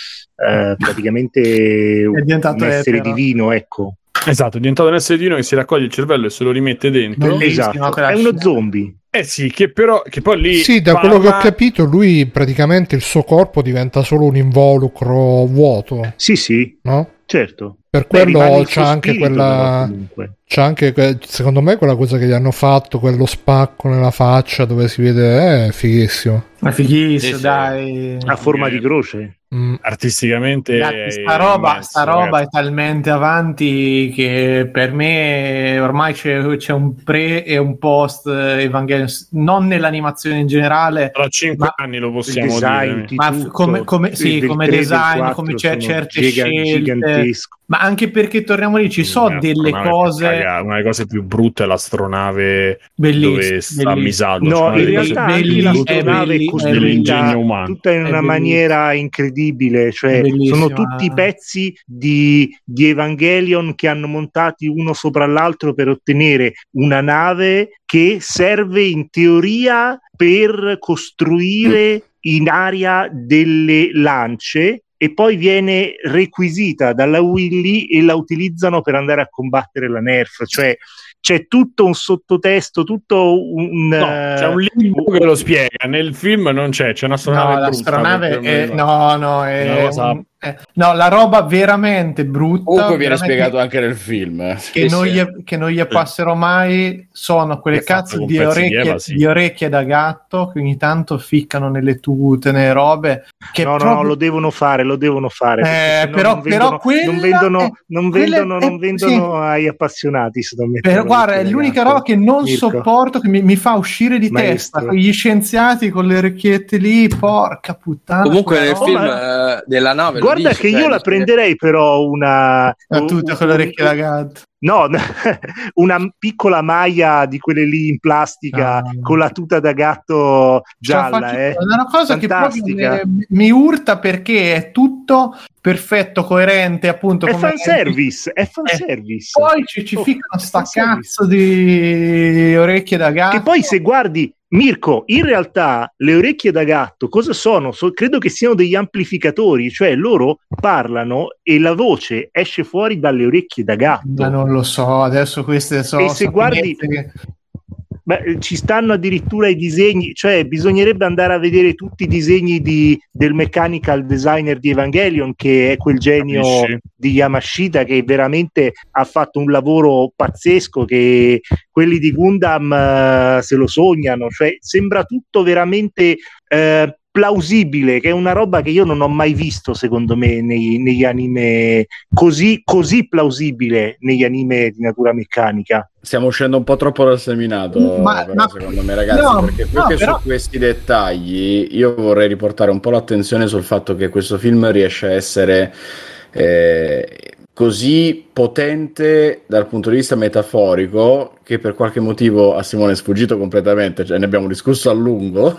eh, praticamente È diventato un essere etero. divino, ecco. Esatto, è diventato un essere divino che si raccoglie il cervello e se lo rimette dentro. Bellissima Esatto, quella è uno scena. zombie. Eh sì, che però che poi lì Sì, da parla- quello che ho capito, lui praticamente il suo corpo diventa solo un involucro vuoto, Sì, sì, no? certo. Per Beh, quello rimane il c'ha suo anche spirito, quella. però, comunque. C'è anche, que- secondo me, quella cosa che gli hanno fatto, quello spacco nella faccia dove si vede, è fighissimo. Ma fighissimo, Sì, sì. dai. A forma di croce. Mm. artisticamente Ragazzi, sta è roba, immenso, sta roba ragazzi. è talmente avanti che per me ormai c'è, c'è un pre e un post Evangelion, non nell'animazione in generale, Tra cinque ma- anni lo Il possiamo design dire. di ma tutto, come, come- del sì, come tre e del design, quattro come c'è sono certe giga- scelte, gigantesco. ma anche perché torniamo lì, ci sono Una delle astronave cose cagata. Una delle cose più brutte è l'astronave bellissime, dove sta bellissime. Misaldo. No, cioè una in delle cose realtà più anche belli- brutte è l'astronave belli- è è costruita dell'ingegno umano. tutta in È una bellissimo. maniera incredibile, cioè È bellissima. sono tutti pezzi di, di Evangelion che hanno montati uno sopra l'altro per ottenere una nave che serve in teoria per costruire in aria delle lance e poi viene requisita dalla Willy e la utilizzano per andare a combattere la Nerf, cioè c'è tutto un sottotesto, tutto un... No, c'è un libro che lo spiega. Nel film non c'è, c'è un'astronave No, brutta, l'astronave perché- è, no, no, è Una cosa- un- è- no, la roba veramente brutta. Comunque viene veramente spiegato anche nel film. eh. che, Sì, non sì. gli, che non gli passerò mai sono quelle È fatto cazzo con di pezzi di orecchie, Eva, sì. di orecchie da gatto che ogni tanto ficcano nelle tute, nelle robe. Che No, no, proprio- no, lo devono fare, lo devono fare. Eh, perché sennò però- non però vendono, quella non vendono, è- non quella vendono, è- non vendono ai appassionati. Se non mettono Però guarda, è l'orecchio da l'unica gatto. roba che non Mirko. sopporto, che mi, mi fa uscire di Maestro. testa. Gli scienziati con le orecchiette lì, porca puttana. Comunque quella nel roba- film ma- eh, della nave lo Guarda dice, che cioè, io la dice- prenderei però una... a tutte con le orecchie da gatto. No, una piccola maglia di quelle lì in plastica No. con la tuta da gatto Ce la gialla, faccio- eh. È una cosa che Fantastica. proprio mi, mi urta perché è tutto perfetto, coerente, appunto. È come- fanservice, è fanservice. Poi ci, ci Oh, ficcano sta fanservice. cazzo di orecchie da gatto. Che poi se guardi, Mirko, in realtà le orecchie da gatto cosa sono? So- credo che siano degli amplificatori, cioè loro parlano e la voce esce fuori dalle orecchie da gatto. Ma non lo so, adesso queste sono E se guardi- che... Beh, ci stanno addirittura i disegni, cioè bisognerebbe andare a vedere tutti i disegni di, del mechanical designer di Evangelion, che è quel genio Capisci? di Yamashita che veramente ha fatto un lavoro pazzesco, che quelli di Gundam eh, se lo sognano, cioè sembra tutto veramente eh, plausibile, che è una roba che io non ho mai visto secondo me nei, negli anime, così, così plausibile negli anime di natura meccanica. Stiamo uscendo un po' troppo dal seminato, Ma- però, ma- secondo me, ragazzi, no, perché più no, che però- su questi dettagli, io vorrei riportare un po' l'attenzione sul fatto che questo film riesce a essere eh, così potente dal punto di vista metaforico che per qualche motivo a Simone è sfuggito completamente, cioè ne abbiamo discusso a lungo.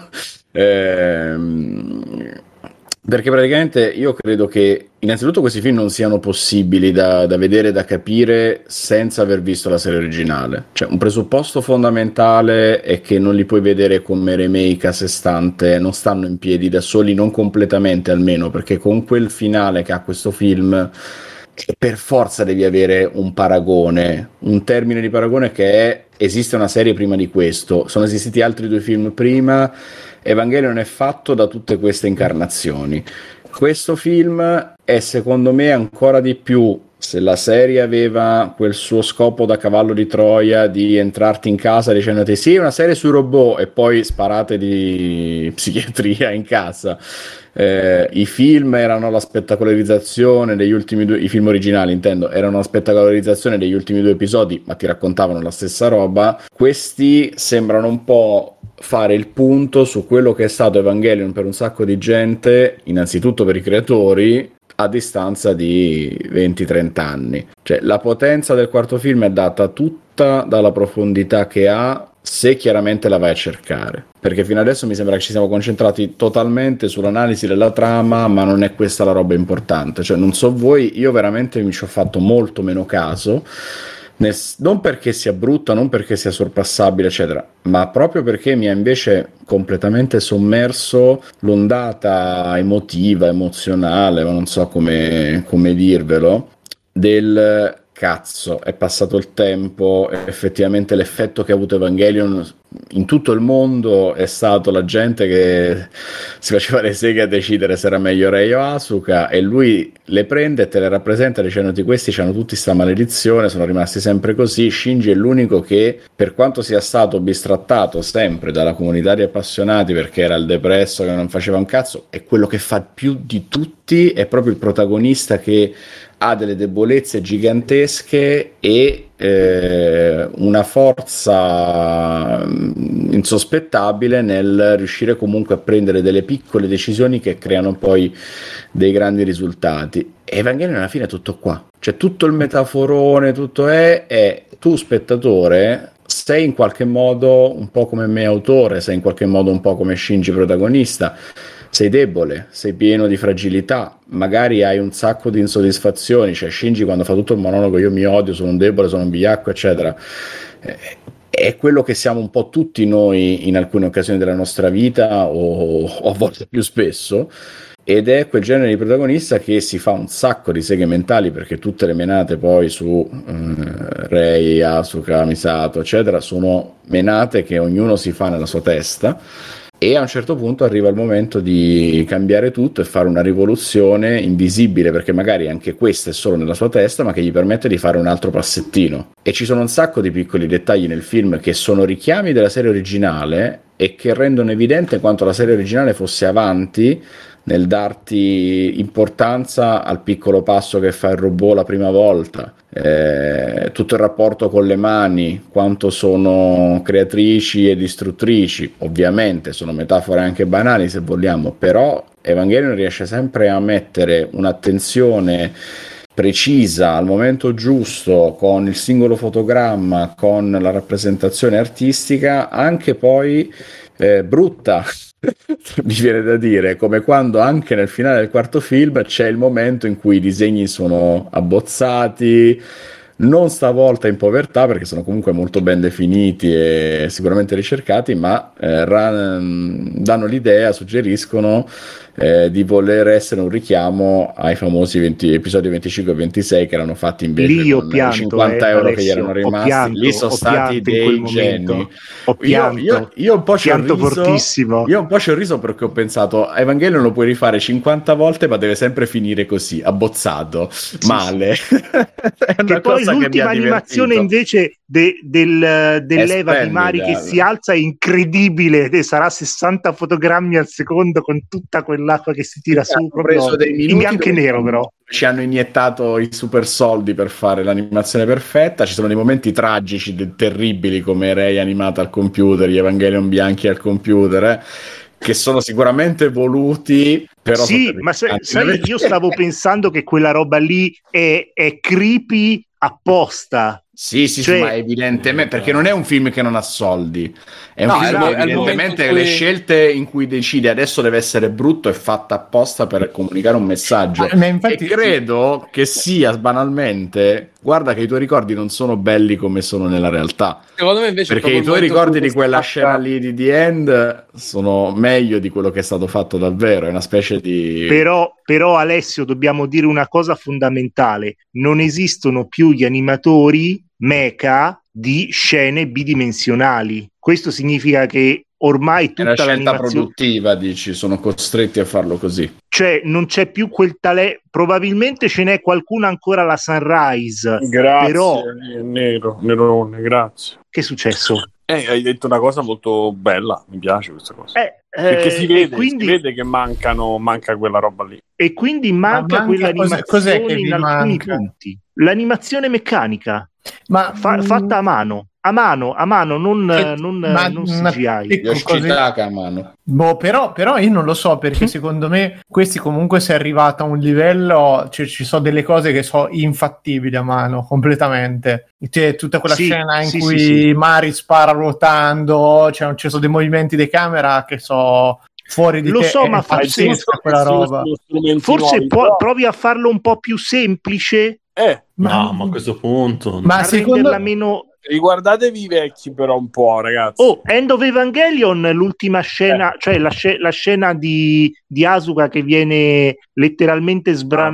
Ehm, perché praticamente io credo che innanzitutto questi film non siano possibili da, da vedere, da capire senza aver visto la serie originale. Cioè un presupposto fondamentale è che non li puoi vedere come remake a sé stante, non stanno in piedi da soli, non completamente almeno, perché con quel finale che ha questo film per forza devi avere un paragone, un termine di paragone che è: esiste una serie prima di questo, sono esistiti altri due film prima, Evangelion è fatto da tutte queste incarnazioni. Questo film è secondo me ancora di più, se la serie aveva quel suo scopo da cavallo di Troia di entrarti in casa dicendoti sì, è una serie sui robot e poi sparate di psichiatria in casa. Eh, i film erano la spettacolarizzazione degli ultimi due, i film originali intendo, erano la spettacolarizzazione degli ultimi due episodi, ma ti raccontavano la stessa roba. Questi sembrano un po' fare il punto su quello che è stato Evangelion per un sacco di gente, innanzitutto per i creatori, a distanza di venti trenta anni. Cioè, la potenza del quarto film è data tutta dalla profondità che ha, se chiaramente la vai a cercare, perché fino adesso mi sembra che ci siamo concentrati totalmente sull'analisi della trama, ma non è questa la roba importante. Cioè, non so voi, io veramente mi ci ho fatto molto meno caso, nel, non perché sia brutta, non perché sia sorpassabile eccetera, ma proprio perché mi ha invece completamente sommerso l'ondata emotiva, emozionale, ma non so come, come dirvelo, del cazzo, è passato il tempo, effettivamente l'effetto che ha avuto Evangelion in tutto il mondo è stato la gente che si faceva le seghe a decidere se era meglio Rei o Asuka, e lui le prende e te le rappresenta dicendoti: questi hanno tutti sta maledizione, sono rimasti sempre così. Shinji è l'unico che, per quanto sia stato bistrattato sempre dalla comunità di appassionati perché era il depresso che non faceva un cazzo, è quello che fa più di tutti, è proprio il protagonista che ha delle debolezze gigantesche e eh, una forza insospettabile nel riuscire comunque a prendere delle piccole decisioni che creano poi dei grandi risultati. E Evangelion alla fine è tutto qua, cioè tutto il metaforone, tutto è, è tu spettatore sei in qualche modo un po' come me autore, sei in qualche modo un po' come Shinji protagonista. Sei debole, sei pieno di fragilità, magari hai un sacco di insoddisfazioni, cioè Shinji quando fa tutto il monologo io mi odio, sono un debole, sono un vigliacco eccetera, è quello che siamo un po' tutti noi in alcune occasioni della nostra vita o, o a volte più spesso, ed è quel genere di protagonista che si fa un sacco di seghe mentali, perché tutte le menate poi su eh, Rei, Asuka, Misato eccetera sono menate che ognuno si fa nella sua testa. E a un certo punto arriva il momento di cambiare tutto e fare una rivoluzione invisibile, perché magari anche questa è solo nella sua testa, ma che gli permette di fare un altro passettino. E ci sono un sacco di piccoli dettagli nel film che sono richiami della serie originale e che rendono evidente quanto la serie originale fosse avanti nel darti importanza al piccolo passo che fa il robot la prima volta, eh, tutto il rapporto con le mani, quanto sono creatrici e distruttrici. Ovviamente sono metafore anche banali se vogliamo, però Evangelion riesce sempre a mettere un'attenzione precisa al momento giusto, con il singolo fotogramma, con la rappresentazione artistica, anche poi eh, brutta mi viene da dire, come quando anche nel finale del quarto film c'è il momento in cui i disegni sono abbozzati, non stavolta in povertà perché sono comunque molto ben definiti e sicuramente ricercati, ma eh, ran- danno l'idea, suggeriscono eh, di voler essere un richiamo ai famosi venti, episodi venticinque e ventisei che erano fatti invece lì ho con pianto, cinquanta eh, euro Alessio, che gli erano rimasti. Pianto, lì sono stati dei geni. Ho pianto, io, io, io un po' ci ho pianto riso, fortissimo. Io un po' ci ho riso perché ho pensato Evangelion lo puoi rifare cinquanta volte ma deve sempre finire così, abbozzato, sì, male. Sì. È una che poi cosa l'ultima che mi ha animazione invece de, del, dell'Eva di Mari che si alza è incredibile, sarà sessanta fotogrammi al secondo con tutta quell'acqua che si tira su, proprio in bianco e nero però. Ci hanno iniettato i super soldi per fare l'animazione perfetta, ci sono dei momenti tragici, de- terribili come Rei animata al computer, gli Evangelion bianchi al computer, eh, che sono sicuramente voluti, però sì, ma sai, sai io stavo pensando che quella roba lì è, è creepy apposta. Sì, sì, cioè, sì, ma evidentemente, perché non è un film che non ha soldi, è un no, film è, che evidentemente cui... le scelte in cui decide adesso deve essere brutto è fatta apposta per comunicare un messaggio. Ma, infatti... E credo che sia banalmente, guarda che i tuoi ricordi non sono belli come sono nella realtà. Secondo me invece perché i tuoi ricordi di quella fatta... scena lì di The End sono meglio di quello che è stato fatto davvero, è una specie di... Però, però Alessio, dobbiamo dire una cosa fondamentale, non esistono più gli animatori mecha di scene bidimensionali. Questo significa che ormai tutta è una scelta l'animazione produttiva, dici, sono costretti a farlo così. Cioè non c'è più quel talento, probabilmente ce n'è qualcuno ancora alla Sunrise. Grazie, però... Nero, Nerone, grazie. Che è successo? Eh, hai detto una cosa molto bella, mi piace questa cosa. Eh, perché si vede, quindi... si vede che mancano, manca quella roba lì. E quindi manca, manca quell'animazione cos'è che in alcuni manca? punti. L'animazione meccanica. Ma Fa- fatta a mano, a mano, a mano, non, Eh, non, ma- non ma- C G I. ecco, Yoshitaka a mano. Boh, però, però io non lo so, perché secondo me questi comunque si è arrivato a un livello, cioè ci sono delle cose che sono infattibili a mano completamente. C'è tutta quella Sì, scena in sì, cui sì, sì. Mari spara ruotando, cioè, ci sono dei movimenti di camera che so fuori di Lo te, so, è ma forse- pazzesca quella roba. Forse può, provi a farlo un po' più semplice, Eh, No, ma a questo punto... Ma a secondo renderla meno... riguardatevi i vecchi però un po', ragazzi. Oh, End of Evangelion, l'ultima scena, cioè la, sce- la scena di, di Asuka che viene letteralmente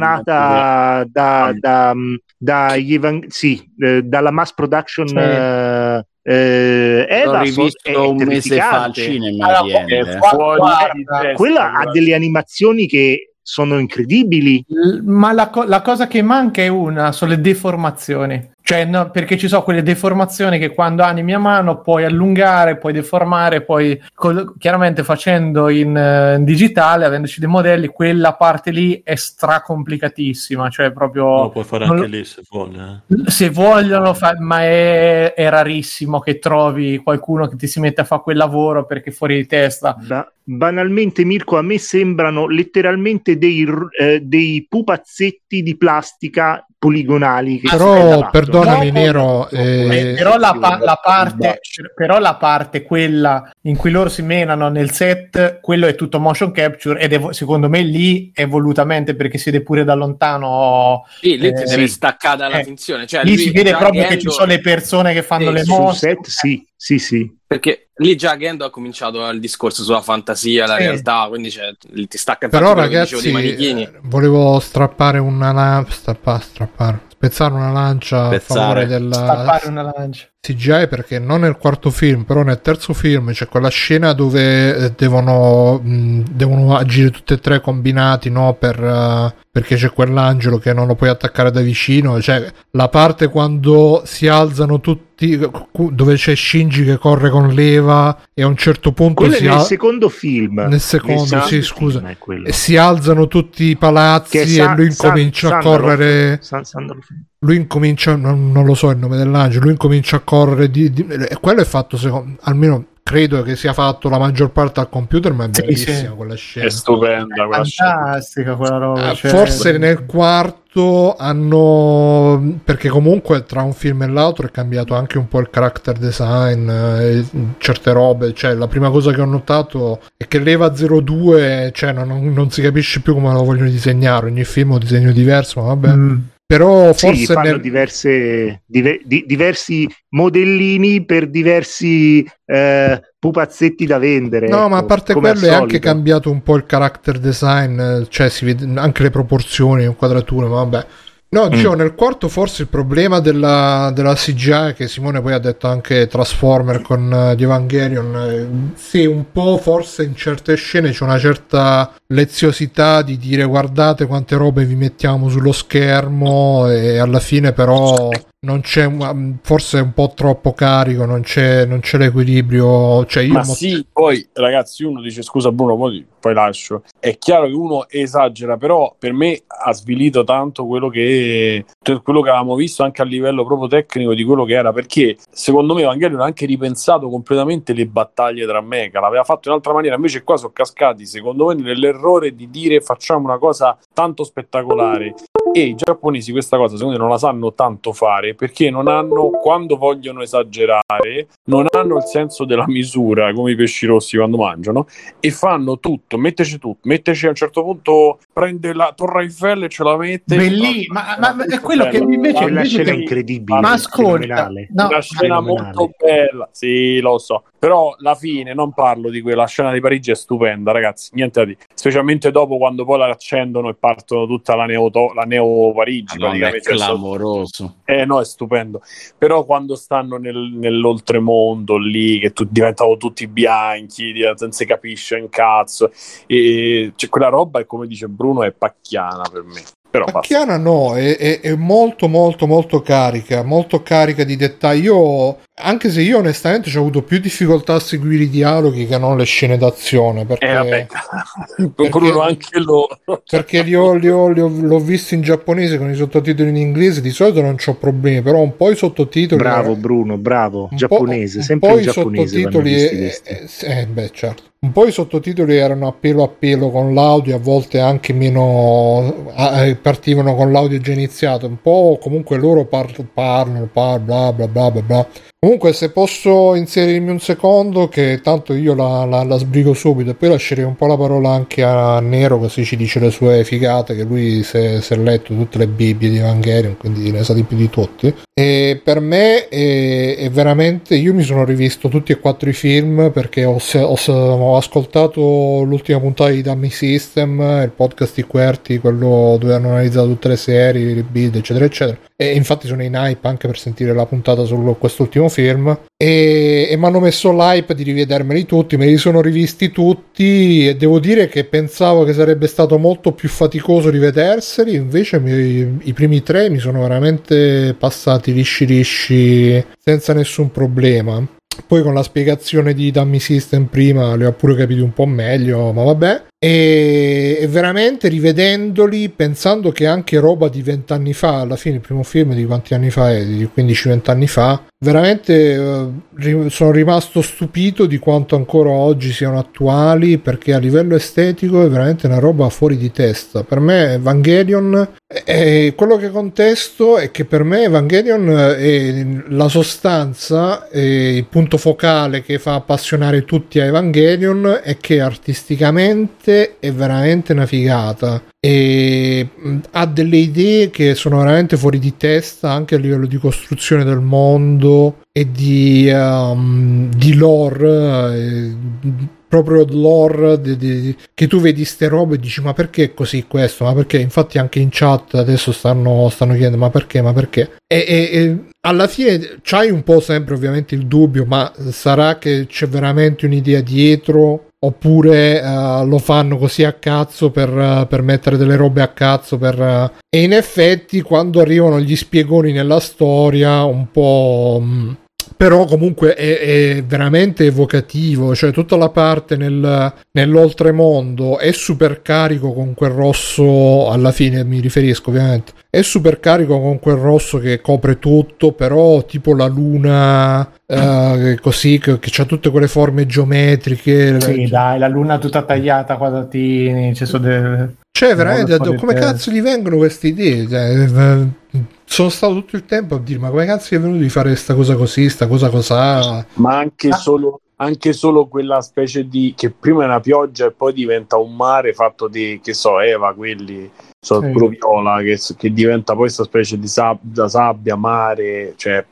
sbranata da, da, dagli evan- sì, eh, dalla mass production. Sì. eh, eh, L'ho Eva, so- rivisto è un mese fa al terrificante. cinema Allora, di End, È eh. fuori guarda, di testa, Quella ha delle animazioni che sono incredibili. L- Ma la, co- la cosa che manca è una, sono le deformazioni. Cioè, no, perché ci sono quelle deformazioni che quando animi a mano puoi allungare, puoi deformare, poi col- chiaramente facendo in, eh, in digitale, avendoci dei modelli, quella parte lì è stracomplicatissima. Cioè, proprio Lo puoi fare non anche lo- lì se vuole. eh. se vogliono, fa- ma è, è rarissimo che trovi qualcuno che ti si mette a fare quel lavoro perché è fuori di testa. Ba- banalmente, Mirko, a me sembrano letteralmente dei, r- eh, dei pupazzetti di plastica poligonali. Che Però, si mettono. perdonami, Dopo- Nero, Eh, eh, però, la, pa- la parte, però la parte quella in cui loro si menano nel set, quello è tutto motion capture ed è vo- secondo me lì è volutamente perché si vede pure da lontano. Sì, lì ti eh, deve sì. staccare dalla Eh, finzione. Cioè, lì lui si vede già proprio che Gendo- ci sono le persone che fanno Sì, le sul Sul mosse. set, sì, sì, sì. Perché lì già Gendo ha cominciato il discorso sulla fantasia, la Sì. realtà, quindi cioè, lì ti stacca infatti però quello che dicevo ragazzi, dei manichini. eh, volevo strappare una lancia, strappare, strappare, spezzare una lancia a Spezzare. favore della Stappare una lancia. C G I, perché non nel quarto film, però nel terzo film c'è quella scena dove eh, devono, mh, devono agire tutti e tre combinati, no? Per, eh, perché c'è quell'angelo che non lo puoi attaccare da vicino, cioè la parte quando si alzano tutti, dove c'è Shinji che corre con l'Eva e a un certo punto Quello è si nel al- secondo film. nel secondo, Nel sì, secondo scusa, film è quello. e si alzano tutti i palazzi Che è e San- lui San- incomincia a Sandalov. correre. San- Sandalov. Lui incomincia, non, non lo so il nome dell'angelo, lui incomincia a correre di, di- e quello è fatto, secondo, almeno credo che sia fatto la maggior parte al computer, ma è Sì, bellissima sì. quella È scena. stupenda quella scena. Fantastica quella roba. Eh, cioè- forse nel quarto hanno, perché comunque tra un film e l'altro è cambiato anche un po' il character design, eh, certe robe, cioè la prima cosa che ho notato è che l'Eva zero due, cioè non, non- non si capisce più come lo vogliono disegnare, ogni film ha un disegno diverso, ma vabbè. Mm. Però Sì, forse fanno nel- diverse, dive- di- diversi modellini per diversi eh, pupazzetti da vendere. no, ma a ecco, parte come quello al è anche solito. cambiato un po' il character design, eh, cioè si vede anche le proporzioni, le inquadrature, ma vabbè. No, dicevo, nel quarto forse il problema della, della C G I, che Simone poi ha detto anche Transformer con uh, di Evangelion, eh, sì, un po' forse in certe scene c'è una certa leziosità di dire guardate quante robe vi mettiamo sullo schermo, e alla fine però non c'è, um, forse è un po' troppo carico, non c'è, non c'è l'equilibrio, cioè io Ma mo- sì, poi ragazzi, uno dice scusa Bruno, poi, poi lascio. È chiaro che uno esagera, però per me ha svilito tanto quello che quello che avevamo visto anche a livello proprio tecnico di quello che era, perché secondo me Evangelion ha anche ripensato completamente le battaglie tra mecha, l'aveva fatto in un'altra maniera, invece qua sono cascati secondo me nell'errore di dire facciamo una cosa tanto spettacolare. E i giapponesi questa cosa secondo me non la sanno tanto fare, perché non hanno, quando vogliono esagerare, non hanno il senso della misura, come i pesci rossi quando mangiano, e fanno tutto, metteci tutto, metteci a un certo punto, prende la Torre Eiffel e ce la mette. Belli, ma, ma- ma è quello che invece, Quella invece scena è che- incredibile, ma ascolta, fenomenale. no, Una scena fenomenale. molto bella, sì, lo so, però la fine, non parlo di quella scena di Parigi, è stupenda, ragazzi, niente da dire, specialmente dopo quando poi la accendono e partono tutta la Neo, la Neo Parigi, Madonna, è praticamente. clamoroso. Eh no, è stupendo. Però quando stanno nel, nell'oltremondo lì, che tu, diventano tutti bianchi, di- non si capisce un cazzo, e cioè, quella roba è, come dice Bruno, è pacchiana per me. Però basta. Pacchiana no, è, è, è molto molto molto carica, molto carica di dettagli. Io anche se io onestamente ci ho avuto più difficoltà a seguire i dialoghi che non le scene d'azione, perché, eh vabbè, perché, Bruno anche loro, perché li ho, li ho, li ho, l'ho visto in giapponese con i sottotitoli in inglese, di solito non c'ho problemi, però un po' i sottotitoli, bravo Bruno, bravo, giapponese, un sempre po' in i giapponese sottotitoli eh, eh, eh, beh certo, un po' i sottotitoli erano a pelo a pelo con l'audio, a volte anche meno eh, partivano con l'audio già iniziato, un po' comunque loro par- parlano par- bla bla bla bla bla. Comunque, se posso inserirmi un secondo, che tanto io la, la, la sbrigo subito, e poi lascerei un po' la parola anche a Nero, così ci dice le sue figate, che lui si è, si è letto tutte le Bibbie di Evangelion, quindi ne sa di più di tutti. E per me è, è veramente, io mi sono rivisto tutti e quattro i film, perché ho, ho, ho ascoltato l'ultima puntata di Dummy System, il podcast di Querti, quello dove hanno analizzato tutte le serie, le build, eccetera eccetera, e infatti sono in hype anche per sentire la puntata su quest'ultimo film, e, e mi hanno messo l'hype di rivedermeli tutti, me li sono rivisti tutti e devo dire che pensavo che sarebbe stato molto più faticoso rivederseli, invece mi, i primi tre mi sono veramente passati lisci lisci senza nessun problema. Poi con la spiegazione di Dummy System prima li ho pure capiti un po' meglio, ma vabbè. E, e veramente rivedendoli, pensando che anche roba di vent'anni fa, alla fine il primo film di quanti anni fa è? Di quindici venti anni fa, veramente eh, sono rimasto stupito di quanto ancora oggi siano attuali, perché a livello estetico è veramente una roba fuori di testa. Per me Evangelion è, quello che contesto è che per me Evangelion è la sostanza, è il punto focale che fa appassionare tutti a Evangelion, è che artisticamente è veramente una figata e ha delle idee che sono veramente fuori di testa, anche a livello di costruzione del mondo e di, um, di lore, eh, proprio lore di, di, che tu vedi ste robe e dici ma perché così questo, ma perché, infatti anche in chat adesso stanno, stanno chiedendo ma perché, ma perché e, e, e alla fine c'hai un po' sempre ovviamente il dubbio, ma sarà che c'è veramente un'idea dietro, oppure uh, lo fanno così a cazzo per, uh, per mettere delle robe a cazzo per, uh... e in effetti quando arrivano gli spiegoni nella storia un po' mh, però comunque è, è veramente evocativo, cioè tutta la parte nel, nell'oltremondo è super carico con quel rosso, alla fine mi riferisco ovviamente, è super carico con quel rosso che copre tutto, però tipo la luna Uh, così che, che c'ha tutte quelle forme geometriche, sì dai, la luna tutta tagliata a quadratini, c'è delle... cioè veramente come cazzo gli vengono queste idee, cioè, sono stato tutto il tempo a dire ma come cazzo gli è venuto di fare sta cosa così, sta cosa cos'ha, ma anche ah. solo anche solo quella specie di che prima è una pioggia e poi diventa un mare fatto di, che so, Eva, quelli so, sì. Viola, che, che diventa poi questa specie di sab- da sabbia, mare, cioè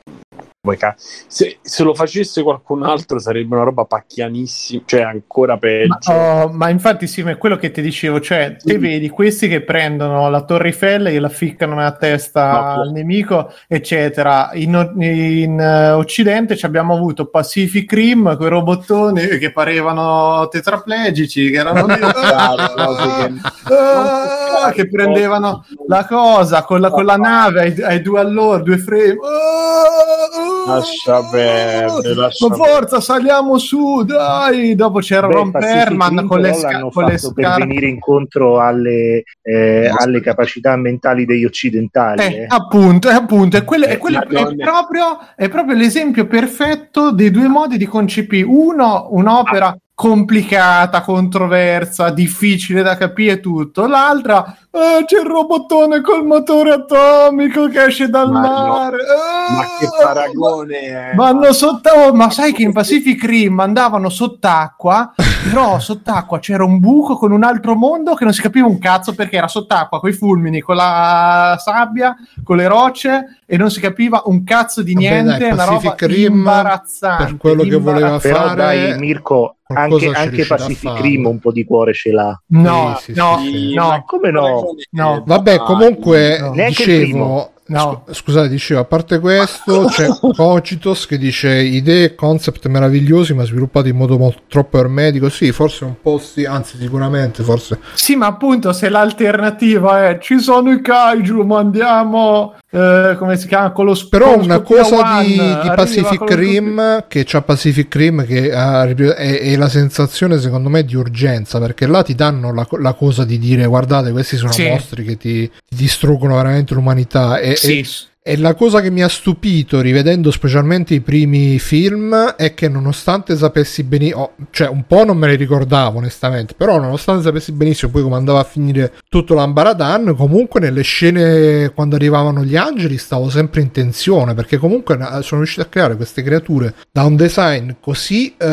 se, se lo facesse qualcun altro sarebbe una roba pacchianissima, cioè ancora peggio. Ma, oh, ma infatti sì, ma è quello che ti dicevo, cioè te sì. Vedi questi che prendono la Torre Eiffel e la ficcano nella testa no, al nemico, eccetera. In, in uh, Occidente ci abbiamo avuto Pacific Rim, quei robottoni che parevano tetraplegici, che erano lì, ah, che prendevano la cosa con la, con la nave ai, ai due all'ora, due frame. Lascia bene, lascia ma forza, bene. Saliamo su, dai. Dopo c'era Beh, Ron Perlman con le, sca- con le scarpe per venire incontro alle, eh, alle capacità mentali degli occidentali. Eh, eh. Appunto, è appunto, è, quello, è, quello, è, proprio, è proprio l'esempio perfetto dei due modi di concepire. Uno, un'opera complicata, controversa, difficile da capire tutto. L'altra, eh, c'è il robottone col motore atomico che esce dal ma mare. No. Eh, ma che paragone è? Vanno sott'acqua, ma sai che in Pacific Rim andavano sott'acqua, però sott'acqua c'era un buco con un altro mondo che non si capiva un cazzo perché era sott'acqua con i fulmini, con la sabbia, con le rocce e non si capiva un cazzo di niente. Vabbè, dai, una roba Rim, imbarazzante per quello che voleva però fare. Dai, Mirko, anche, anche Pacific Rim un po' di cuore ce l'ha. No, sì, sì, no, sì, sì. no, come no? no. Vabbè, comunque no. dicevo, no. sc- scusate, dicevo, a parte questo c'è Cogitos che dice idee e concept meravigliosi ma sviluppati in modo molto troppo ermetico. Sì, forse un po' sì, anzi sicuramente forse. Sì, ma appunto se l'alternativa è ci sono i kaiju, ma andiamo eh, come si chiama, con lo sp- però con lo una cosa One, di, di arriva Pacific con lo Rim che c'ha Pacific Rim che ha, è, è la sensazione secondo me di urgenza, perché là ti danno la, la cosa di dire guardate questi sono Sì. mostri che ti, ti distruggono veramente l'umanità e, Sì. e, e la cosa che mi ha stupito rivedendo specialmente i primi film è che nonostante sapessi benissimo, oh, cioè un po' non me li ricordavo onestamente, però nonostante sapessi benissimo poi come andava a finire tutto l'ambaradan, comunque nelle scene quando arrivavano gli angeli stavo sempre in tensione, perché comunque sono riusciti a creare queste creature da un design così uh,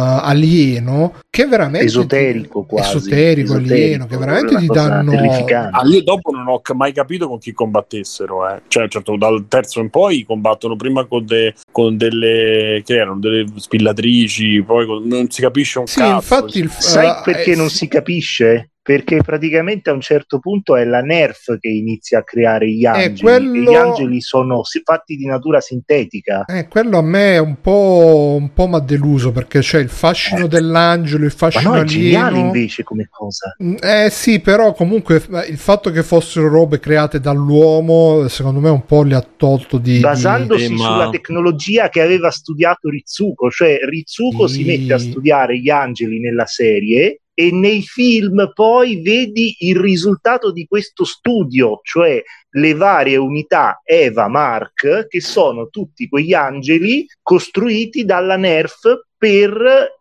alieno che veramente esoterico ti, quasi esoterico, esoterico alieno, che veramente ti danno ah, io dopo non ho mai capito con chi combattessero, eh. Cioè certo dal terzo in poi combattono prima con, de, con delle che erano delle spillatrici, poi con, non si capisce un sì, cazzo. Infatti il, sai uh, perché eh, non sì. si capisce? Perché praticamente a un certo punto è la Nerf che inizia a creare gli angeli, quello... e gli angeli sono fatti di natura sintetica. Eh, quello a me un po' un po' mi ha deluso, perché c'è il fascino eh. dell'angelo, il fascino ma no, è alieno. geniale invece come cosa. Eh sì, però comunque il fatto che fossero robe create dall'uomo secondo me un po' li ha tolto di... basandosi di... sulla tecnologia che aveva studiato Ritsuko, cioè Ritsuko sì. si mette a studiare gli angeli nella serie e nei film poi vedi il risultato di questo studio, cioè le varie unità Eva Mark, che sono tutti quegli angeli costruiti dalla Nerf per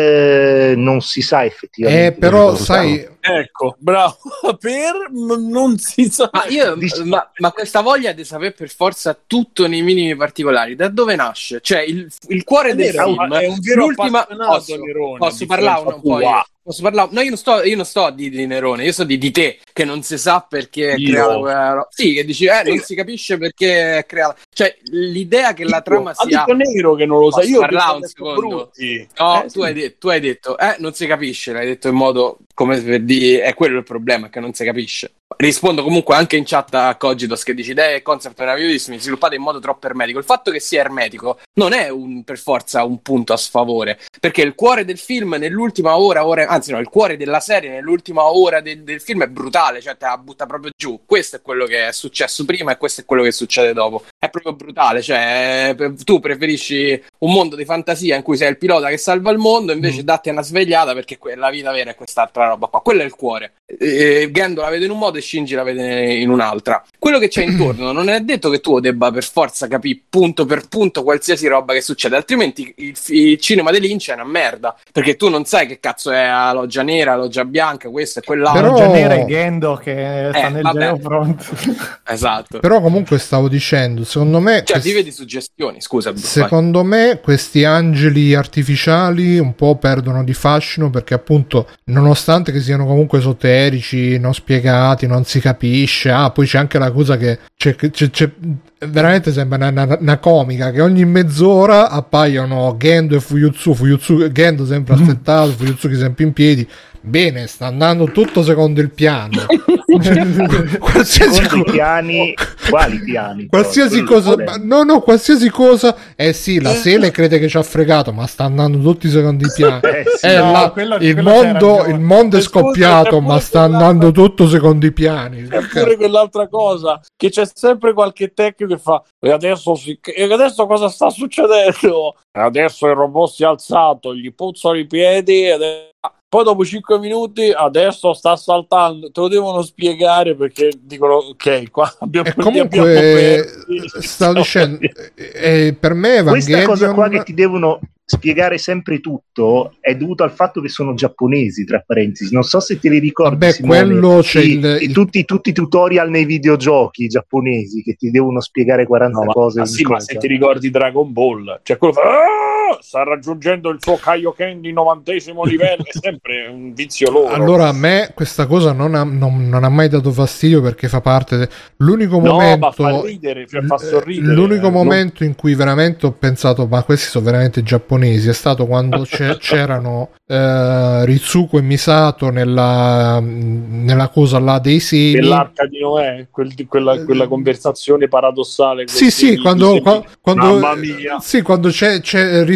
eh, non si sa effettivamente. Eh, però sai, ecco, bravo, per non si sa. Ma, io, ma, ma questa voglia di sapere per forza tutto nei minimi particolari, da dove nasce? Cioè il, il cuore è del vero, film è un vero l'ultima posso, Nerone, posso parlare un po'? Io? Posso parlare? No, io non sto, io non sto di, di Nerone, io sto di, di te, che non si sa perché è creato quella... Sì, che dici, eh, non si capisce perché è creato. Cioè, l'idea che la trama sia... sia... Ha detto Nero che non lo sa, io parlare un secondo. Brutti. No, eh, tu, sì. hai detto, tu hai detto, eh, non si capisce, l'hai detto in modo come per dire, è quello il problema, che non si capisce. Rispondo comunque anche in chat a Cogitos che dice idee e concept meravigliosi sviluppate in modo troppo ermetico. Il fatto che sia ermetico non è un, per forza un punto a sfavore, perché il cuore del film nell'ultima ora, ora anzi no, il cuore della serie nell'ultima ora del, del film è brutale, cioè te la butta proprio giù. Questo è quello che è successo prima e questo è quello che succede dopo. È proprio brutale, cioè tu preferisci un mondo di fantasia in cui sei il pilota che salva il mondo, invece mm. datti una svegliata perché la vita vera è quest'altra roba qua. Quello è il cuore. E Gendo la vede in un modo e Shinji la vede in un'altra. Quello che c'è intorno non è detto che tu debba per forza capire punto per punto qualsiasi roba che succede, altrimenti il, il cinema di Lynch è una merda, perché tu non sai che cazzo è la loggia nera, la loggia bianca, questo e quell'altro. La loggia nera è Gendo che sta eh, nel vabbè. geo pronto. Esatto. Però comunque stavo dicendo, secondo me... Cioè, quest... vive di suggestioni, scusa. Secondo vai. me questi angeli artificiali un po' perdono di fascino, perché appunto, nonostante che siano comunque esoterici, non spiegati, non si capisce, ah, poi c'è anche la cosa che c'è, c'è, c'è veramente sembra una, una, una comica, che ogni mezz'ora appaiono Gendo e Fuyutsu, Fuyutsu Gendo sempre aspettato, Fuyutsuki sempre in piedi. Bene, sta andando tutto secondo il piano. Qualsiasi co- piani, quali piani? Qualsiasi cosa, no, no, qualsiasi cosa. Eh sì, la Sele crede che ci ha fregato, ma sta andando tutti secondo i piani. Eh, sì, eh, no, la, quello, il, quello mondo, il mondo è scoppiato, ma sta andando tutto secondo i piani. È pure quell'altra cosa, che c'è sempre qualche tecnico che fa e adesso, si, e adesso cosa sta succedendo? Adesso il robot si è alzato, gli puzzano i piedi ed è... Poi dopo cinque minuti adesso sta saltando, te lo devono spiegare perché dicono ok, qua abbiamo, e comunque stavo dicendo eh, per me Evangelion... questa cosa qua che ti devono spiegare sempre tutto è dovuto al fatto che sono giapponesi, tra parentesi, non so se te li ricordi. Vabbè, Simone, quello c'è i, il, il... Tutti, tutti i tutorial nei videogiochi giapponesi che ti devono spiegare quaranta no, cose. Ma, sì, ma se ti ricordi Dragon Ball, cioè quello fa, ah, sta raggiungendo il suo Kaioken di novantesimo livello, è sempre un vizio loro. Allora a me questa cosa non ha, non, non ha mai dato fastidio, perché fa parte de... l'unico no, momento ma fa ridere, cioè fa sorridere, l'unico eh, momento non... in cui veramente ho pensato ma questi sono veramente giapponesi è stato quando c'erano eh, Ritsuko e Misato nella, nella cosa là dei semi, dell'arca di Noè, quel, quella, quella conversazione paradossale. Sì, sì, semi, quando, semi... quando, Mamma mia. Sì, quando c'è, c'è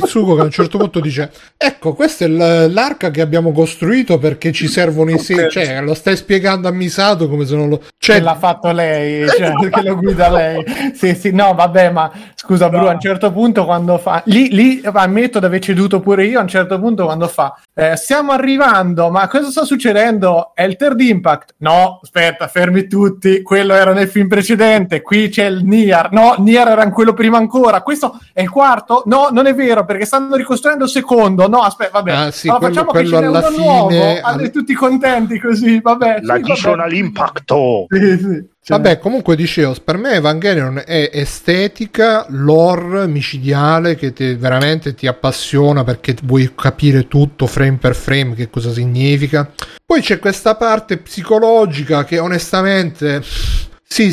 Ritsuko che a un certo punto dice ecco questa è l'arca che abbiamo costruito perché ci servono i sei, cioè lo stai spiegando a Misato come se non lo cioè che l'ha fatto lei, cioè che lo guida lei. Sì, sì, no, vabbè, ma scusa Bru, a un certo punto quando fa lì, lì ammetto di aver ceduto pure io, a un certo punto quando fa eh, stiamo arrivando, ma cosa sta succedendo? È il third impact? No, aspetta, fermi tutti, quello era nel film precedente, qui c'è il Nier, no, Nier era in quello prima ancora, questo è il quarto? No, non è vero, perché stanno ricostruendo il secondo, no, aspetta, vabbè, ah, sì, allora quello, facciamo quello che ce n'è alla uno fine nuovo, all... tutti contenti così, vabbè. L'additional sì, impacto! Sì, sì. Cioè... Vabbè, comunque dicevo, per me Evangelion è estetica, lore micidiale che te, veramente ti appassiona perché vuoi capire tutto frame per frame che cosa significa. Poi c'è questa parte psicologica che onestamente sì,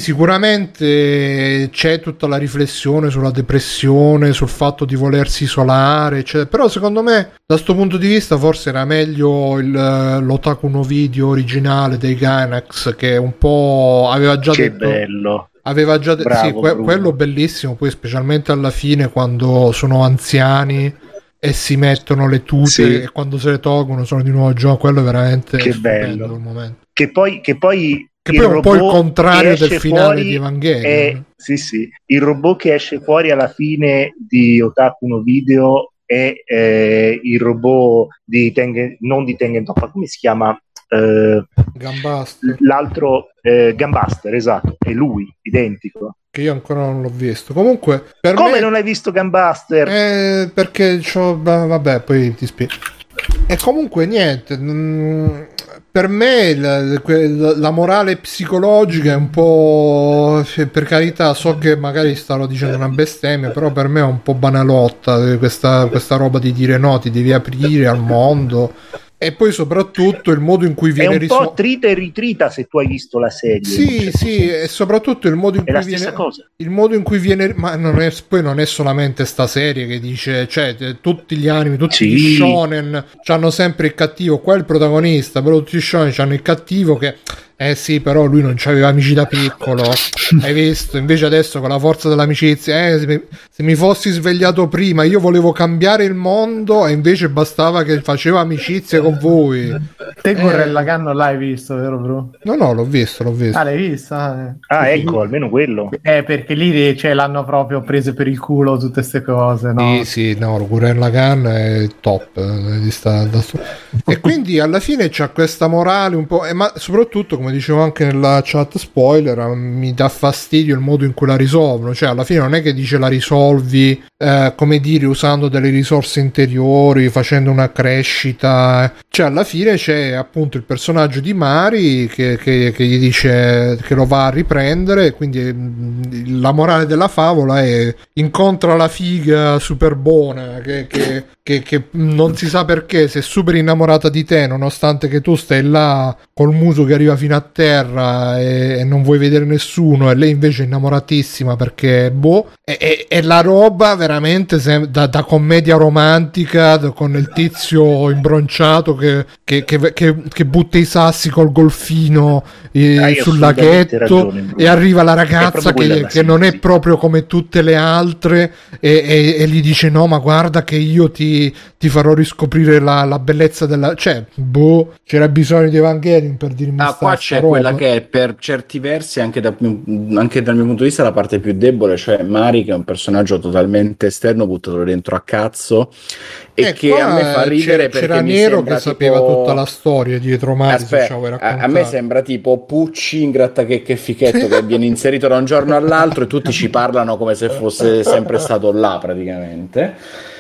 sicuramente c'è tutta la riflessione sulla depressione, sul fatto di volersi isolare, eccetera. Però secondo me da sto punto di vista forse era meglio il, l'Otaku no Video originale dei Gainax, che un po' aveva già che detto bello, aveva già detto sì, que- quello bellissimo, poi specialmente alla fine quando sono anziani e si mettono le tute sì. E quando se le tolgono sono di nuovo giovani, quello è veramente che bello quel momento. Che poi che poi Che poi è un po' il contrario del finale di Evangelion. È, sì, sì, il robot che esce fuori alla fine di Otaku no Video è eh, il robot di Tengen, non di Tengen Toppa, come si chiama? Eh, Gambuster. L'altro eh, Gambuster, esatto, è lui, identico. Che io ancora non l'ho visto. Comunque, per come me... non hai visto Gambuster? Eh, perché c'ho... vabbè, poi ti spiego. E comunque niente, mh, per me la, la morale psicologica è un po', per carità, so che magari starò dicendo una bestemmia, però per me è un po' banalotta questa, questa roba di dire no, ti devi aprire al mondo. E poi soprattutto il modo in cui viene risolto. È un risol- po' trita e ritrita se tu hai visto la serie. Sì, sì, e soprattutto il modo in è cui la viene stessa cosa. Il modo in cui viene ma non è, poi non è solamente sta serie che dice, cioè tutti gli anime, tutti sì. gli shonen hanno sempre il cattivo, qua è il protagonista, però tutti i shonen hanno il cattivo che eh sì, però lui non c'aveva amici da piccolo, hai visto? Invece adesso con la forza dell'amicizia, eh, se, mi, se mi fossi svegliato prima, io volevo cambiare il mondo e invece bastava che facevo amicizia con voi. Te Gurren Lagann non l'hai visto, vero bro? No, no, l'ho visto, l'ho visto. Ah, l'hai visto? Eh. Ah, ecco, almeno quello. Eh, perché lì cioè, l'hanno proprio prese per il culo tutte queste cose, no? Sì, sì, no, Gurren Lagann è top. Eh, sta, da sto... e quindi alla fine c'ha questa morale un po', eh, ma soprattutto, come dicevo anche nella chat spoiler, mi dà fastidio il modo in cui la risolvono, cioè alla fine non è che dice la risolvi eh, come dire usando delle risorse interiori, facendo una crescita, cioè alla fine c'è appunto il personaggio di Mari che, che, che gli dice che lo va a riprendere, quindi la morale della favola è incontra la figa super buona che, che, che, che non si sa perché se è super innamorata di te nonostante che tu stai là col muso che arriva fino a terra e, e non vuoi vedere nessuno e lei invece è innamoratissima perché boh è, è, è la roba veramente sem- da, da commedia romantica da, con il tizio imbronciato che, che, che, che, che butta i sassi col golfino eh, sul laghetto ragione, e arriva la ragazza che, che non è proprio come tutte le altre e, e, e gli dice no ma guarda che io ti, ti farò riscoprire la, la bellezza della, cioè boh, c'era bisogno di Evangelion per dirmi ah, qua c'è roba. Quella che è per certi versi anche, da, anche dal mio punto di vista la parte più debole, cioè Mari che è un personaggio totalmente esterno buttato dentro a cazzo e eh, che a me fa ridere c'era, perché c'era mi Nero sembra che tipo... sapeva tutta la storia dietro Mari. Aspetta, a, a me sembra tipo Pucci in Grattachecche e Fichetto che viene inserito da un giorno all'altro e tutti ci parlano come se fosse sempre stato là praticamente,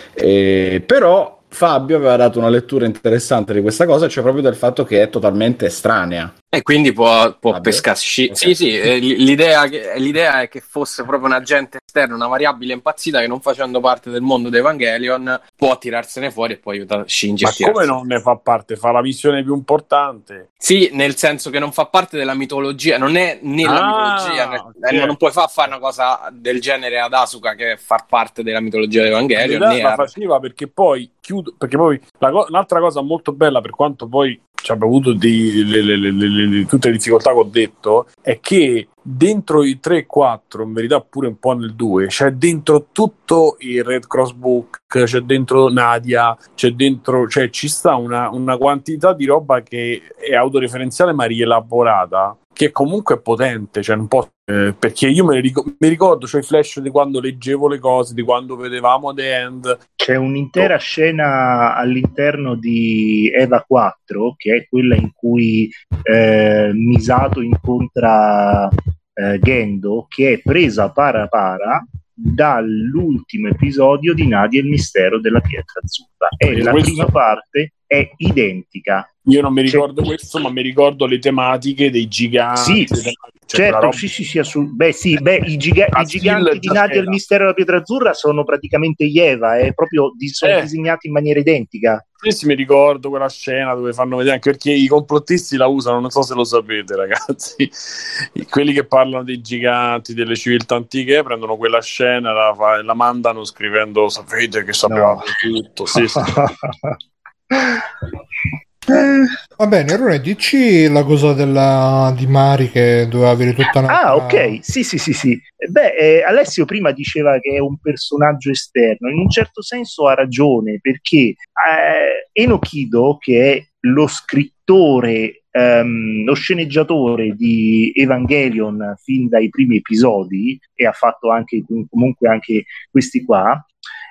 eh, però Fabio aveva dato una lettura interessante di questa cosa, cioè proprio del fatto che è totalmente estranea. E quindi può, può pescarci. Okay. Sì, sì, eh, l'idea, che, l'idea è che fosse proprio un agente esterno, una variabile impazzita che non facendo parte del mondo di Evangelion può tirarsene fuori e può aiutare Shinji ma a tirarsene. Ma come non ne fa parte? Fa la missione più importante. Sì, nel senso che non fa parte della mitologia, non è nella ah, mitologia, okay. Non puoi far fare una cosa del genere ad Asuka che è far parte della mitologia di Evangelion. La faceva perché poi chiudo, perché poi la co- un'altra cosa molto bella, per quanto poi ci abbia avuto di, le, le, le, le, le, tutte le difficoltà che ho detto, è che dentro i tre e quattro, in verità pure un po' nel due, c'è dentro tutto il Red Cross Book, c'è dentro Nadia, c'è dentro, cioè ci sta una, una quantità di roba che è autoreferenziale ma rielaborata, che comunque è potente, cioè un po', eh, perché io me ne ricordo, mi ricordo, cioè i flash di quando leggevo le cose, di quando vedevamo The End. C'è un'intera oh. scena all'interno di Eva quattro, che è quella in cui eh, Misato incontra eh, Gendo, che è presa para para dall'ultimo episodio di Nadia e il mistero della pietra azzurra, e la questo... prima parte è identica. Io non mi ricordo C'è... questo, ma mi ricordo le tematiche dei giganti. Sì, delle... certo, roba... sì, sì, sì, assolut- beh, sì, beh, i, giga- i giganti di Nadia e il mistero della pietra azzurra sono praticamente gli Eva, è proprio di- sono eh. disegnati in maniera identica. Sì, sì, mi ricordo quella scena dove fanno vedere, anche perché i complottisti la usano, non so se lo sapete, ragazzi, quelli che parlano dei giganti, delle civiltà antiche, prendono quella scena e la, la mandano scrivendo sapete che sapevamo no. tutto. Sì, sì. Eh, va bene, allora dici la cosa della, di Mari che doveva avere tutta una... Ah, ok, sì, sì, sì, sì. Beh, eh, Alessio prima diceva che è un personaggio esterno, in un certo senso ha ragione, perché eh, Enochido, che è lo scrittore, ehm, lo sceneggiatore di Evangelion fin dai primi episodi, e ha fatto anche comunque anche questi qua,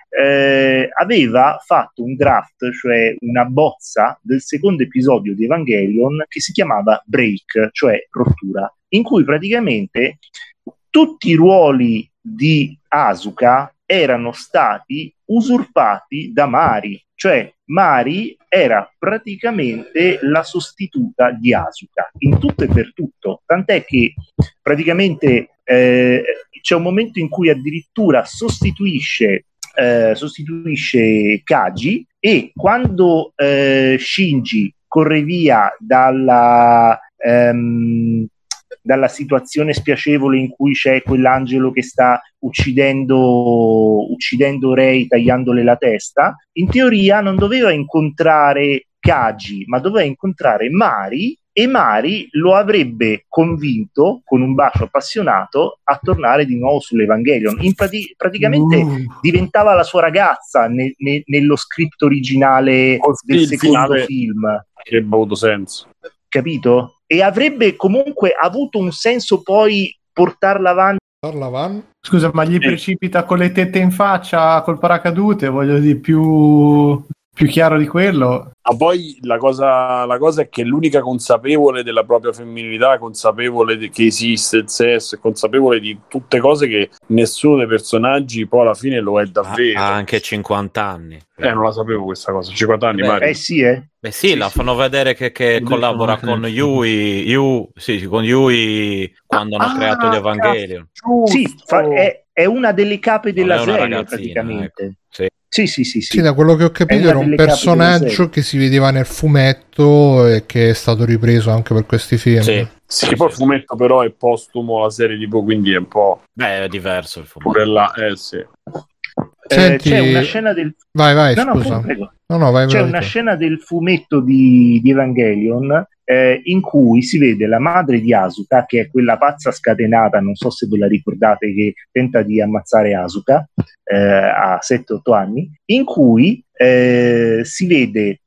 Eh, aveva fatto un draft, cioè una bozza del secondo episodio di Evangelion che si chiamava Break, cioè rottura, in cui praticamente tutti i ruoli di Asuka erano stati usurpati da Mari, cioè Mari era praticamente la sostituta di Asuka in tutto e per tutto, tant'è che praticamente eh, c'è un momento in cui addirittura sostituisce Eh, sostituisce Kaji, e quando eh, Shinji corre via dalla, ehm, dalla situazione spiacevole in cui c'è quell'angelo che sta uccidendo, uccidendo Rei, tagliandole la testa, in teoria non doveva incontrare Kaji, ma doveva incontrare Mari, e Mari lo avrebbe convinto con un bacio appassionato a tornare di nuovo sull'Evangelion. In prati- praticamente uh. diventava la sua ragazza ne- ne- nello script originale oh, del secondo finale, film. Che ha avuto senso, capito? E avrebbe comunque avuto un senso poi portarla avanti. Scusa, ma gli eh. precipita con le tette in faccia col paracadute, voglio dire, più più chiaro di quello. Ma poi la cosa, la cosa è che l'unica consapevole della propria femminilità, consapevole di, che esiste il sesso, è consapevole di tutte cose che nessuno dei personaggi poi alla fine lo è davvero. Ha anche cinquanta anni. Eh, non la sapevo questa cosa, cinquanta anni. Beh, eh sì, eh. Beh sì, sì la fanno sì. vedere che, che collabora con Yui, Yui, sì, con Yui quando ah, hanno creato gli Evangelion. Sì, fa, è, è una delle cape della serie praticamente. Ecco. Sì. Sì, sì, sì, sì. Sì, da quello che ho capito era un personaggio che si vedeva nel fumetto e che è stato ripreso anche per questi film. Sì, sì, sì, poi il fumetto però è postumo alla serie tipo, quindi è un po'... Beh, è diverso il fumetto. Pure là, eh sì. Senti... Eh, c'è una scena del... Vai, vai, no, scusa. No, no, no, vai, c'è vai, una vai. scena del fumetto di, di Evangelion eh, in cui si vede la madre di Asuka, che è quella pazza scatenata, non so se ve la ricordate, che tenta di ammazzare Asuka eh, a sette otto anni, in cui eh, si vede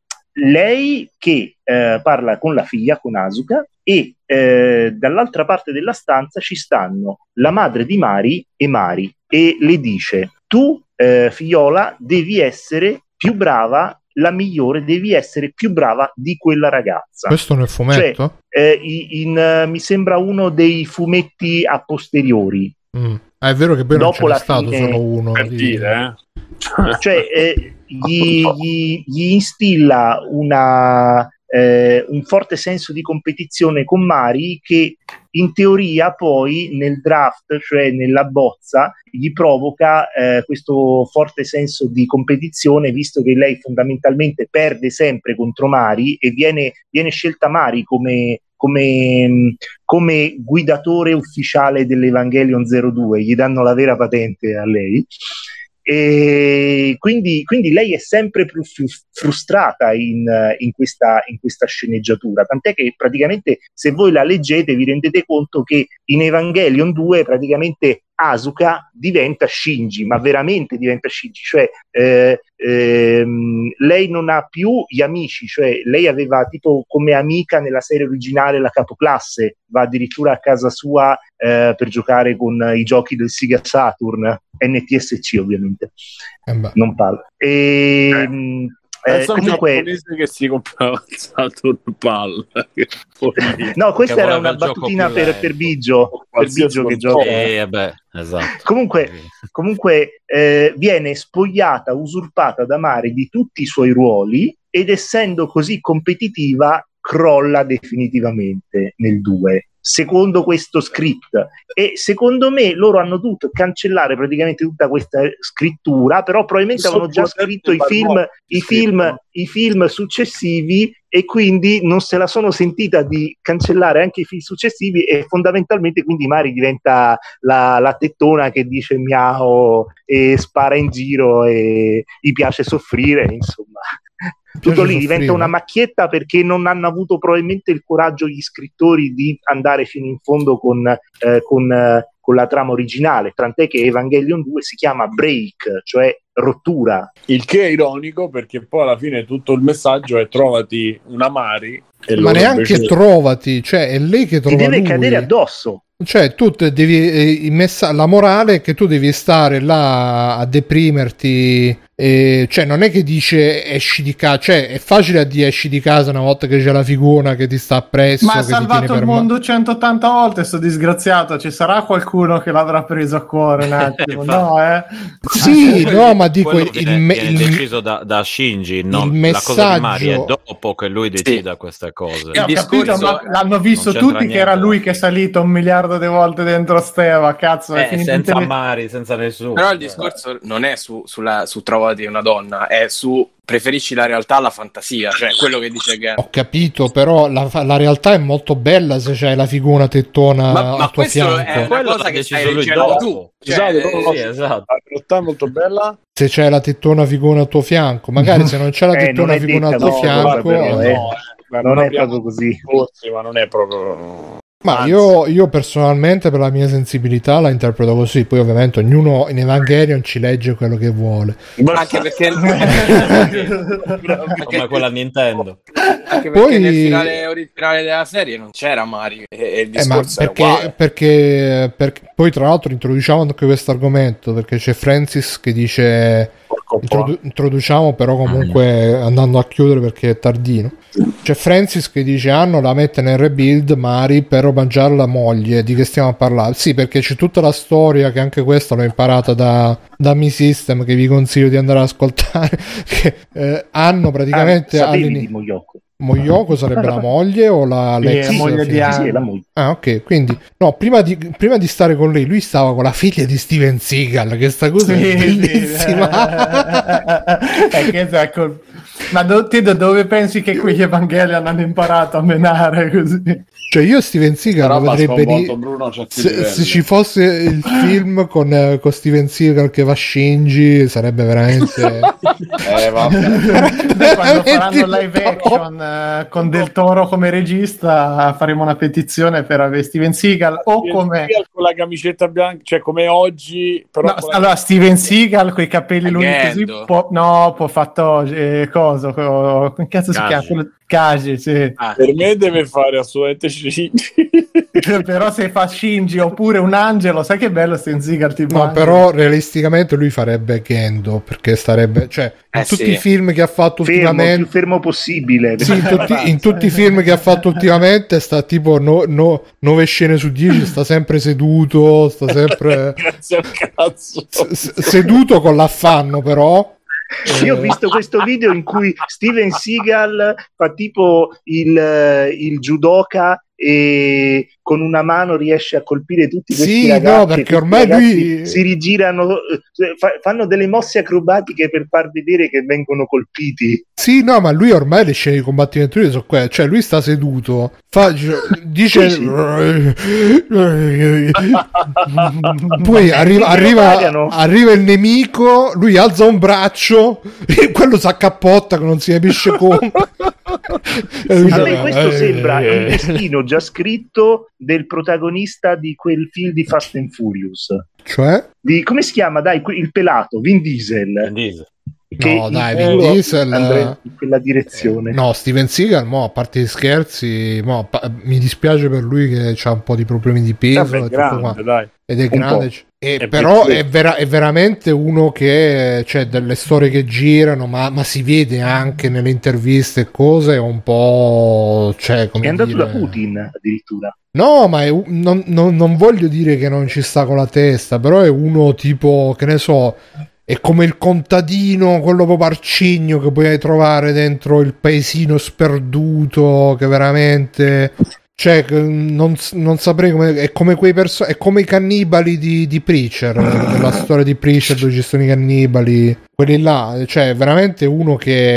lei che eh, parla con la figlia, con Asuka, e eh, dall'altra parte della stanza ci stanno la madre di Mari e Mari, e le dice: tu eh, figliola devi essere più brava, la migliore, devi essere più brava di quella ragazza. Questo nel fumetto? Cioè, eh, in, in, mi sembra uno dei fumetti a posteriori. Mm. Ah, è vero che poi dopo non c'è la stato fine, solo uno per di... dire, eh? Cioè eh, gli, gli, gli instilla una, eh, un forte senso di competizione con Mari, che in teoria poi nel draft, cioè nella bozza, gli provoca eh, questo forte senso di competizione, visto che lei fondamentalmente perde sempre contro Mari e viene, viene scelta Mari come Come, come guidatore ufficiale dell'Evangelion zero due, gli danno la vera patente a lei, e quindi, quindi lei è sempre più frustrata in, in, questa, in questa sceneggiatura, tant'è che praticamente se voi la leggete vi rendete conto che in Evangelion due praticamente Asuka diventa Shinji, ma veramente diventa Shinji, cioè eh, ehm, lei non ha più gli amici, cioè lei aveva tipo come amica nella serie originale la capoclasse, va addirittura a casa sua eh, per giocare con i giochi del Sega Saturn, N T S C ovviamente, eh non parla. E, eh. Eh, comunque che si comprava il Saturn palla. No, questa che era una battutina per, per Biggio, per Biggio che gioca. Eh, beh, esatto. Comunque, comunque eh, viene spogliata, usurpata da Mari di tutti i suoi ruoli ed essendo così competitiva crolla definitivamente nel due. Secondo questo script, e secondo me loro hanno dovuto cancellare praticamente tutta questa scrittura, però probabilmente avevano già scritto i film, i film, i film successivi e quindi non se la sono sentita di cancellare anche i film successivi e fondamentalmente quindi Mari diventa la, la tettona che dice miau e spara in giro e gli piace soffrire, insomma. Tutto lì diventa una macchietta perché non hanno avuto probabilmente il coraggio gli scrittori di andare fino in fondo con, eh, con, eh, con la trama originale, tant'è che Evangelion due si chiama Break, cioè rottura. Il che è ironico perché poi alla fine tutto il messaggio è trovati una Mari e ma neanche invece... trovati, cioè è lei che trova ti deve lui. cadere addosso. Cioè tu devi eh, messa, la morale è che tu devi stare là a deprimerti, eh, cioè non è che dice esci di casa, cioè è facile a dire esci di casa una volta che c'è la figura che ti sta appresso, ma ha che salvato il mondo ma... centottanta volte sto disgraziato, ci sarà qualcuno che l'avrà preso a cuore un attimo. No, eh? Sì, ah, no, ma dico il, il, viene, il, viene deciso da, da Shinji, non il messaggio... la cosa di Mari è dopo che lui decida sì. queste cose. Ho capito, ma l'hanno visto tutti niente, che era lui che è salito un miliardo di volte dentro Steva, cazzo, eh, senza tele... Mari, senza nessuno. Però il discorso non è su, sulla, su trovati una donna, è su preferisci la realtà alla fantasia, cioè quello che dice Gen. Ho capito, però la, la realtà è molto bella se c'hai la figura tettona ma, ma al tuo fianco. È una cosa che stai leggendo tu. Cioè, esatto, sì, esatto. La realtà è molto bella. Se c'è la tettona figura al tuo fianco, magari se non c'è la tettona eh, figura al tuo no, fianco, però, no, eh. Ma non, non è proprio così. Forse, ma non è proprio. Ma io, io personalmente per la mia sensibilità la interpreto così, poi ovviamente ognuno in Evangelion ci legge quello che vuole. Anche perché come quella Nintendo. Anche perché poi... nel finale originale della serie non c'era Mario e, e il discorso eh, ma perché, era perché, perché poi tra l'altro introduciamo anche questo argomento perché c'è Francis che dice introdu- introduciamo però comunque andando a chiudere perché è tardino. C'è Francis che dice Anno la mette nel rebuild Mari per mangiare la moglie, di che stiamo a parlare? Sì, perché c'è tutta la storia che anche questa l'ho imparata da, da Mi System che vi consiglio di andare ad ascoltare che eh, hanno praticamente ah, all'inizio Moyoko sarebbe la moglie o la l'ex sì, moglie di Anno? Sì, è la moglie. Ah, ok, quindi no, prima di, prima di stare con lei, lui stava con la figlia di Steven Seagal, che sta cosa sì, è bellissima. Sì. È che, ecco, ma do, te da dove pensi che quegli Evangelion hanno imparato a menare così? Cioè io Steven Seagal lo vedrebbe di... Bruno, se, se ci fosse il film con, eh, con Steven Seagal che va Shinji sarebbe veramente eh, vabbè. Quando faranno live action eh, con Del Toro come regista faremo una petizione per avere Steven Seagal o Steven come Seagal con la camicetta bianca, cioè come oggi però no, allora la... Steven Seagal con i capelli lunghi così può, no può fatto eh, cosa co, come cazzo si chiama? Kaji, sì. Ah, per me deve fare assolutamente Shinji. Però se fa Shinji oppure un angelo, sai che bello Steven Seagal tipo no, però realisticamente lui farebbe Gendo perché starebbe, cioè in eh tutti sì. i film che ha fatto fermo, ultimamente più fermo possibile sì, in, tutti, in tutti i film che ha fatto ultimamente sta tipo no, no, nove scene su dieci sta sempre seduto, sta sempre grazie al cazzo s- seduto con l'affanno però. Io ho visto questo video in cui Steven Seagal fa tipo il, il judoka e con una mano riesce a colpire tutti questi sì, ragazzi. No, perché ormai lui si rigirano, fa, fanno delle mosse acrobatiche per far vedere che vengono colpiti. Sì, no, ma lui ormai le scene di combattimento lui sono quelle, cioè lui sta seduto, fa, dice Sì, sì. poi arriva, arriva, arriva il nemico, lui alza un braccio e quello si accappotta che non si capisce come. A me questo sembra il destino già scritto del protagonista di quel film di Fast and Furious, cioè di, come si chiama, dai, il pelato Vin Diesel, Vin Diesel. Che no dai, Vin Diesel andrebbe in quella direzione. Eh, no, Steven Seagal, mo, a parte gli scherzi, mo, pa- mi dispiace per lui che ha un po' di problemi di peso. Vabbè, e tutto grande, qua. dai. Ed è Un grande, po'. e È però vecchio. è, vera- è veramente uno che, cioè, delle storie che girano, ma, ma si vede anche nelle interviste e cose, è un po', cioè, come È andato dire... da Putin addirittura. No, ma è un- non, non- non voglio dire che non ci sta con la testa, però è uno tipo, che ne so, è come il contadino, quello proprio arcigno che puoi trovare dentro il paesino sperduto, che veramente... Cioè, non, non saprei come... È come quei perso- è come i cannibali di, di Preacher, della storia di Preacher dove ci sono i cannibali. Quelli là, cioè, veramente uno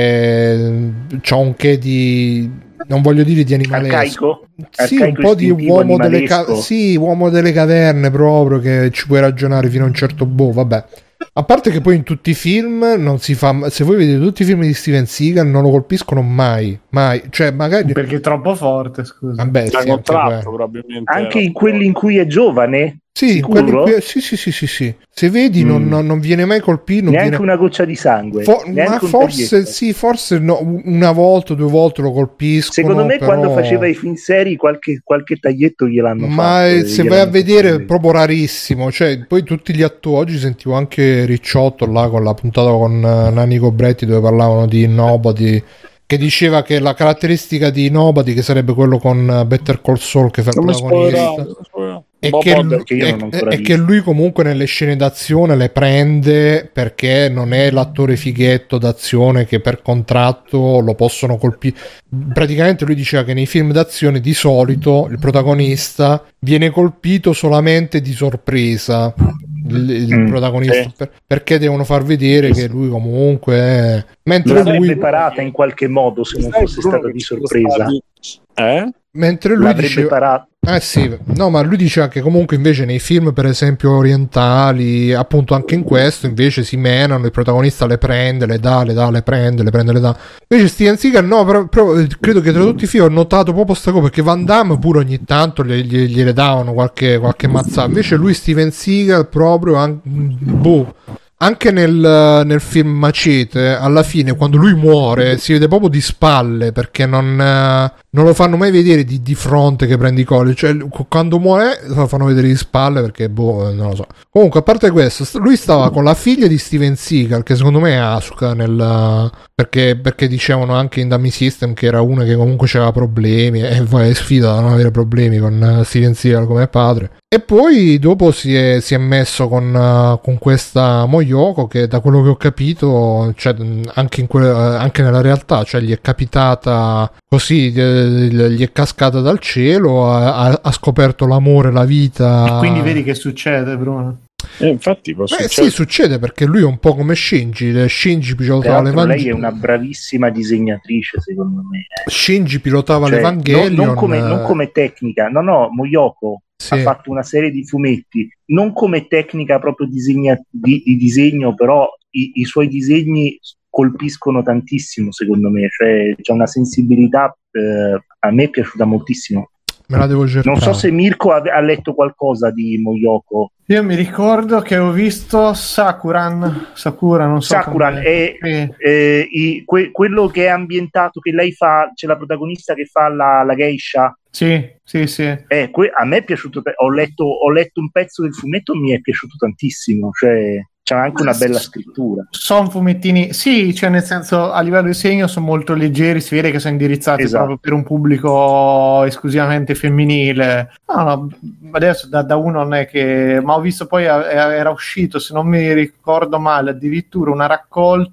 che c'ha un che di... non voglio dire di animalesco. Arcaico? Sì, Arcaico, un po' di istintivo, uomo delle, ca- animalesco. sì, uomo delle caverne proprio, che ci puoi ragionare fino a un certo boh, vabbè. A parte che poi in tutti i film non si fa, se voi vedete tutti i film di Steven Seagal non lo colpiscono mai, mai, cioè magari Perché è troppo forte, scusa. vabbè, Da sì, anche contratto quello. probabilmente. Anche era. in quelli in cui è giovane? Sì, Sicuro? quelli in cui- sì, sì, sì, sì, sì. Se vedi Mm. non, non- non viene mai colpito, non Neanche viene... una goccia di sangue. Fo- neanche ma un forse taglietto. sì, forse no, una volta, due volte lo colpiscono. Secondo me però... quando faceva i film seri qualche, qualche taglietto gliel'hanno Ma fatto. eh, e se gliel'hanno vai a fatto vedere è vedere. proprio rarissimo, cioè poi tutti gli attori, oggi sentivo anche Ricciotto là con la puntata con uh, Nanni Cobretti dove parlavano di Nobody, che diceva che la caratteristica di Nobody, che sarebbe quello con uh, Better Call Saul che fa il Non mi protagonista, spoilerare. è Boh, che, boh, lui, perché io è- non ho ancora è visto. che lui comunque nelle scene d'azione le prende perché non è l'attore fighetto d'azione che per contratto lo possono colpire. Praticamente lui diceva che nei film d'azione di solito il protagonista viene colpito solamente di sorpresa, il, il Mm, protagonista, sì. per- perché devono far vedere che lui comunque è... mentre L'avrebbe lui, parata in qualche modo se non Sai, fosse Bruno, stata che di ci sono sorpresa. stati- Eh? mentre lui L'avrebbe diceva... parata. Eh sì, no, ma lui diceva che comunque invece nei film, per esempio, orientali, appunto anche in questo, invece si menano, il protagonista le prende, le dà, le dà, le prende, le prende, le dà. Invece Steven Seagal no, però, però eh, credo che tra tutti i film ho notato proprio sta cosa, perché Van Damme pure ogni tanto gli- gli- gliele davano qualche, qualche mazzata. Invece lui Steven Seagal proprio, an- boh, anche nel, nel film Macete, alla fine, quando lui muore, si vede proprio di spalle, perché non, eh, non lo fanno mai vedere di, di fronte che prende i colli. Cioè, quando muore, lo fanno vedere di spalle, perché, boh, non lo so. Comunque, a parte questo, st- lui stava con la figlia di Steven Seagal, che secondo me è Asuka, nel, perché, perché dicevano anche in Dummy System che era una che comunque aveva problemi, e poi è sfida da non avere problemi con eh, Steven Seagal come padre. E poi dopo si è, si è messo con, uh, con questa Moyoko che da quello che ho capito, cioè, anche, in que- anche nella realtà, cioè, gli è capitata così, eh, gli è cascata dal cielo, ha, ha scoperto l'amore, la vita. Quindi vedi che succede, Bruno. Eh, infatti, può Beh, succedere. sì, succede perché lui è un po' come Shinji. Shinji pilotava Tra l'altro lei è l'Evangelion. una bravissima disegnatrice, secondo me. eh. Shinji pilotava Cioè, l'Evangelion. non, non come, non come tecnica, no, no, Moyoko Sì. ha fatto una serie di fumetti, non come tecnica proprio disegna- di, di disegno, però i, i suoi disegni colpiscono tantissimo, secondo me. Cioè, c'è una sensibilità, eh, a me è piaciuta moltissimo. Me la devo cercare. Non so se Mirko ha, ha letto qualcosa di Moyoko. Io mi ricordo che ho visto Sakuran, Sakura, non so Sakuran come- è Sì. eh, i- que- quello che è ambientato, che lei fa, c'è la protagonista che fa la, la geisha. Sì, sì, sì. Eh, que- a me è piaciuto, te- ho letto, ho letto un pezzo del fumetto, mi è piaciuto tantissimo, cioè c'è anche una bella scrittura. Sono fumettini, sì, cioè nel senso a livello di segno sono molto leggeri, si vede che sono indirizzati Esatto. proprio per un pubblico esclusivamente femminile. No, no, adesso da, da uno non è che... Ma ho visto poi eh, era uscito, se non mi ricordo male, addirittura una raccolta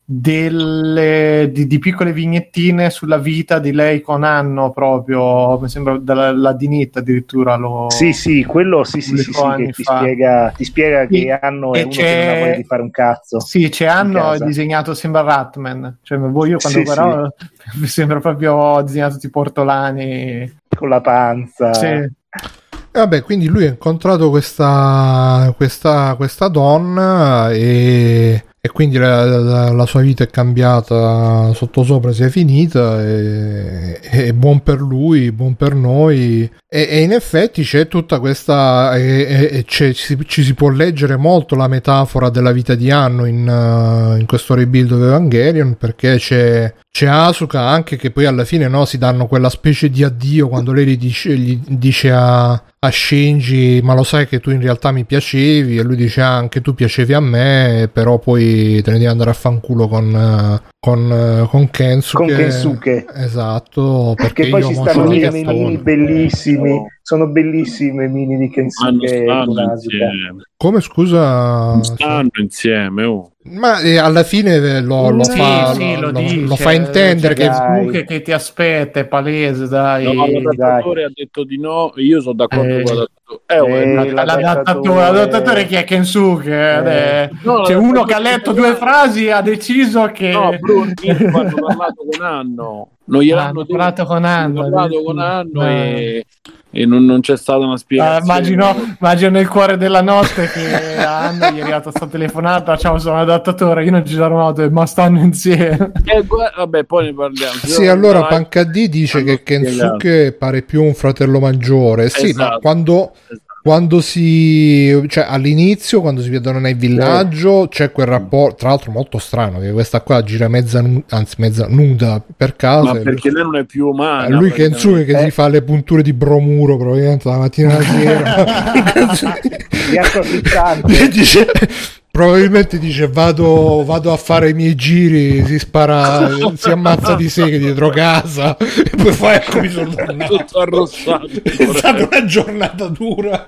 delle, di, di piccole vignettine sulla vita di lei con Anno, proprio mi sembra dalla la Dinit addirittura lo sì sì quello sì sì, sì, sì che ti spiega, ti spiega sì, che Anno è uno c'è, che non ha voglia di fare un cazzo. Sì, c'è Anno disegnato, sembra Ratman, cioè voi io quando sì, però sì. mi sembra proprio disegnato tipo ortolani con la panza. Sì. E vabbè, quindi lui ha incontrato questa questa questa donna e e quindi la, la, la sua vita è cambiata sottosopra, si è finita e, e buon per lui, buon per noi e, e in effetti c'è tutta questa e, e c'è, ci, ci si può leggere molto la metafora della vita di Anno in, uh, in questo rebuild of Evangelion, perché c'è c'è Asuka anche che poi alla fine no si danno quella specie di addio quando lei gli dice, gli dice a, a Shinji ma lo sai che tu in realtà mi piacevi, e lui dice ah, anche tu piacevi a me, però poi te ne devi andare a fanculo con con, con Kensuke. Con Kensuke. Esatto, perché che poi io ci stanno dei mini bellissimi, sono bellissime mini di Kensuke con Asuka. Come scusa? Stanno insieme, oh. Ma eh, alla fine lo, lo, sì, fa, sì, lo, lo, dice, lo fa intendere che, che, che ti aspetta, è palese, dai. No, l'adattatore ha detto di no, io sono d'accordo eh, con l'adattatore. Eh, eh, l'adattatore, l'adattatore chi è Kensuke? Eh. No, c'è uno che ha letto due frasi e ha deciso che... No, Bruno, hanno parlato con Anno. Non gliel'hanno ah, parlato con Anno. Hanno parlato con Anno e... e non, non c'è stata una spiegazione. Uh, immagino, immagino nel cuore della notte che a Anna gli è arrivata sta telefonata, ciao sono adattatore, io non ci sarò notte, ma stanno insieme. Eh, vabbè, poi ne parliamo. Sì, allora no, Pancadì dice che Kensuke pare più un fratello maggiore. Sì, esatto, ma quando... Esatto. Quando si, cioè all'inizio, quando si vedono nel villaggio, c'è quel rapporto, tra l'altro molto strano, che questa qua gira mezza, nu- anzi mezza nuda per caso. Ma perché lei non è più umana. Lui Kensuke che eh. si fa le punture di bromuro probabilmente la mattina alla sera. dice, probabilmente dice vado, vado a fare i miei giri, si spara, si ammazza di seghe dietro casa e poi fa ecco mi sono tornato. Tutto arrossato. È stata una giornata dura.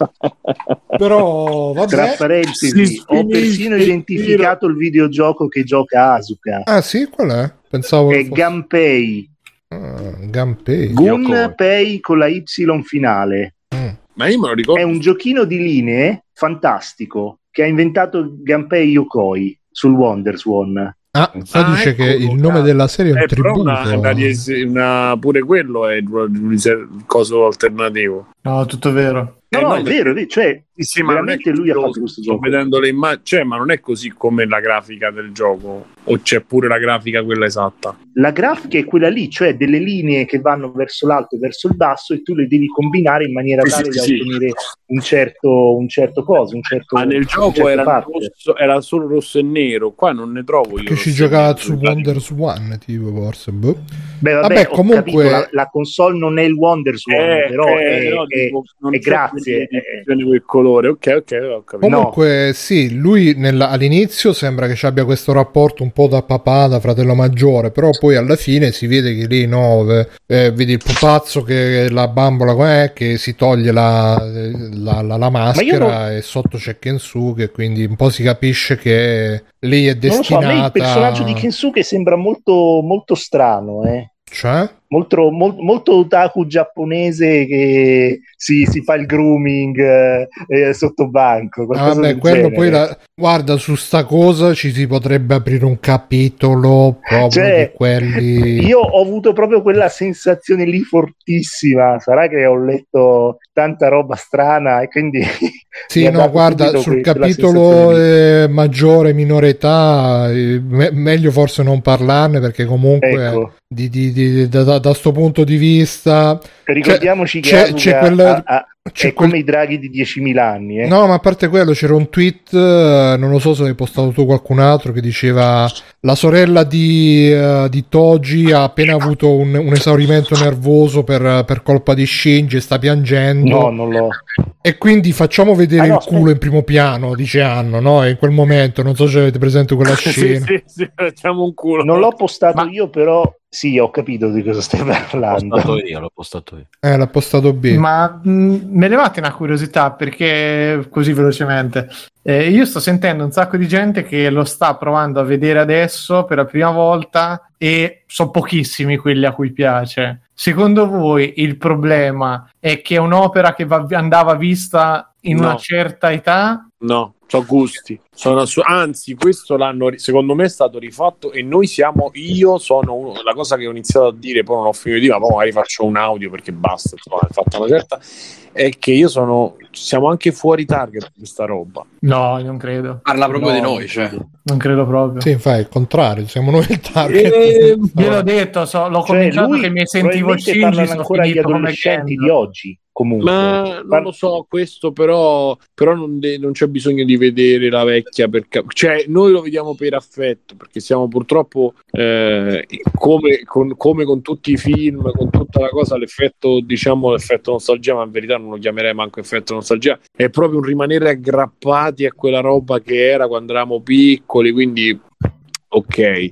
Però vabbè. Tra parentesi, ho persino identificato il videogioco che gioca Asuka. Ah sì, qual è? Pensavo è fosse... Gunpei. Ah, Gunpei. Gunpei con la Y finale. Mm. Ma io me lo ricordo. È un giochino di linee fantastico che ha inventato Gunpei Yokoi sul WonderSwan. Ah, poi ah, dice ecco, che il nome della serie è un tributo. Una, una, una, pure quello è il coso alternativo. No, tutto vero. No, eh, no, no, è vero, cioè sì, veramente lui ha fatto questo gioco. Vedendo le immagini, cioè, ma non è così come la grafica del gioco, o c'è pure la grafica quella esatta? La grafica è quella lì, cioè delle linee che vanno verso l'alto e verso il basso e tu le devi combinare in maniera sì, tale sì, da sì. ottenere un certo un certo coso, un certo. Ma nel gioco era, rosso, era solo rosso e nero, qua non ne trovo io. Che ci giocava su WonderSwan, tipo forse. Boh. Beh, vabbè, vabbè comunque capito, la, la console non è il WonderSwan, eh, però eh, è, no, è, dico, è grazie. Quel colore, ok, ok, ho capito. Comunque, no. Sì, lui nella, all'inizio sembra che abbia questo rapporto un po' da papà, da fratello maggiore, però poi alla fine si vede che lì no, eh, vedi il pupazzo che la bambola è, che si toglie la, la, la, la maschera non... e sotto c'è Kensuke, quindi un po' si capisce che lei è destinata. Non lo so, a me il personaggio di Kensuke sembra molto, molto strano, eh. Cioè? Molto, molto, molto otaku giapponese che si, si fa il grooming eh, sotto banco. Ah, vabbè, quello poi la... guarda, su sta cosa ci si potrebbe aprire un capitolo proprio cioè, di quelli. Io ho avuto proprio quella sensazione lì fortissima. Sarà che ho letto tanta roba strana e quindi. Sì, no, guarda, sul que- capitolo eh, maggiore, minore età, eh, me- meglio forse non parlarne perché comunque ecco. di, di, di, da, da, da sto punto di vista ricordiamoci c'è, che c'è, c'è quella... a, a, C'è è quel... come i draghi di diecimila anni. Eh? No, ma a parte quello c'era un tweet, non lo so se l'hai postato tu o qualcun altro, che diceva la sorella di, uh, di Toji ha appena avuto un, un esaurimento nervoso per, per colpa di Shinji e sta piangendo. No, non l'ho. E quindi facciamo vedere ah, no, il culo aspetta. in primo piano, dice Anno, no? E in quel momento, non so se avete presente quella scena. sì, sì, sì, facciamo un culo. Non l'ho postato ma... io, però Sì, ho capito di cosa stai parlando. L'ho postato io, l'ho postato io. Eh, l'ha postato B. Ma mh, me levate una curiosità, perché così velocemente eh, io sto sentendo un sacco di gente che lo sta provando a vedere adesso per la prima volta e sono pochissimi quelli a cui piace. Secondo voi il problema è che è un'opera che va, andava vista in No. una certa età? No, sono gusti. Sono assu- anzi, questo l'hanno, ri- secondo me, è stato rifatto. E noi siamo. Io sono uno. La cosa che ho iniziato a dire, poi non ho finito di dire, ma poi magari faccio un audio perché basta. Insomma, è fatta una certa. È che io sono. Siamo anche fuori target di questa roba. No, non credo. Parla proprio No, di noi, cioè. Non credo proprio. Sì, fai il contrario, siamo noi il target. Eh, gliel'ho detto, so, l'ho Cioè, cominciato lui che mi sentivo probabilmente Shinji, parlano sono ancora agli finito come adolescenti Ken. di oggi, comunque. Ma non Par- lo so, questo però, però non, de- non c'è bisogno di vedere la vecchia, per cap- cioè noi lo vediamo per affetto, perché siamo purtroppo eh, come, con, come con tutti i film, con tutta la cosa, l'effetto, diciamo, l'effetto nostalgia, ma in verità non lo chiamerei manco effetto nostalgia, è proprio un rimanere aggrappati a quella roba che era quando eravamo piccoli, quindi ok.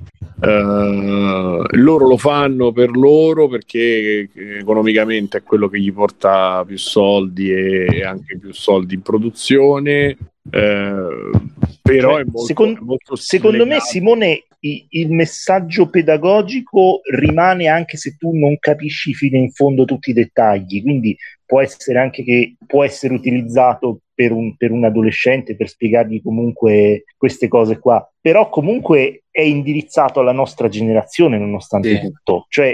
Uh, loro lo fanno per loro perché economicamente è quello che gli porta più soldi e anche più soldi in produzione, uh, però Cioè, è molto, secondo, è molto secondo me, slegato. Simone, i- il messaggio pedagogico rimane anche se tu non capisci fino in fondo tutti i dettagli, quindi può essere anche che può essere utilizzato per un, per un adolescente per spiegargli comunque queste cose qua, però comunque è indirizzato alla nostra generazione nonostante Sì. tutto, cioè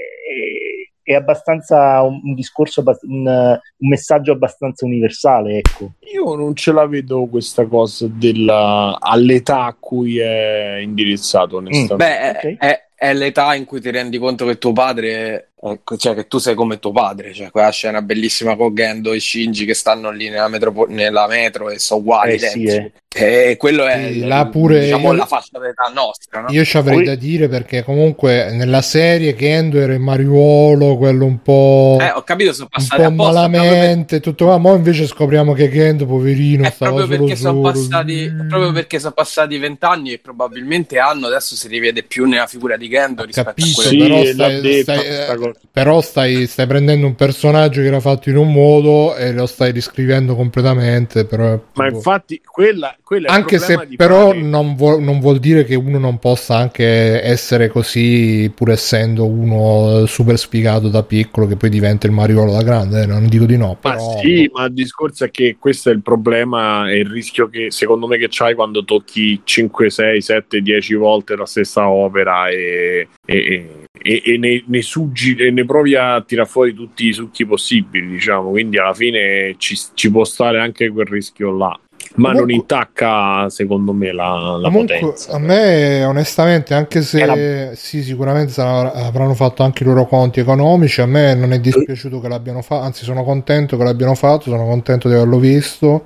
è, è abbastanza un, un discorso, abbast- un, un messaggio abbastanza universale, ecco. Io non ce la vedo questa cosa della all'età a cui è indirizzato, onestamente. Beh, è, Ok. è- è l'età in cui ti rendi conto che tuo padre, ecco, cioè che tu sei come tuo padre, cioè quella scena bellissima con Gendo e Shinji che stanno lì nella metro, nella metro e sono uguali, Eh, sì, identici. E quello è Sì, là pure diciamo io- la fascia d'età nostra, no? Io ci avrei Poi- da dire perché comunque nella serie Kendo era il mariuolo, quello un po', Eh, ho capito, sono un passati po' apposta proprio per- malamente, tutto qua. Mo invece scopriamo che Kendo, poverino, È stava proprio solo perché sono solo. passati proprio perché sono passati vent'anni e probabilmente hanno adesso si rivede più nella figura di Gendo rispetto Capito, a quello Sì, però l'ha stai, detta stai- questa eh, cosa. però stai, stai prendendo un personaggio che era fatto in un modo e lo stai riscrivendo completamente. Però è Ma proprio- infatti quella, quella è il anche se problema di però fare- non vuol, non vuol dire che uno non possa anche essere così, pur essendo uno super sfigato da piccolo che poi diventa il mariuolo da grande, eh, non dico di no, Ma però sì, ma il discorso è che questo è il problema e il rischio che secondo me che c'hai quando tocchi cinque, sei, sette, dieci volte la stessa opera e, e, e, e ne, ne suggi e ne provi a tirar fuori tutti i succhi possibili, diciamo, quindi alla fine ci, ci può stare anche quel rischio là. Ma Comunque- non intacca secondo me la, la comunque potenza. a me onestamente, anche se Era- sì, sicuramente sarà- avranno fatto anche i loro conti economici, a me non è dispiaciuto che l'abbiano fatto, anzi sono contento che l'abbiano fatto, sono contento di averlo visto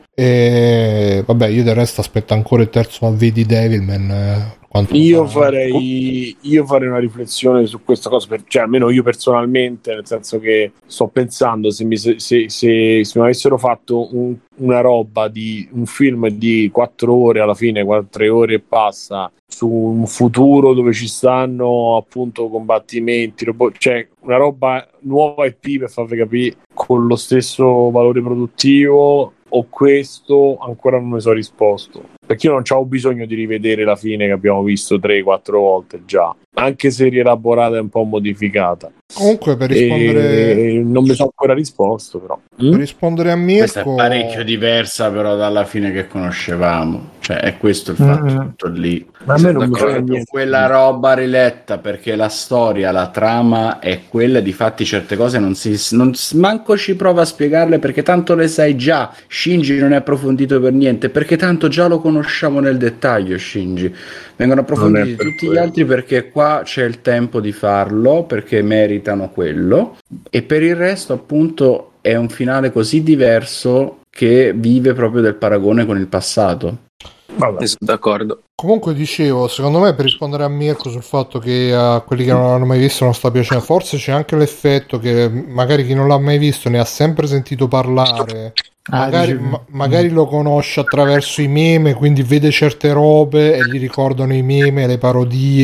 e vabbè, io del resto aspetto ancora il terzo A V di Devilman, eh, quanto Io sarà. farei, io farei una riflessione su questa cosa, per, cioè almeno io personalmente, nel senso che sto pensando se mi, se, se, se, se mi avessero fatto un, una roba di un film di quattro ore alla fine, tre ore e passa, su un futuro dove ci stanno appunto combattimenti, robot, cioè una roba nuova I P per farvi capire con lo stesso valore produttivo o questo, ancora non mi sono risposto. Perché io non c'avevo bisogno di rivedere la fine che abbiamo visto tre quattro volte già, anche se rielaborata e un po' modificata. Comunque per rispondere, E non mi sono ancora risposto, però. per rispondere a Questa è Mirko, parecchio diversa però dalla fine che conoscevamo, cioè è questo il fatto, Mm. tutto lì. Ma a me non mi D'accordo, frega niente. quella roba riletta perché la storia, la trama è quella, difatti certe cose non si non, manco ci prova a spiegarle perché tanto le sai già. Shinji non è approfondito per niente perché tanto già lo conosciamo nel dettaglio. Shinji vengono approfonditi Non è per tutti gli quello. altri perché qua c'è il tempo di farlo, perché meritano quello, e per il resto appunto è un finale così diverso che vive proprio del paragone con il passato. Vabbè. Sono d'accordo. comunque dicevo, secondo me per rispondere a Mirko sul fatto che a quelli che non l'hanno mai visto non sta piacendo, forse c'è anche l'effetto che magari chi non l'ha mai visto ne ha sempre sentito parlare. Ah, Magari, dici- ma- magari lo conosce attraverso i meme, quindi vede certe robe e gli ricordano i meme, le parodie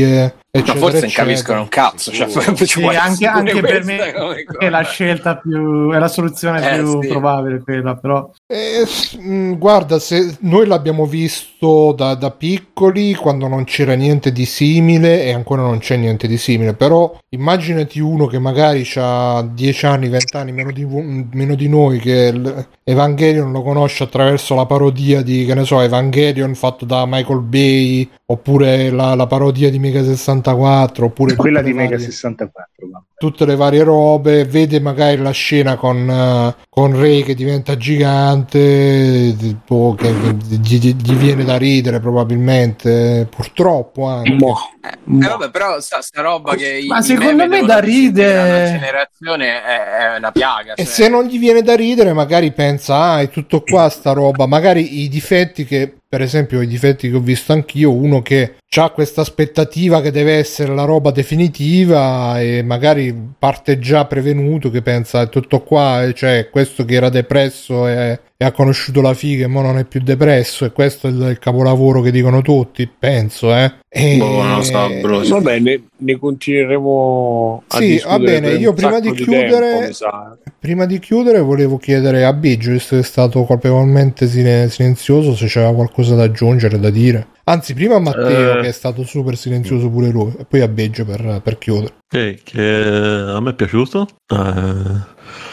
eccetera, ma forse eccetera. non capiscono un cazzo, cioè, sì, anche, anche per me è la scelta più, è la soluzione eh, più sì. probabile quella, però Eh, mh, guarda, se noi l'abbiamo visto da, da piccoli quando non c'era niente di simile e ancora non c'è niente di simile, però immaginati uno che magari ha dieci anni, venti anni meno di, meno di noi, che l- Evangelion lo conosce attraverso la parodia di, che ne so, Evangelion fatto da Michael Bay, oppure la, la parodia di Mega sessantaquattro, oppure quella tutte di le Mega varie- sessantaquattro, mamma. tutte le varie robe, vede magari la scena con, uh, con Rey che diventa gigante, tipo, che, che gli, gli- gli viene da ridere probabilmente, purtroppo anche. Eh, eh, vabbè, però sta, sta roba che Ma i, secondo i me meme da devono distinguere ridere- dalla generazione è, è una piaga. E cioè. se non gli viene da ridere magari pensa, ah, è tutto qua sta roba, magari i difetti che, per esempio i difetti che ho visto anch'io, uno che ha questa aspettativa che deve essere la roba definitiva e magari parte già prevenuto che pensa è tutto qua, e cioè questo che era depresso e, e ha conosciuto la figa e mo non è più depresso, e questo è il, il capolavoro che dicono tutti, penso, eh. E... Boh, non lo so, bro. Va bene, ne continueremo a Sì, discutere va bene, per io un prima sacco di di chiudere- tempo, mi sa. Prima di chiudere volevo chiedere a Biggio, visto che è stato colpevolmente sine- silenzioso, se c'era qualcosa da aggiungere, da dire. Anzi, prima a Matteo, Eh. che è stato super silenzioso pure lui, e poi a Biggio per, per chiudere. Ok, che a me è piaciuto. Eh,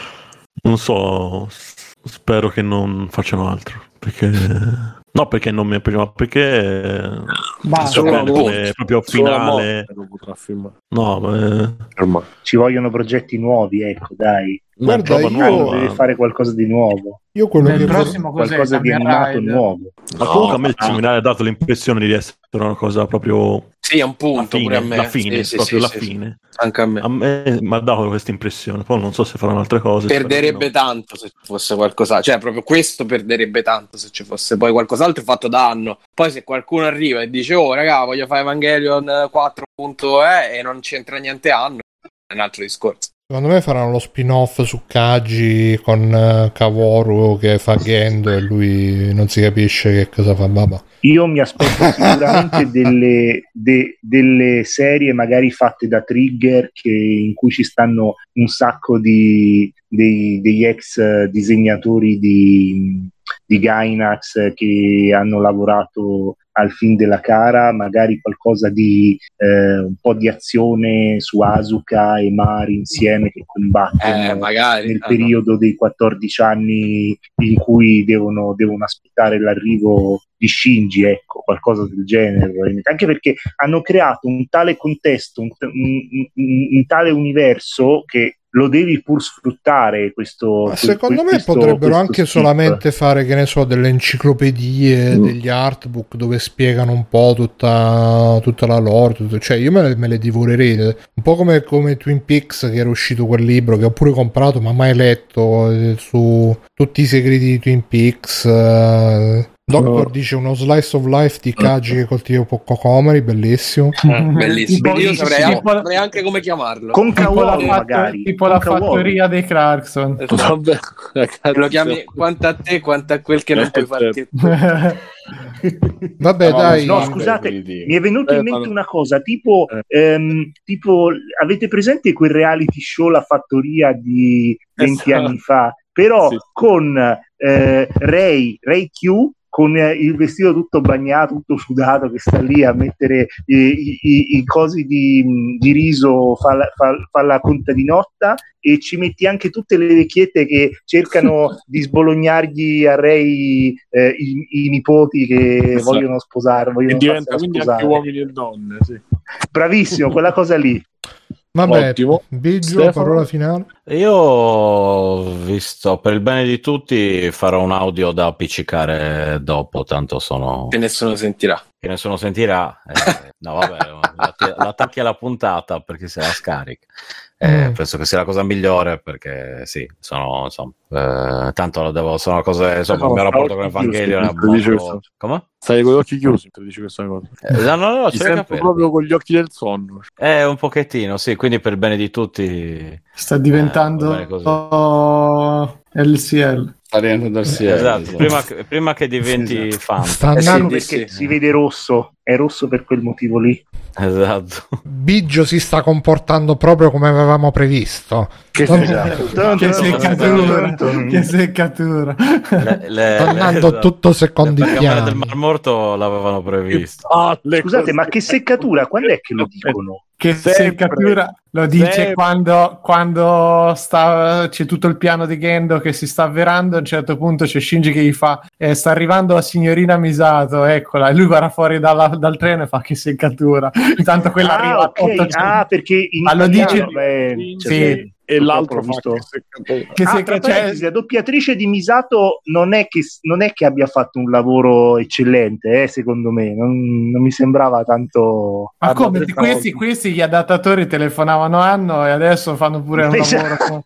non so, s- spero che non facciano altro. Perché. No, perché non mi è piaciuto, ma perché. Basta. so Solo bene la come proprio Solo la finale. morte lo potrà filmare. No, ma. Ormai. Ci vogliono progetti nuovi, ecco, dai. ma è Guarda, roba io- nuova. Deve fare qualcosa di nuovo, Io quello Nel che prossimo cos'è? qualcosa di Kamen animato Rider? nuovo. Ma comunque a me il seminario ha dato l'impressione di essere una cosa proprio. Sì, è un La punto pure a fine, me. la fine, Sì, sì, proprio sì, la sì, sì. fine. Anche a me. A me mi ha dato questa impressione. Poi non so se faranno altre cose. spero di Perderebbe no. tanto se ci fosse qualcosa, cioè proprio questo perderebbe tanto se ci fosse poi qualcos'altro fatto da anno. Poi se qualcuno arriva e dice oh raga voglio fare Evangelion quattro punto e non c'entra niente anno, è un altro discorso. Secondo me faranno lo spin-off su Kaji con uh, Kaworu che fa Gendo e lui non si capisce che cosa fa. Baba. Io mi aspetto sicuramente delle, de- delle serie magari fatte da Trigger, che, in cui ci stanno un sacco di, dei, degli ex disegnatori di, di Gainax che hanno lavorato al film della Cara, magari qualcosa di eh, un po' di azione su Asuka e Mari insieme che combattono Eh, magari nel ah, no. periodo dei quattordici anni in cui devono, devono aspettare l'arrivo di Shinji, ecco, qualcosa del genere, anche perché hanno creato un tale contesto, un, un, un, un tale universo che lo devi pur sfruttare questo. Ma secondo me questo- potrebbero questo anche skip. solamente fare, che ne so, delle enciclopedie, Mm. degli artbook dove spiegano un po' tutta, tutta la lore, tutto- cioè io me le, me le divorerei, un po' come, come Twin Peaks, che era uscito quel libro che ho pure comprato ma mai letto, eh, su tutti i segreti di Twin Peaks. eh. Doctor No. dice uno slice of life di Kaji che coltiva Cocomari, bellissimo. Bellissimo. Tipo- Io saprei, tipo- saprei anche come chiamarlo. Con tipo la, Kaworu fatto- magari. tipo la Con Kaworu. fattoria dei Clarkson. Vabbè, ragazzi. Lo chiami quanto a te, quanto a quel che non puoi farti. Vabbè, No, dai. No, Sì, scusate, quindi- mi è venuto in Eh, mente fanno- una cosa, tipo, Eh. ehm, tipo, avete presente quel reality show La Fattoria di venti Esatto. anni fa? Però Sì, sì. con eh, Ray, Ray Q, con eh, il vestito tutto bagnato, tutto sudato, che sta lì a mettere eh, i, i- i cosi di, di riso, fa la, fa, fa la contadinotta, e ci metti anche tutte le vecchiette che cercano di sbolognargli a Ray eh, i, i nipoti che Esatto. vogliono sposare, E vogliono diventa farsela quindi sposare. anche uomini e donne, sì. Bravissimo, quella cosa lì. Vabbè, Ottimo. Biggio, Stefano? parola finale. Io, visto per il bene di tutti, farò un audio da appiccicare dopo, tanto sono. Che nessuno sentirà. Che nessuno sentirà. Eh, no, vabbè, l'att- l'attacchi alla puntata perché se la scarica. Eh, Mm. penso che sia la cosa migliore perché sì, sono insomma, eh, tanto lo devo, sono cose, insomma, il mio rapporto con Evangelion è Ti dice molto. questo. Come? Stai con gli occhi chiusi, ti dici questa cosa. Eh, no, no, no, Ti c'è il sento capello. proprio con gli occhi del sonno. Eh, un pochettino, sì, quindi per il bene di tutti. Sta diventando Eh, va bene così. oh, L C L. Sta diventando dal cielo. Esatto, prima che, prima che diventi fan. Sta Eh sì, andando, Ecco sì, perché sì. si vede rosso, è rosso per quel motivo lì. Esatto. Biggio si sta comportando proprio come avevamo previsto. Che, esatto. che seccatura, che seccatura. Le, le, sta andando le, tutto secondi le piani. del Mar Morto l'avevano previsto. Scusate, ma che seccatura? Quando è che lo dicono? Che seccatura lo dice sempre. quando, quando sta, c'è tutto il piano di Gendo che si sta avverando. A un certo punto c'è Shinji che gli fa eh, sta arrivando la signorina Misato, eccola, e lui guarda fuori dalla, dal treno e fa che seccatura. Intanto quella ah, arriva okay. ottocento. Ah, perché in ah, lo dice beh, sì. E l'altro fa visto... che, che ah, tra parentesi, la doppiatrice di Misato non è che, non è che abbia fatto un lavoro eccellente, eh, secondo me non, non mi sembrava tanto. Ma come questi, questi gli adattatori telefonavano Anno e adesso fanno pure un esatto.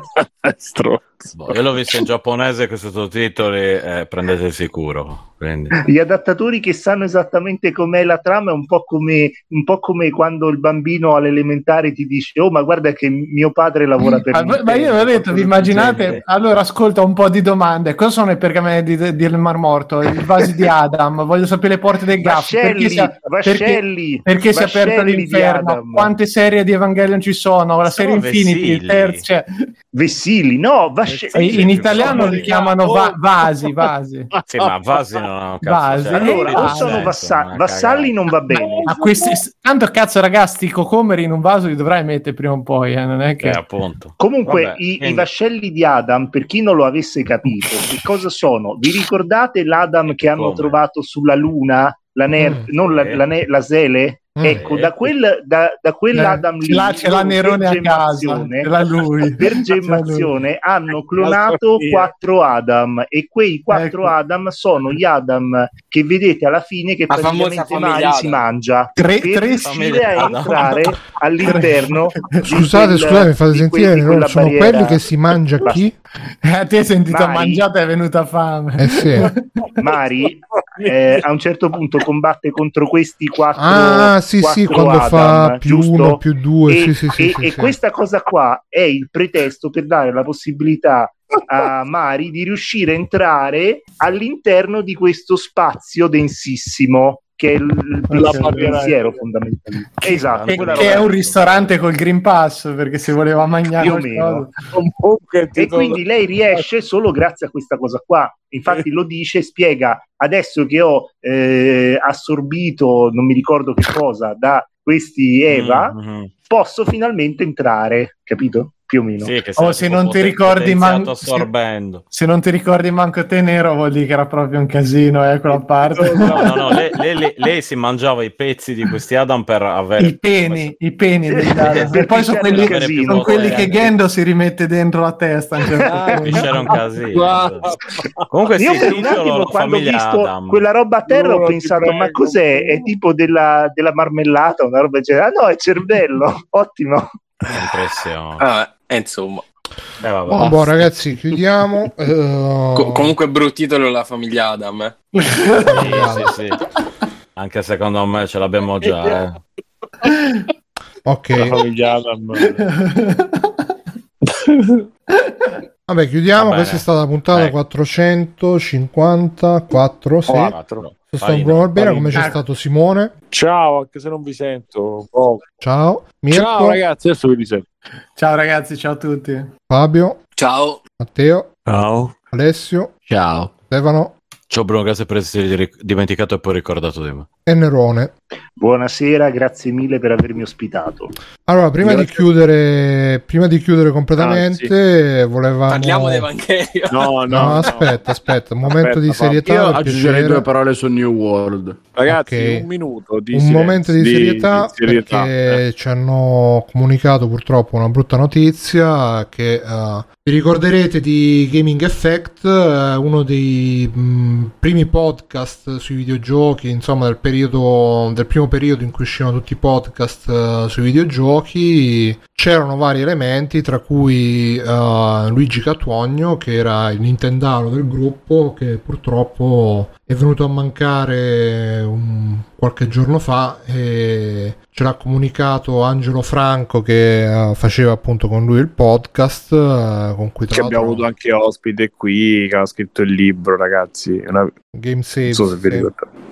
lavoro boh, io l'ho visto in giapponese con sottotitoli, eh, prendete il sicuro. Quindi. Gli adattatori che sanno esattamente com'è la trama è un po' come un po' come quando il bambino all'elementare ti dice oh ma guarda che mio padre lavora per ah, me. Ma io ho detto, vi immaginate? Allora ascolta un po' di domande. Cosa sono i pergamenti del di, di Mar Morto? I vasi di Adam? Voglio sapere le porte del gas. Perché si, è, vascelli, perché, perché si è aperto l'inferno? Quante serie di Evangelion ci sono? La serie Infinity, il terzo, cioè... Vessili, no, vascelli. In italiano li chiamano va- vasi, vasi. Sì, ma vasi non hanno cazzo. Vasi. Cioè, allora, o sono senso, vassa- vassalli non va bene. Ma questi, tanto cazzo ragazzi, i cocomeri in un vaso li dovrai mettere prima o poi, eh, non è che... Eh, appunto. Comunque Vabbè, i, quindi... i vascelli di Adam, per chi non lo avesse capito, che cosa sono? Vi ricordate l'Adam che hanno Come? trovato sulla Luna? La ner- Mm. non la, la, ne- la Sele? Mm. Ecco, da quel da, da quell'Adam ce l'ha, lì, ce l'ha Nerone a casa, gemmazione, ce l'ha lui. per gemmazione hanno clonato quattro Adam e quei quattro Ecco. Adam sono gli Adam che vedete alla fine che La famosa praticamente famiglia Mari Adam. si mangia Tre- per tre riuscire a Adam. entrare all'interno di Scusate, quel- scusate, mi fate di sentire, quel- di quella sono barriera. quelli che si mangia chi? Eh, a te hai sentito Mari? mangiata e è venuta fame. Eh sì. Mari eh, a un certo punto combatte contro questi quattro Ah, sì, sì, quattro quando Adam, fa più giusto? uno, più due, e, sì, sì, sì, e, sì, e sì. questa cosa qua è il pretesto per dare la possibilità a Mari di riuscire a entrare all'interno di questo spazio densissimo che è il, il La pensiero fondamentale. Esatto, Che, quella che roba. è un ristorante col Green Pass perché si voleva mangiare Più o qualcosa. meno. E quindi lei riesce solo grazie a questa cosa qua. Infatti lo dice, spiega adesso che ho eh, assorbito non mi ricordo che cosa da questi Eva, Mm-hmm. posso finalmente entrare, capito? Più o meno. Sì, che Oh, se non ti ricordi man- assorbendo. Se non ti ricordi manco te Nero vuol dire che era proprio un casino, ecco a parte. No, no, no, lei, lei, lei, lei si mangiava i pezzi di questi Adam per avere I peni, i peni degli Adam. Per E poi sono quelli, pisciare un sono casino. quelli che Gendo si rimette dentro la testa. a un certo punto. c'era un casino. Comunque Io sì, per sì, un io attimo l'ho- quando ho famiglia visto Adam. quella roba a terra ho No, ti pensato prego. ma cos'è? È tipo della, della marmellata, una roba del genere. Ah no, è cervello, ottimo. Impressione. Ah, eh, insomma. Eh, vabbè. Oh, boh, ragazzi, chiudiamo. Eh, Co- comunque brutto titolo la famiglia Adam, eh. Sì, sì, sì. Anche secondo me ce l'abbiamo già. Eh. ok, La famiglia Adam. vabbè, chiudiamo. Va Questa è bene. stata la puntata Ecco. quattrocentocinquantaquattro. Sì. Quattro. Sto Farina, Bruno Albera, farina. come c'è stato Simone. Ciao, anche se non vi sento. Oh. Ciao. Mirko, Ciao ragazzi, adesso vi risento. Ciao ragazzi, ciao a tutti. Fabio, Ciao. Matteo, Ciao. Alessio, Ciao. Stefano Ciao Bruno, grazie per esserti ric- dimenticato e poi ricordato di me. e Nerone. Buonasera, grazie mille per avermi ospitato. Allora, prima di Grazie. chiudere, prima di chiudere completamente, volevamo. Parliamo di Evangelio. No, no, No, no. aspetta, aspetta, un momento Aspetta, di Fabio. serietà. Io per aggiungerei piacere. due parole su New World. Ragazzi, Ok. un minuto di Un silenzio, momento di serietà, di serietà, perché eh. ci hanno comunicato purtroppo una brutta notizia che eh, vi ricorderete di Gaming Effect, eh, uno dei mh, primi podcast sui videogiochi, insomma del periodo del primo periodo in cui uscivano tutti i podcast eh, sui videogiochi. C'erano vari elementi, tra cui eh, Luigi Catuogno, che era il nintendaro del gruppo, che purtroppo è venuto a mancare un, qualche giorno fa, e ce l'ha comunicato Angelo Franco, che eh, faceva appunto con lui il podcast, eh, con cui tra Che abbiamo l'altro avuto anche ospite qui che ha scritto il libro, ragazzi. Una... Game Non Save, so se vi sì. ricordate.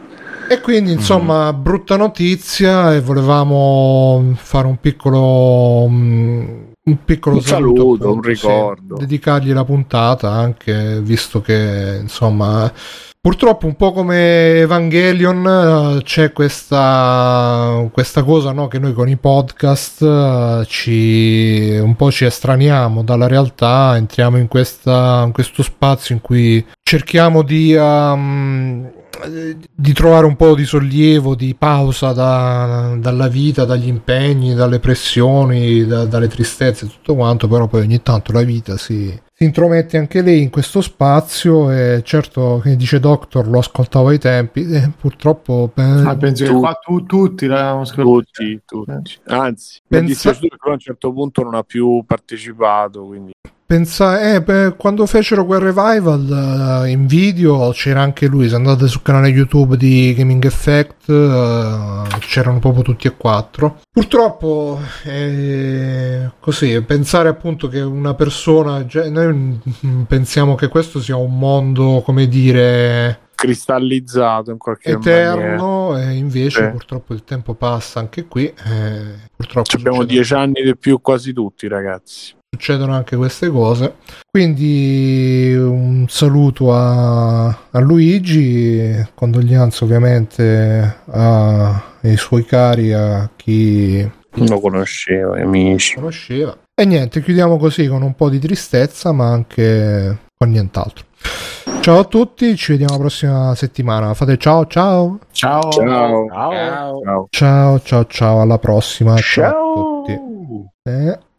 E quindi insomma mm. brutta notizia, e volevamo fare un piccolo un piccolo un saluto, saluto appunto, un ricordo, sì, dedicargli la puntata, anche visto che insomma purtroppo un po' come Evangelion c'è questa questa cosa, no, che noi con i podcast ci un po' ci estraniamo dalla realtà, entriamo in questa in questo spazio in cui cerchiamo di um, di trovare un po' di sollievo, di pausa da, dalla vita, dagli impegni, dalle pressioni, da, dalle tristezze e tutto quanto, però poi ogni tanto la vita si, si intromette anche lei in questo spazio, e certo, che dice Doctor, lo ascoltavo ai tempi, e purtroppo ah, penso tu, che qua tu, tutti tutti, tutti. Anzi, Pensa... mi dispiaciuto che a un certo punto non ha più partecipato, quindi Pensa, eh, beh, quando fecero quel revival uh, in video c'era anche lui. Se andate sul canale YouTube di Gaming Effect uh, c'erano proprio tutti e quattro. Purtroppo eh, così, pensare appunto che una persona, cioè, noi pensiamo che questo sia un mondo, come dire, cristallizzato in qualche eterno maniera. E invece sì. purtroppo il tempo passa anche qui, eh, purtroppo abbiamo dieci anni di più quasi tutti, ragazzi. Succedono anche queste cose, quindi un saluto a, a Luigi, condoglianze ovviamente a, ai suoi cari, a chi non lo conosceva, amici conosceva. E niente, chiudiamo così con un po' di tristezza, ma anche con nient'altro. Ciao a tutti, ci vediamo la prossima settimana. Fate ciao ciao ciao ciao ciao ciao ciao ciao, ciao alla prossima. Ciao, ciao a tutti. Eh.